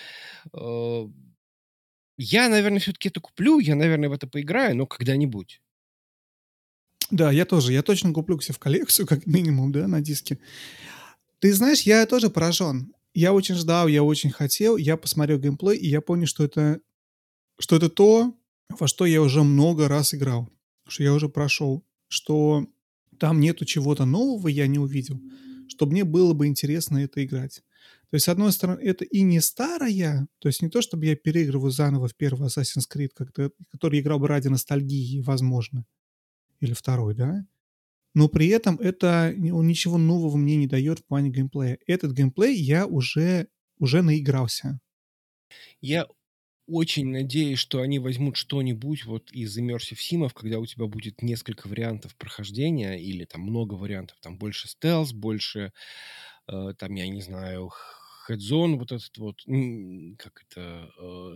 я, наверное, все-таки это куплю, я, наверное, в это поиграю, но когда-нибудь. Да, я тоже. Я точно куплю к себе в коллекцию, как минимум, да, на диске. Ты знаешь, я тоже поражен. Я очень ждал, я очень хотел. Я посмотрел геймплей, и я понял, что это то, во что я уже много раз играл. Что я уже прошел. Что там нету чего-то нового, я не увидел. чтобы мне было бы интересно это играть. То есть, с одной стороны, это и не старая, то есть не то, чтобы я переигрываю заново в первый Assassin's Creed, который играл бы ради ностальгии, возможно, или второй, да, но при этом он ничего нового мне не дает в плане геймплея. Этот геймплей я уже наигрался. Я очень надеюсь, что они возьмут что-нибудь вот из Immersive Симов, когда у тебя будет несколько вариантов прохождения или там много вариантов, там больше стелс, больше, там, я не знаю, head-zone, вот этот вот, как это,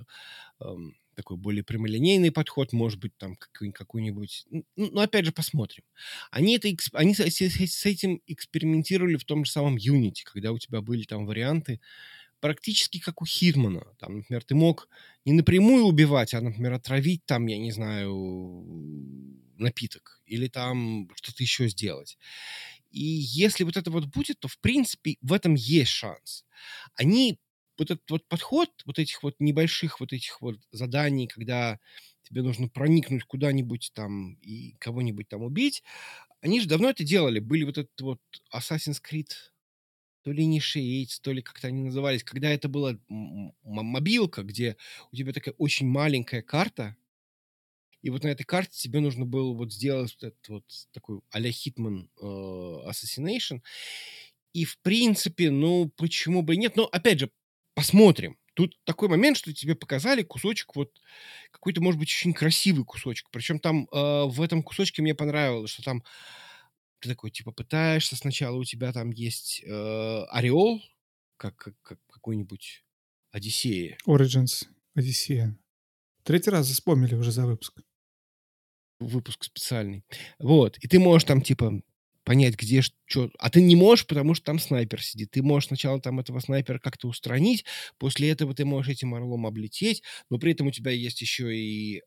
такой более прямолинейный подход, может быть, там какой-нибудь... Ну, опять же, посмотрим. Они с этим экспериментировали в том же самом Unity, когда у тебя были там варианты, практически как у Хитмана. Там, например, ты мог не напрямую убивать, а, например, отравить там, я не знаю, напиток или там что-то еще сделать. И если вот это вот будет, то, в принципе, в этом есть шанс. Они, вот этот вот подход вот этих вот небольших вот этих вот заданий, когда тебе нужно проникнуть куда-нибудь там и кого-нибудь там убить, они же давно это делали. Были вот этот вот Assassin's Creed то ли Initiates, то ли как-то они назывались, когда это была мобилка, где у тебя такая очень маленькая карта, и вот на этой карте тебе нужно было вот сделать вот этот вот такой а-ля Hitman Assassination. И, в принципе, ну, почему бы и нет? Но, опять же, посмотрим. Тут такой момент, что тебе показали кусочек вот какой-то, может быть, очень красивый кусочек. Причем там в этом кусочке мне понравилось, что там ты такой, типа, пытаешься сначала, у тебя там есть ореол, как какой-нибудь Одиссея. Origins, Одиссея. Третий раз вспомнили уже за выпуск. Выпуск специальный. Вот. И ты можешь там, типа, понять, где что. А ты не можешь, потому что там снайпер сидит. Ты можешь сначала там этого снайпера как-то устранить, после этого ты можешь этим орлом облететь, но при этом у тебя есть еще и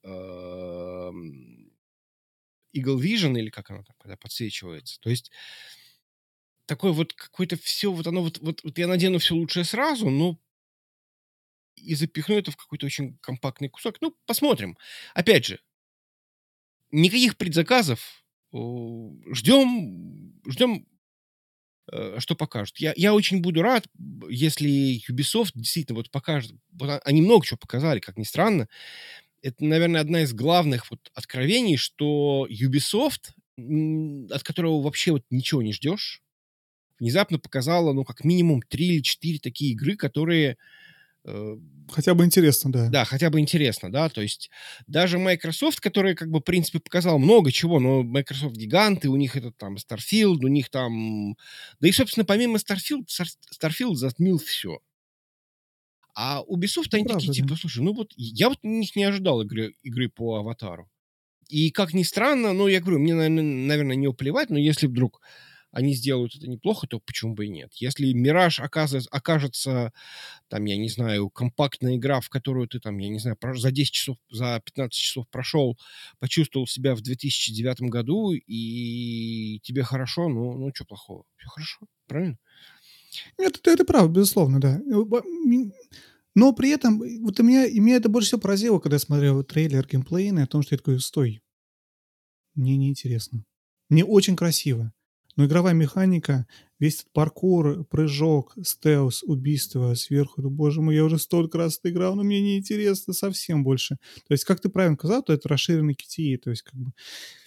Eagle Vision, или как оно там, когда подсвечивается. То есть такое вот какое-то все, вот оно вот я надену все лучшее сразу, но и запихну это в какой-то очень компактный кусок. Ну, посмотрим. Опять же, никаких предзаказов. Ждем, что покажут. Я очень буду рад, если Ubisoft действительно вот покажет. Вот они много чего показали, как ни странно. Это, наверное, одна из главных вот откровений, что Ubisoft, от которого вообще вот ничего не ждешь, внезапно показала, ну, как минимум 3 или 4 такие игры, которые э, Хотя бы интересно, да. да, хотя бы интересно, да, то есть даже Microsoft, которая, как бы, в принципе, показала много чего, но Microsoft гиганты, у них этот там Starfield, у них там... Да и, собственно, помимо Starfield затмил все. А Ubisoft, Это они такие, правда, да. типа, слушай, ну вот я вот у них не ожидал игры по Аватару. И как ни странно, ну, я говорю, мне, наверное, не плевать, но если вдруг они сделают это неплохо, то почему бы и нет? Если Мираж окажется там, я не знаю, компактная игра, в которую ты там, я не знаю, за 10 часов, за 15 часов прошел, почувствовал себя в 2009 году, и тебе хорошо, ну что плохого? Все хорошо, правильно? Нет, это правда, безусловно, да. Но при этом, вот меня это больше всего поразило, когда я смотрел трейлер геймплейный, о том, что я такой: "Стой, мне неинтересно". Мне очень красиво, но игровая механика, весь этот паркур, прыжок, стелс, убийство сверху, ну, боже мой, я уже столько раз это играл, но мне неинтересно совсем больше. То есть, как ты правильно сказал, то это расширенный QTE, то есть как бы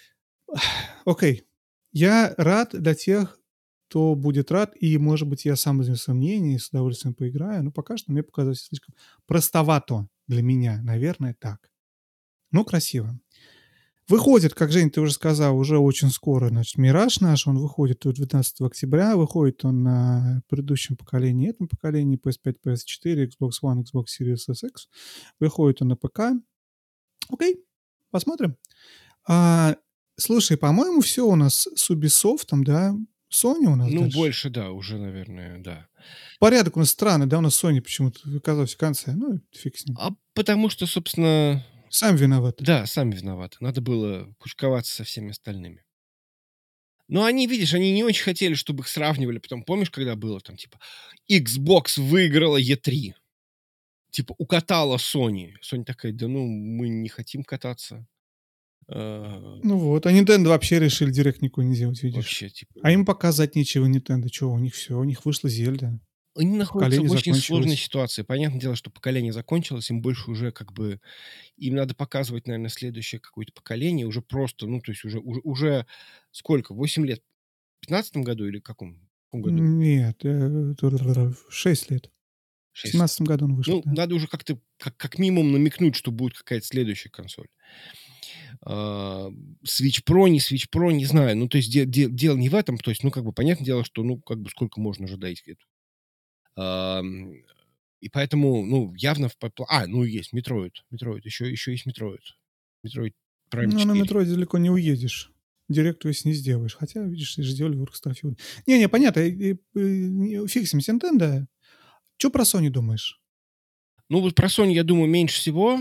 окей. Я рад для тех, кто будет рад, и, может быть, я сам изменю своё мнение и с удовольствием поиграю, но пока что мне показалось слишком простовато для меня, наверное, так. Но красиво. Выходит, как, Жень, ты уже сказал, уже очень скоро, значит, "Мираж" наш, он выходит 19 октября, выходит он на предыдущем поколении, этом поколении PS5, PS4, Xbox One, Xbox Series X. Выходит он на ПК. Окей, посмотрим. А, слушай, по-моему, все у нас с Ubisoft, да. Sony у нас Ну, дальше. больше, да, уже, наверное, да. Порядок у нас странный, да, у нас Sony почему-то оказалась в конце. Ну, фиг с ним. А потому что, собственно, Сами виноваты. да, сами виноваты. Надо было кучковаться со всеми остальными. Но они, видишь, они не очень хотели, чтобы их сравнивали. Потом, помнишь, когда было там, типа, Xbox выиграла E3? Типа, укатала Sony. Sony такая, да ну, мы не хотим кататься. Э, Ну вот, а Nintendo вообще решили директ никакой не делать, видишь. вообще, типа, А им показать нечего Nintendo. Чё, у них все, у них вышла Зельда. они находятся Поколение в очень сложной закончилось. ситуации. Понятное дело, что поколение закончилось, им больше уже как бы им надо показывать, наверное, следующее какое-то поколение уже просто, ну, то есть уже сколько? 8 лет? В 15 году или каком году? Нет, 6 лет. В 6 лет. 17 году он вышел, Ну, да. надо уже как-то, как минимум намекнуть, что будет какая-то следующая консоль. А, Switch Pro, не Switch Pro, не знаю. Ну, то есть дело не в этом. То есть, ну, как бы, понятное дело, что, ну, как бы, сколько можно ждать это. Ам, и поэтому, ну, явно ну, есть Metroid. Еще есть Metroid. Metroid Prime Ну, на 4. метро далеко не уедешь. Директ, то есть, не сделаешь. Хотя, видишь, и же сделали в Starfield. Не-не, понятно, фиг с ним, с Nintendo. Чё про Sony думаешь? Ну, вот про Sony, я думаю, меньше всего,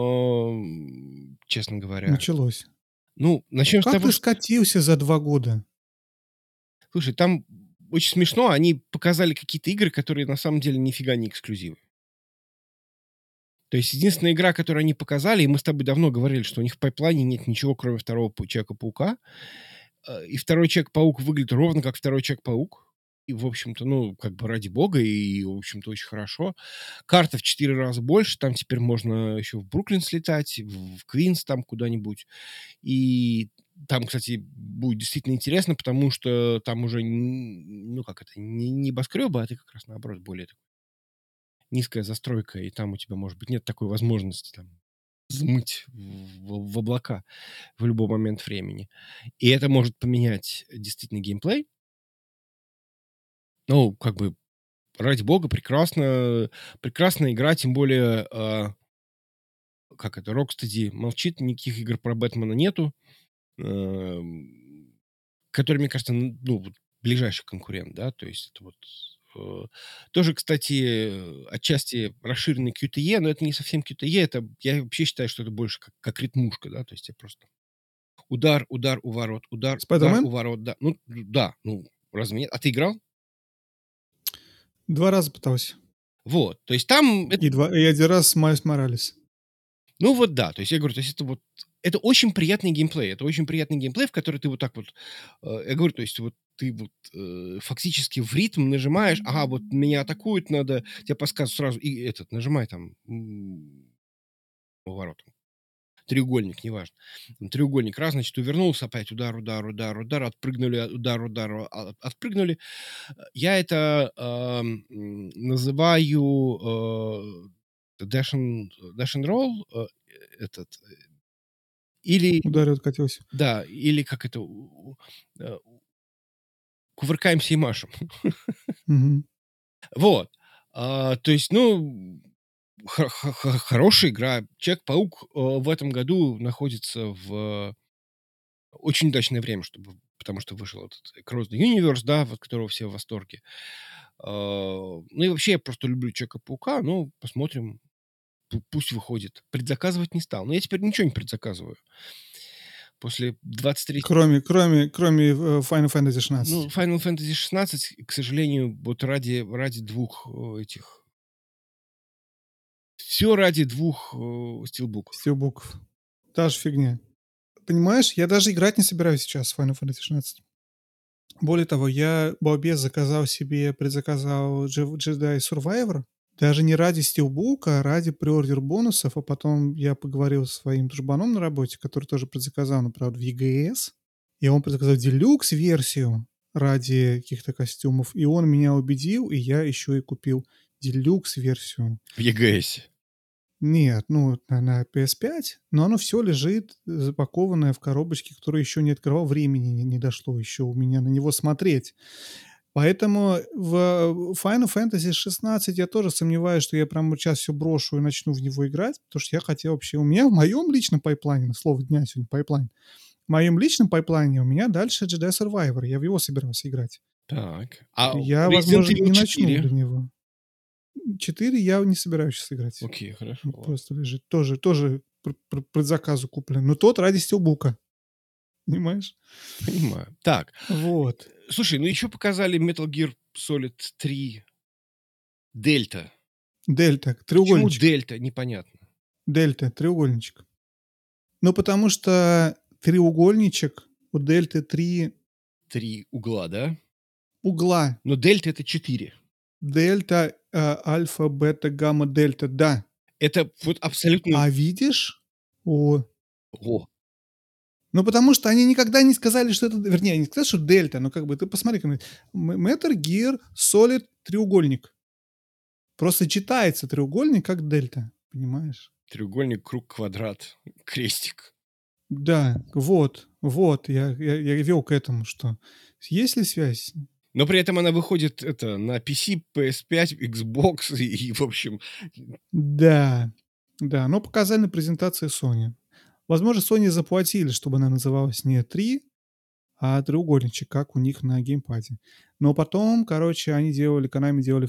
честно говоря. Началось. Ну, начнем с Как того, ты что, скатился за 2 года? слушай, там очень смешно, они показали какие-то игры, которые на самом деле нифига не эксклюзивы. То есть единственная игра, которую они показали, и мы с тобой давно говорили, что у них в пайплайне нет ничего, кроме второго Человека-паука. И второй Человек-паук выглядит ровно как второй Человек-паук. И, в общем-то, ну, как бы ради бога, и, в общем-то, очень хорошо. Карта в 4 раза больше, там теперь можно еще в Бруклин слетать, в Квинс там куда-нибудь. И там, кстати, будет действительно интересно, потому что там уже, ну, как это, не небоскребы, а ты как раз наоборот более низкая застройка, и там у тебя, может быть, нет такой возможности там взмыть в облака в любой момент времени. И это может поменять действительно геймплей. Ну, как бы, ради бога, прекрасная игра, тем более, как это, Rocksteady молчит, никаких игр про Бэтмена нету, эм, который, мне кажется, ну, вот ближайший конкурент, да, то есть это вот тоже, кстати, отчасти расширенный QTE, но это не совсем QTE, это я вообще считаю, что это больше как ритмушка, да, то есть я просто удар, удар, уворот, удар, удар, Spider-Man? уворот, да. Ну да, ну, разве нет? А ты играл? 2 раза пытался. Вот, то есть там И 1 раз Майлз Моралес. ну вот да, то есть я говорю, то есть это вот это очень приятный геймплей. Это очень приятный геймплей, в который ты вот так вот, я говорю, то есть вот ты вот, фактически в ритм нажимаешь, ага, вот меня атакуют, надо, тебе подсказывают сразу, и этот, нажимай там, поворотом. Треугольник, неважно. Треугольник раз, значит, увернулся, опять удар, удар, удар, удар, отпрыгнули, удар, удар, отпрыгнули. Я это называю dash and roll, этот, или, Ударил, откатился. да, или как это, э, кувыркаемся и машем. Мгм. Вот. То есть, ну, хорошая игра. Человек-паук в этом году находится в очень удачное время, потому что вышел этот Across the Universe, да, от которого все в восторге. Ну и вообще я просто люблю Человека-паука, ну, посмотрим, пусть выходит. Предзаказывать не стал. Но я теперь ничего не предзаказываю. После 23. Кроме, Final Fantasy Ну, 16. Final Fantasy 16, к сожалению, вот ради двух этих... Все ради двух стилбуков. Стилбуков. Та же фигня. Понимаешь, я даже играть не собираюсь сейчас в Final Fantasy 16. Более того, я балбес предзаказал Jedi Survivor. Даже не ради стилбука, а ради преордер бонусов. А потом я поговорил со своим дружбаном на работе, который тоже предзаказал, но, правда, в EGS. И он предзаказал делюкс-версию ради каких-то костюмов. И он меня убедил, и я еще и купил делюкс-версию. В EGS. Нет, ну, на PS5, но оно все лежит запакованное в коробочке, которую еще не открывал, времени не дошло еще у меня на него смотреть. Поэтому в Final Fantasy 16 я тоже сомневаюсь, что я прямо вот щас всё брошу и начну в него играть, потому что я хотел вообще у меня в моем личном пайплайне, слово дня сегодня пайплайн, в моем личном пайплайне у меня дальше Jedi Survivor, я в него собирался играть. Так. А Я, Resident возможно, Evil не начну 4? до него. 4 я не собираюсь щас играть. Окей, хорошо, ладно. Просто лежит. Тоже по предзаказу куплен. Но тот ради стилбука. Понимаешь? Понимаю. Так, Вот. слушай, ну еще показали Metal Gear Solid 3 Delta. Дельта, Почему треугольничек. Дельта, непонятно. Дельта, треугольничек. Ну, потому что треугольничек у дельты 3 3 угла, да? угла. Но дельта — это 4. Дельта, альфа, бета, гамма, дельта, да. Это вот абсолютно. А видишь? О. О, Ну, потому что они никогда не сказали, что это, вернее, они сказали, что дельта, но как бы ты посмотри, Metal Gear Solid треугольник. Просто читается треугольник как дельта, понимаешь? треугольник, круг, квадрат, крестик. Да, вот, я вел к этому, что есть ли связь? Но при этом она выходит на PC, PS5, Xbox и, в общем. Да, да, но показали на презентации Sony. Возможно, Sony заплатили, чтобы она называлась не 3, а треугольничек, как у них на геймпаде. Но потом, короче, Konami делали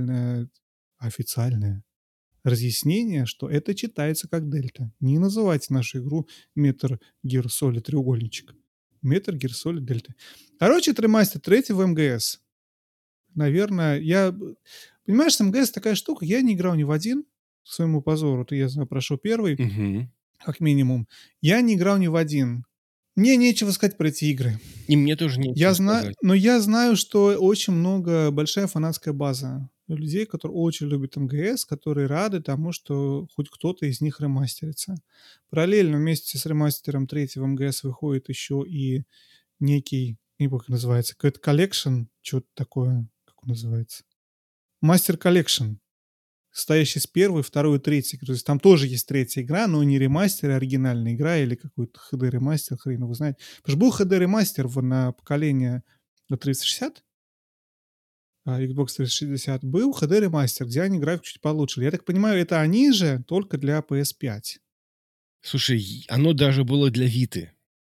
официальное разъяснение, что это читается как дельта. Не называйте нашу игру Metal Gear Solid треугольничек. Metal Gear Solid дельта. Короче, тремастер третий в МГС. Наверное, понимаешь, с МГС такая штука, я не играл ни в один, к своему позору. Ты, я знаю, прошел первый, Мгм. как минимум. Я не играл ни в один. Мне нечего сказать про эти игры. И мне тоже нечего сказать. Но я знаю, что очень большая фанатская база людей, которые очень любят МГС, которые рады тому, что хоть кто-то из них ремастерится. Параллельно вместе с ремастером третьего МГС выходит еще и некий, не помню, как называется, какой-то коллекшн, что-то такое, как он называется? Мастер коллекшн, состоящий из первой, второй и третьей. То есть там тоже есть третья игра, но не ремастер, а оригинальная игра или какой-то HD-ремастер, хрен его знает. Потому что был HD-ремастер на поколение 360, Xbox 360, был HD-ремастер, где они графику чуть получше. Я так понимаю, это они же, только для PS5. Слушай, оно даже было для Виты.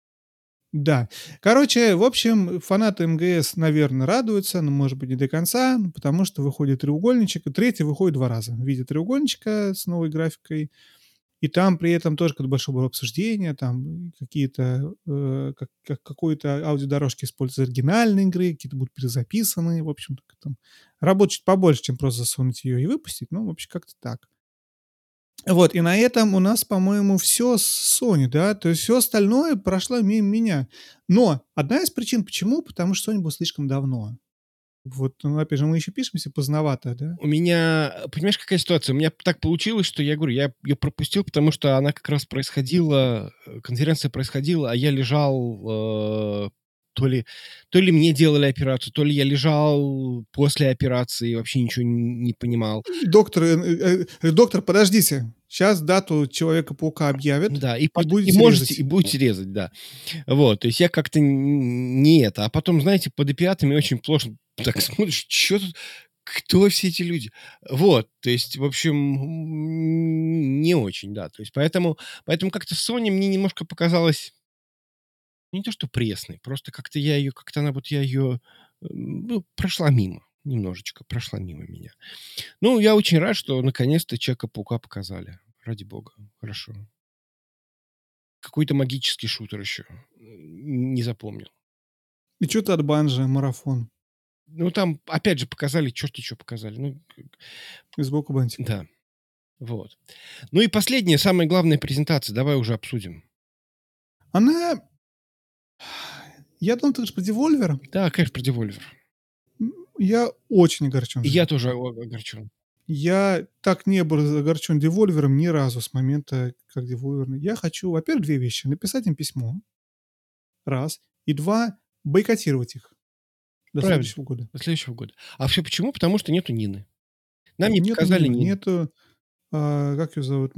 Да. Короче, в общем, фанаты МГС, наверное, радуются, но, может быть, не до конца, потому что выходит треугольничек, и третий выходит 2 раза в виде треугольничка с новой графикой. И там при этом тоже какое-то большое было обсуждение, там какие-то, какой-то аудиодорожки используются из оригинальной игры, какие-то будут перезаписаны. В общем, там работать чуть побольше, чем просто засунуть ее и выпустить. Ну, в общем, как-то так. Вот, и на этом у нас, по-моему, все с Sony, да, то есть все остальное прошло мимо меня. Но одна из причин почему? Потому что Sony был слишком давно. Вот, ну, опять же, мы еще пишемся поздновато, да? У меня, понимаешь, какая ситуация? У меня так получилось, что я говорю, я ее пропустил, потому что она как раз происходила, конференция происходила, а я лежал, то ли мне делали операцию, то ли я лежал после операции и вообще ничего не понимал. И доктор, подождите, сейчас дату Человека-паука объявят, Да, и и будете можете, и резать. будете резать, да. Вот, то есть я как-то не это. А потом, знаете, под опиатами очень плохо так смотришь, что тут, кто все эти люди? Вот, то есть, в общем, не очень, да. То есть поэтому как-то Sony мне немножко показалась не то что пресной, просто как-то я ее, ну, прошла мимо. Немножечко прошла мимо меня. Ну, я очень рад, что наконец-то Человека-паука показали. Ради бога. Хорошо. Какой-то магический шутер еще. Не запомнил. И что-то от Банжи, марафон, Ну, там, опять же, показали, черти что показали. Ну, и сбоку бантик. да, вот. Ну и последняя, самая главная презентация. Давай уже обсудим. Она Я думаю, ты говоришь про Devolver. Да, конечно, про Devolver. Я очень огорчен И за я них. тоже огорчен. Я так не был огорчен Devolver'ом ни разу с момента, как Devolver. Я хочу, во-первых, 2 вещи: написать им письмо, раз, и 2, бойкотировать их до Правильно. следующего года. До следующего года. А все почему? Потому что нету Нины. Нам не Нету показали Нины, Нину. нету, как ее зовут,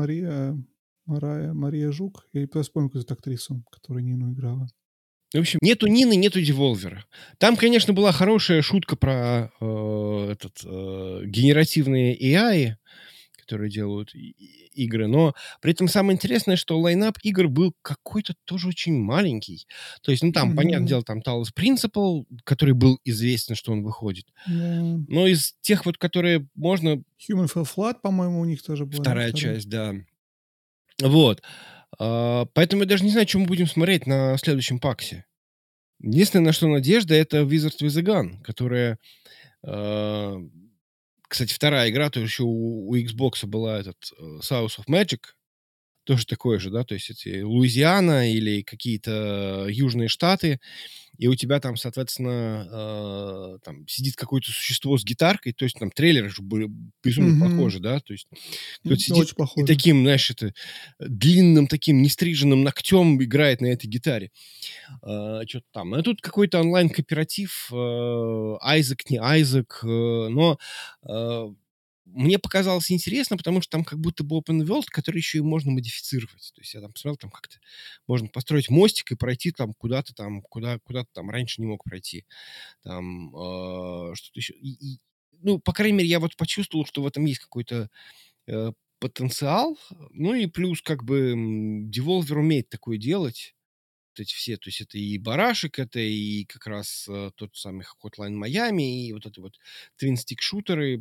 Мария Жук. Я просто помню какую-то актрису, которая Нину играла. В общем, нету Нины, нету Devolver. Там, конечно, была хорошая шутка про генеративные AI, которые делают игры, но при этом самое интересное, что лайнап игр был какой-то тоже очень маленький. То есть, ну, там, понятное Мгм. дело, там Talos Principle, который был известен, что он выходит. Да. Но из тех вот, которые можно... Human Fall Flat, по-моему, у них тоже была, да, Вторая вторая? часть, да. Вот. Поэтому я даже не знаю, что мы будем смотреть на следующем паксе. Единственное, на что надежда, это Wizard with a Gun, которая... а, Кстати, вторая игра, то еще у Xbox была South of Magic. тоже такое же, да, то есть эти Луизиана или какие-то южные штаты, и у тебя там, соответственно, там сидит какое-то существо с гитаркой, то есть там трейлеры же были безумно Мгм. похожи, да, то есть кто-то сидит Очень и похоже. таким, знаешь, длинным таким нестриженным ногтем играет на этой гитаре. Что-то там. А тут какой-то онлайн-кооператив, Айзек, не Айзек, но э, мне показалось интересно, потому что там как будто бы open world, который еще и можно модифицировать. То есть я там посмотрел, там как-то можно построить мостик и пройти там куда-то там, куда ты там раньше не мог пройти. Там что-то еще. Ну, по крайней мере, я вот почувствовал, что в этом есть какой-то э, потенциал. Ну и плюс как бы Devolver умеет такое делать. Вот эти все, то есть это и барашек, это и как раз тот самый Hotline Miami, и вот это вот твин-стик-шутеры.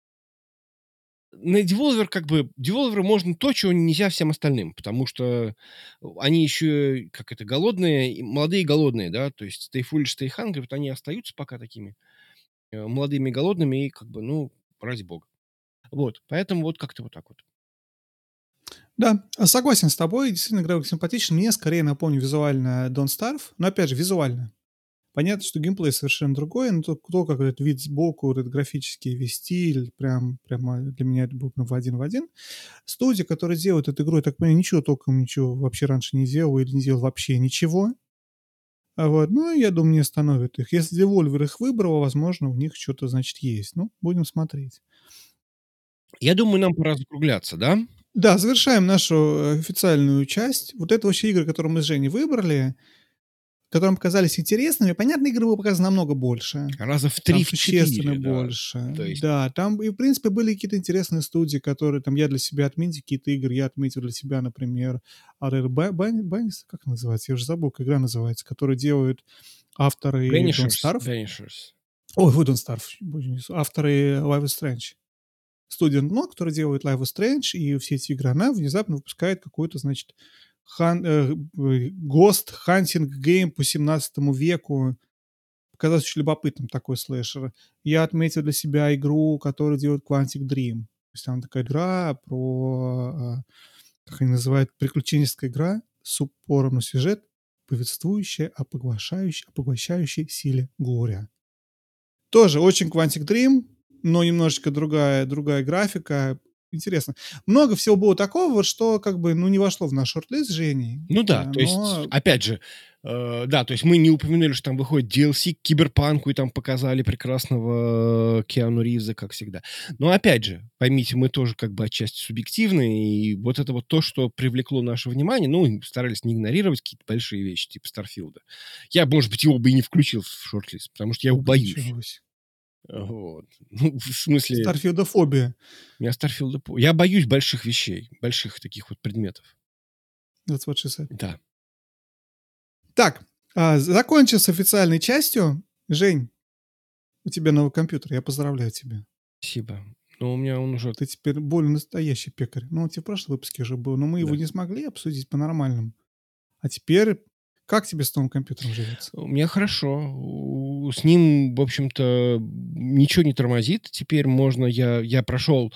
На Devolver как бы Devolver можно то, чего нельзя всем остальным, потому что они еще, как это, голодные, молодые и голодные, да, то есть stay foolish, stay hungry, вот они остаются пока такими молодыми и голодными, и как бы, ну, ради бога. Вот, поэтому вот как-то вот так вот. Да, согласен с тобой. Действительно, игра симпатична. Мне скорее напомню визуально Don't Starve, но опять же визуально. Понятно, что геймплей совершенно другой, но то, как этот вид сбоку, вот этот графический весь стиль, прямо для меня это был прям в один в один. Студия, которая делает эту игру, я так понимаю, ничего толком, ничего вообще раньше не делала или не делала вообще ничего. Вот, ну, я думаю, не остановит их. Если Devolver их выбрала, возможно, у них что-то, значит, есть. Ну, будем смотреть. Я думаю, нам пора закругляться, да? Да, завершаем нашу официальную часть. Вот это вообще игры, которые мы с Женей выбрали, которые нам показались интересными. Понятно, игры было показано намного больше. Раза в Там три, в существенно 4, да. больше. То есть Да, там и, в принципе, были какие-то интересные студии, которые там я для себя отметил, какие-то игры я отметил для себя, например, Rare Bunnies, как называется? Я уже забыл, как игра называется, которую делают авторы Don't Banishers, Starve. Banishers. Ой, вы Don't Starve, боже мой, авторы Life is Strange. Студия, ну, которая делает Life is Strange и все эти игры, она внезапно выпускает какой-то, значит, Ghost Hunting Game по 17 веку. Показалось очень любопытным такой слэшер. Я отметил для себя игру, которую делает Quantic Dream. То есть там такая игра про, как они называют, приключенческая игра с упором на сюжет, повествующая о поглощающей силе горя. Тоже очень Quantic Dream, но немножечко другая графика. Интересно. Много всего было такого, вот что как бы, ну, не вошло в наш шорт-лист с Женей, Ну да, то есть, но опять же, да, то есть мы не упомянули, что там выходит DLC к Киберпанку, и там показали прекрасного Киану Ривза, как всегда. Но опять же, поймите, мы тоже как бы отчасти субъективны, и вот это вот то, что привлекло наше внимание, ну, старались не игнорировать какие-то большие вещи, типа Старфилда. Я, может быть, его бы и не включил в шорт-лист, потому что я его боюсь. ничего себе. Вот. Ну, в смысле, Старфилдофобия. у меня Старфилда... Я боюсь больших вещей, больших таких вот предметов. That's what she said. Да. Так, закончив с официальной частью. Жень, у тебя новый компьютер, я поздравляю тебя. Спасибо. Но у меня он уже... Ты теперь более настоящий пекарь. Ну, он тебе в прошлом выпуске уже был, но мы его Да. не смогли обсудить по-нормальному. А теперь как тебе с новым компьютером живется? У меня хорошо. С ним, в общем-то, ничего не тормозит. Теперь можно... Я прошел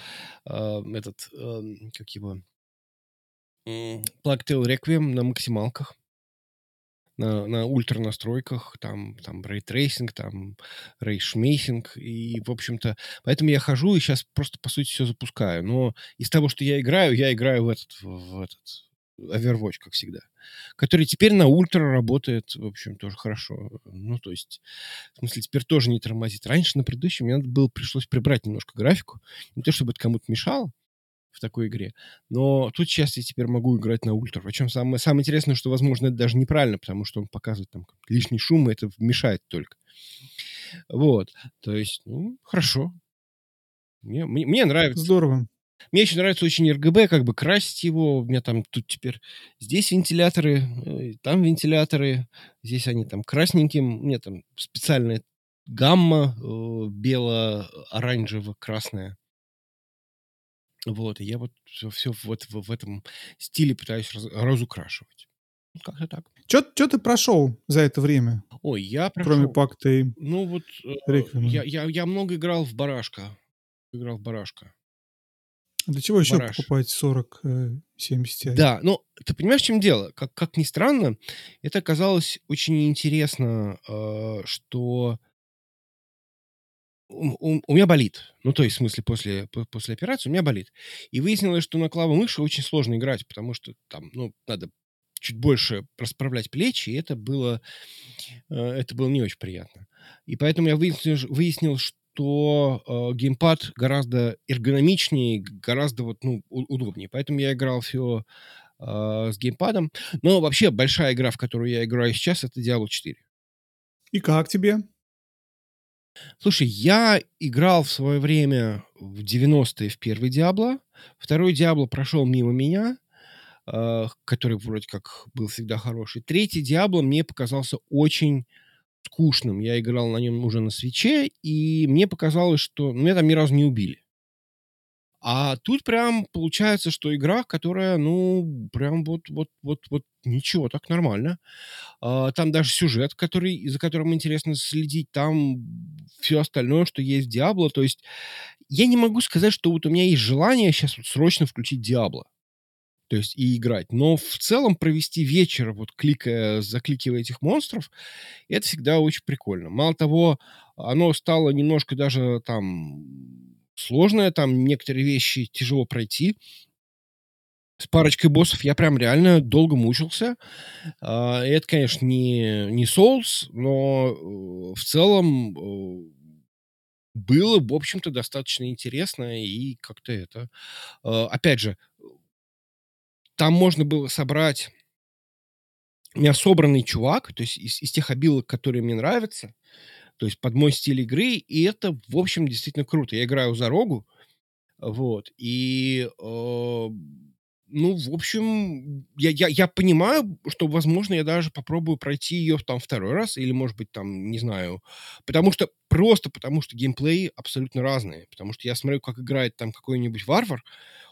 как его... Plague Tale Requiem на максималках, на ультра настройках, там рейтрейсинг, там рейшмейсинг, и, в общем-то, поэтому я хожу и сейчас просто, по сути, все запускаю. Но из того, что я играю в этот Overwatch, как всегда, который теперь на ультра работает, в общем, тоже хорошо. Ну, то есть, в смысле, теперь тоже не тормозит. Раньше на предыдущем мне надо было, пришлось прибрать немножко графику. Не то, чтобы это кому-то мешало в такой игре, но тут сейчас я теперь могу играть на ультра. Причем самое интересное, что, возможно, это даже неправильно, потому что он показывает там лишний шум, и это мешает только. Вот. То есть, ну, хорошо. Мне нравится. Здорово. Мне еще нравится очень RGB, как бы красить его. У меня там тут теперь здесь вентиляторы, там вентиляторы. Здесь они там красненьким. У меня там специальная гамма бело-оранжево-красная. Вот, и я вот все вот в этом стиле пытаюсь разукрашивать. Как-то так. Чё ты прошел за это время, Ой, я кроме прошел. Пакта и Ну вот, Реквиема? я много играл в барашка. Играл в барашка. Для чего еще бараш. покупать 70 Ti? Да, но ты понимаешь, в чём дело? Как ни странно, это оказалось очень интересно, что у меня болит. Ну, то есть, в смысле, после операции у меня болит. И выяснилось, что на клавомыши очень сложно играть, потому что там, ну, надо чуть больше расправлять плечи, и это было не очень приятно. И поэтому я выяснил, что, геймпад гораздо эргономичнее, гораздо вот, ну, удобнее. Поэтому я играл всё, с геймпадом. Но вообще большая игра, в которую я играю сейчас — это Diablo 4. И как тебе? Слушай, я играл в свое время в 90-е в первый Diablo. Второй Diablo прошел мимо меня, который вроде как был всегда хороший. Третий Diablo мне показался очень скучным. Я играл на нем уже на свитче, и мне показалось, что меня там ни разу не убили. А тут прям получается, что игра, которая, ну, прям вот ничего, так нормально. Там даже сюжет, за которым интересно следить, там все остальное, что есть в "Диабло". То есть я не могу сказать, что вот у меня есть желание сейчас вот срочно включить "Диабло", то есть и играть. Но в целом провести вечер, вот закликивая этих монстров — это всегда очень прикольно. Мало того, оно стало немножко даже там сложное, там некоторые вещи тяжело пройти. С парочкой боссов я прям реально долго мучился. Это, конечно, не Souls, но, в целом, было, в общем-то, достаточно интересно и как-то это. Опять же, там можно было собрать. У меня собранный чувак, то есть из тех обилок, которые мне нравятся, то есть под мой стиль игры, и это, в общем, действительно круто. Я играю за Рогу, вот, и, ну, в общем, я понимаю, что, возможно, я даже попробую пройти ее там второй раз или, может быть, там, не знаю, потому что геймплей абсолютно разный. Потому что я смотрю, как играет там какой-нибудь варвар,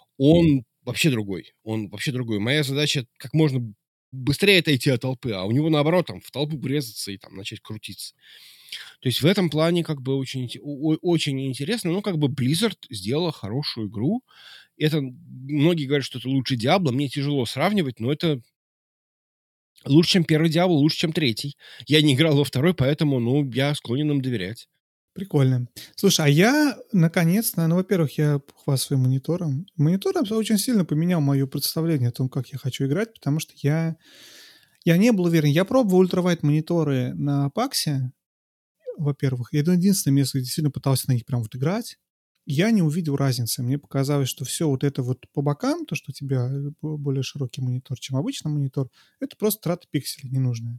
он вообще другой. Моя задача — как можно быстрее отойти от толпы, а у него, наоборот, там в толпу врезаться и там начать крутиться. То есть в этом плане как бы очень интересно. Ну, как бы Blizzard сделала хорошую игру. Многие говорят, что это лучше Diablo. Мне тяжело сравнивать, но это лучше, чем первый Diablo, лучше, чем третий. Я не играл во второй, поэтому, ну, я склонен им доверять. Прикольно. Слушай, а я наконец-то, ну, во-первых, я похвастаюсь своим монитором. Монитор очень сильно поменял мое представление о том, как я хочу играть, потому что я не был уверен. Я пробовал ультравайд мониторы на Паксе, во-первых. И это единственное место, где действительно пытался на них прям вот играть. Я не увидел разницы. Мне показалось, что все вот это вот по бокам, то, что у тебя более широкий монитор, чем обычный монитор, это просто трата пикселей ненужная.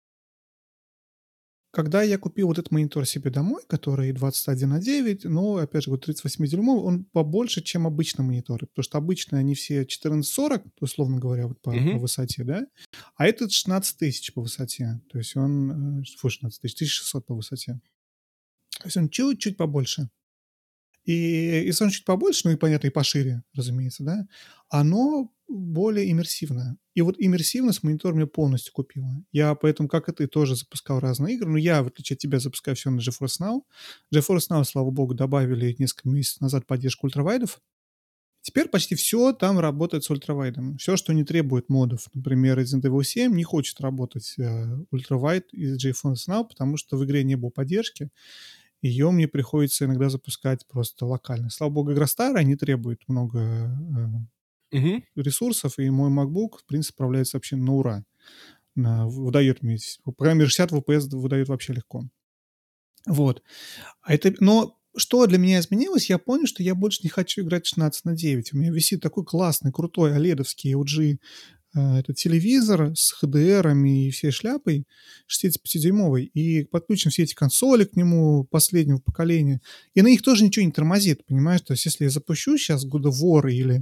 Когда я купил вот этот монитор себе домой, который 21:9, но, опять же, вот 38-дюймовый, он побольше, чем обычные мониторы, потому что обычные они все 1440, условно говоря, вот по Мгм. высоте, да, а этот 16 тысяч по высоте, то есть он, фу, 16 тысяч, 1600 по высоте. То есть он чуть-чуть побольше. И если он чуть побольше, ну и, понятно, и пошире, разумеется, да, оно более иммерсивное. И вот иммерсивность монитор мне полностью купила. Я поэтому, как и ты, тоже запускал разные игры. Но я, в отличие от тебя, запускаю все на GeForce Now. GeForce Now, слава богу, добавили несколько месяцев назад поддержку ультравайдов. Теперь почти все там работает с ультравайдом. Все, что не требует модов. Например, Resident Evil 7 не хочет работать ультравайд из GeForce Now, потому что в игре не было поддержки. Ее мне приходится иногда запускать просто локально. Слава богу, игра старая, не требует много, Мгм. ресурсов, и мой MacBook, в принципе, справляется вообще на ура. Выдает мне, по крайней мере, 60 FPS выдает вообще легко. Вот. Но что для меня изменилось, я понял, что я больше не хочу играть 16:9. У меня висит такой классный, крутой оледовский LG этот телевизор с HDR-ами и всей шляпой 65-дюймовый, и подключим все эти консоли к нему последнего поколения, и на них тоже ничего не тормозит, понимаешь? То есть если я запущу сейчас God of War или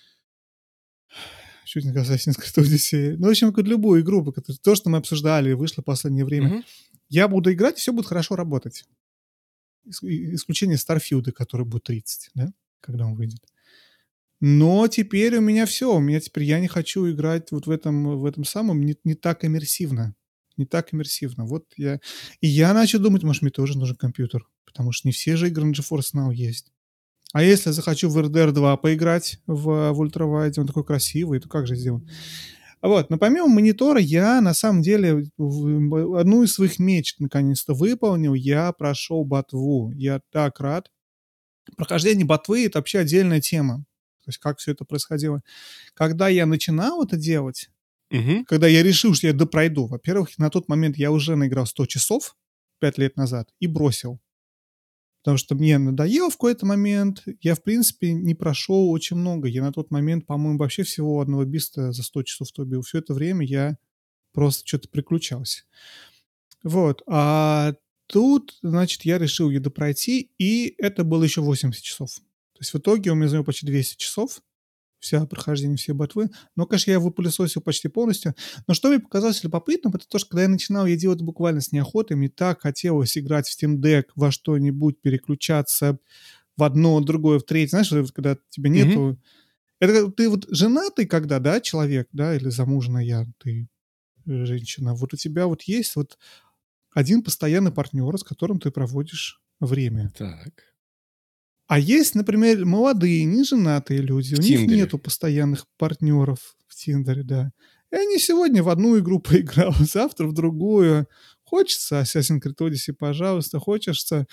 чуть не Assassin's Creed Odyssey, ну, в общем, как любую игру, то, что мы обсуждали, вышло в последнее время, Мгм. я буду играть, и все будет хорошо работать. Исключение Starfield, который будет 30, да, когда он выйдет. Но теперь у меня все, у меня теперь я не хочу играть вот в этом самом не так иммерсивно. Не так иммерсивно. Я начал думать, может, мне тоже нужен компьютер, потому что не все же игры на GeForce Now есть. А если захочу в RDR 2 поиграть в ультравайде, он такой красивый, то как же сделать? Вот, но помимо монитора я на самом деле одну из своих мечт наконец-то выполнил. Я прошел ботву. Я так рад. Прохождение ботвы — это вообще отдельная тема. То есть как все это происходило. Когда я начинал это делать, Мгм. когда я решил, что я допройду, во-первых, на тот момент я уже наиграл 100 часов 5 лет назад и бросил. Потому что мне надоело в какой-то момент. Я, в принципе, не прошел очень много. Я на тот момент, по-моему, вообще всего одного биста за 100 часов-то убил. Все это время я просто что-то приключался. Вот. А тут, значит, я решил ее допройти, и это было еще 80 часов. То есть в итоге у меня заняло почти 200 часов вся прохождение всей ботвы. Но, конечно, я его пылесосил почти полностью. Но что мне показалось любопытным, это то, что когда я начинал, я делал это буквально с неохотой. Мне так хотелось играть в Steam Deck, во что-нибудь, переключаться в одно, другое, в третье. Знаешь, вот когда тебя Мгм. нету... Это ты вот женатый когда, да, человек, да, или замужняя ты женщина. Вот у тебя вот есть вот один постоянный партнер, с которым ты проводишь время. Так. А есть, например, молодые, неженатые люди, В у них "Тиндере". нету постоянных партнеров в "Тиндере", да. И они сегодня в одну игру поиграл, завтра в другую. Хочется Assassin's Creed Odyssey, пожалуйста, хочется,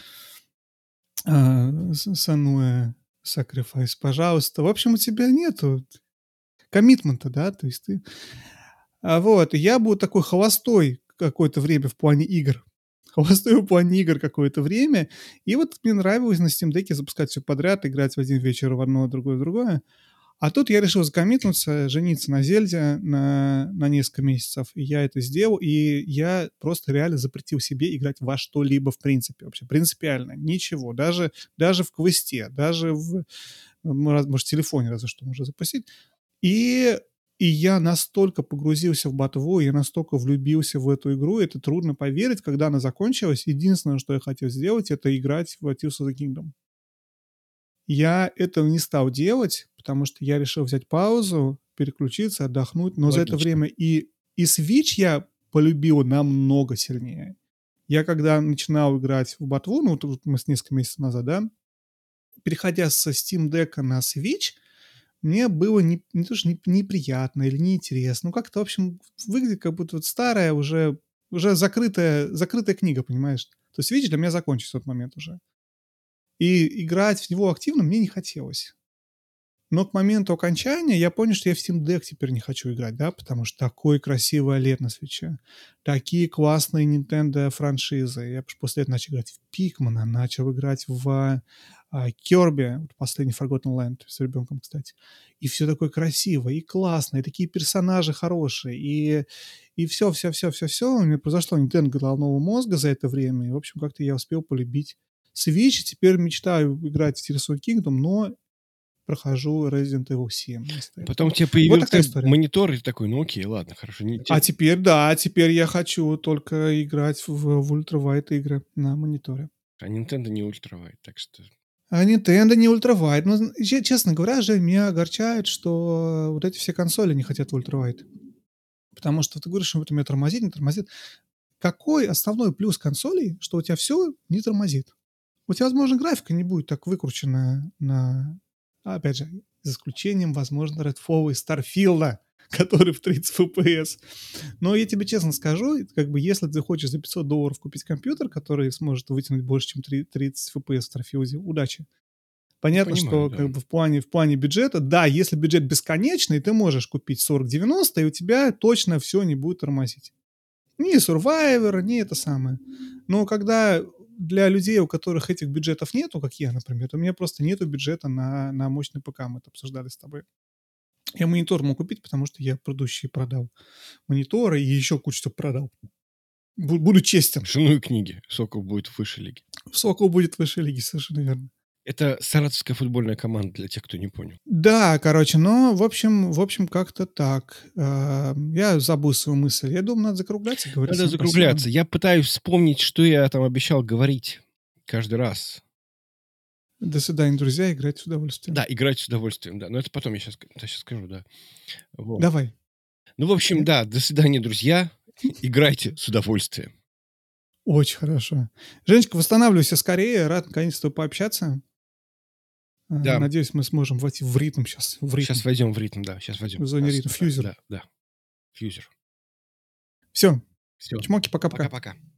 Senua Sacrifice, пожалуйста. В общем, у тебя нету коммитмента, да, то есть ты вот, и я был такой холостой какое-то время в плане игр. Холостой в плане игр какое-то время. И вот мне нравилось на Steam Deck'е запускать все подряд, играть в один вечер в одно, другое в другое. А тут я решил закоммитнуться, жениться на "Зельде" на несколько месяцев. И я это сделал, и я просто реально запретил себе играть во что-либо в принципе вообще. Принципиально ничего. Даже в квесте, даже может, в телефоне разве что можно запустить. И и я настолько погрузился в ботву, я настолько влюбился в эту игру, это трудно поверить, когда она закончилась. Единственное, что я хотел сделать — это играть в Tears of the Kingdom. Я этого не стал делать, потому что я решил взять паузу, переключиться, отдохнуть, но за это Логично. время и Switch я полюбил намного сильнее. Я когда начинал играть в ботву, ну, тут мы с несколько месяцев назад, да, переходя со Steam Deck на Switch, мне было не то что неприятно или неинтересно. Ну, как-то, в общем, выглядит как будто вот старая уже закрытая книга, понимаешь? То есть Switch для меня закончился в тот момент уже. И играть в него активно мне не хотелось. Но к моменту окончания я понял, что я в Steam Deck теперь не хочу играть, да, потому что такой красивый OLED на свитче, такие классные Nintendo франшизы. Я после этого начал играть в Пикмана, начал играть в Kirby, вот последний Forgotten Land, с ребенком, кстати. И все такое красивое, и классное, и такие персонажи хорошие, и все. У меня произошло Nintendo головного мозга за это время, и, в общем, как-то я успел полюбить Switch, и теперь мечтаю играть в Tears of the Kingdom, но прохожу Resident Evil 7 вместо Потом этого. у тебя Вот такая появился история. монитор, и ты такой: "Ну окей, ладно, хорошо". Не те А теперь, да, теперь я хочу только играть в ультравайд игры на мониторе. А Nintendo не ультравайд, так что А Nintendo не ультравайд. Ну, честно говоря же, меня огорчает, что вот эти все консоли не хотят ультравайд. Потому что ты говоришь, что вот у меня тормозит, не тормозит. Какой основной плюс консолей, что у тебя все не тормозит? У тебя, возможно, графика не будет так выкручена опять же, за исключением, возможно, Redfall и Starfield, который в 30 FPS. Но я тебе честно скажу, как бы если ты хочешь за $500 купить компьютер, который сможет вытянуть больше, чем 30 FPS в Starfield, удачи. ну, Понятно, понимаю, что да. как бы в плане бюджета, да, если бюджет бесконечный, ты можешь купить 4090, и у тебя точно все не будет тормозить. Ни Survivor, ни это самое. Но когда для людей, у которых этих бюджетов нету, как я, например, у меня просто нету бюджета на мощный ПК, мы это обсуждали с тобой. Я монитор мог купить, потому что я предыдущий продал мониторы и еще кучу чего продал. Буду честен. Жену и книги. Сокол будет в высшей лиге. Сокол будет выше лиги, совершенно верно. Это саратовская футбольная команда, для тех, кто не понял. Да, короче, но, в общем, как-то так. Я забыл свою мысль. Я думаю, надо закругляться, говорить Надо всем спасибо. закругляться. Я пытаюсь вспомнить, что я там обещал говорить каждый раз. До свидания, друзья, играйте с удовольствием. Да, играть с удовольствием, да. Но это потом я сейчас скажу, да. Вот. Давай. Ну, в общем, да, до свидания, друзья. Играйте с удовольствием. Очень хорошо. Женечка, восстанавливайся скорее. Рад наконец-то пообщаться. Да. Надеюсь, мы сможем войти в ритм сейчас. Сейчас войдем в ритм, да. Сейчас войдем. В зоне ритма. Фьюзер. Да. Фьюзер. Все. Все. Чмоки, пока-пока. Пока-пока.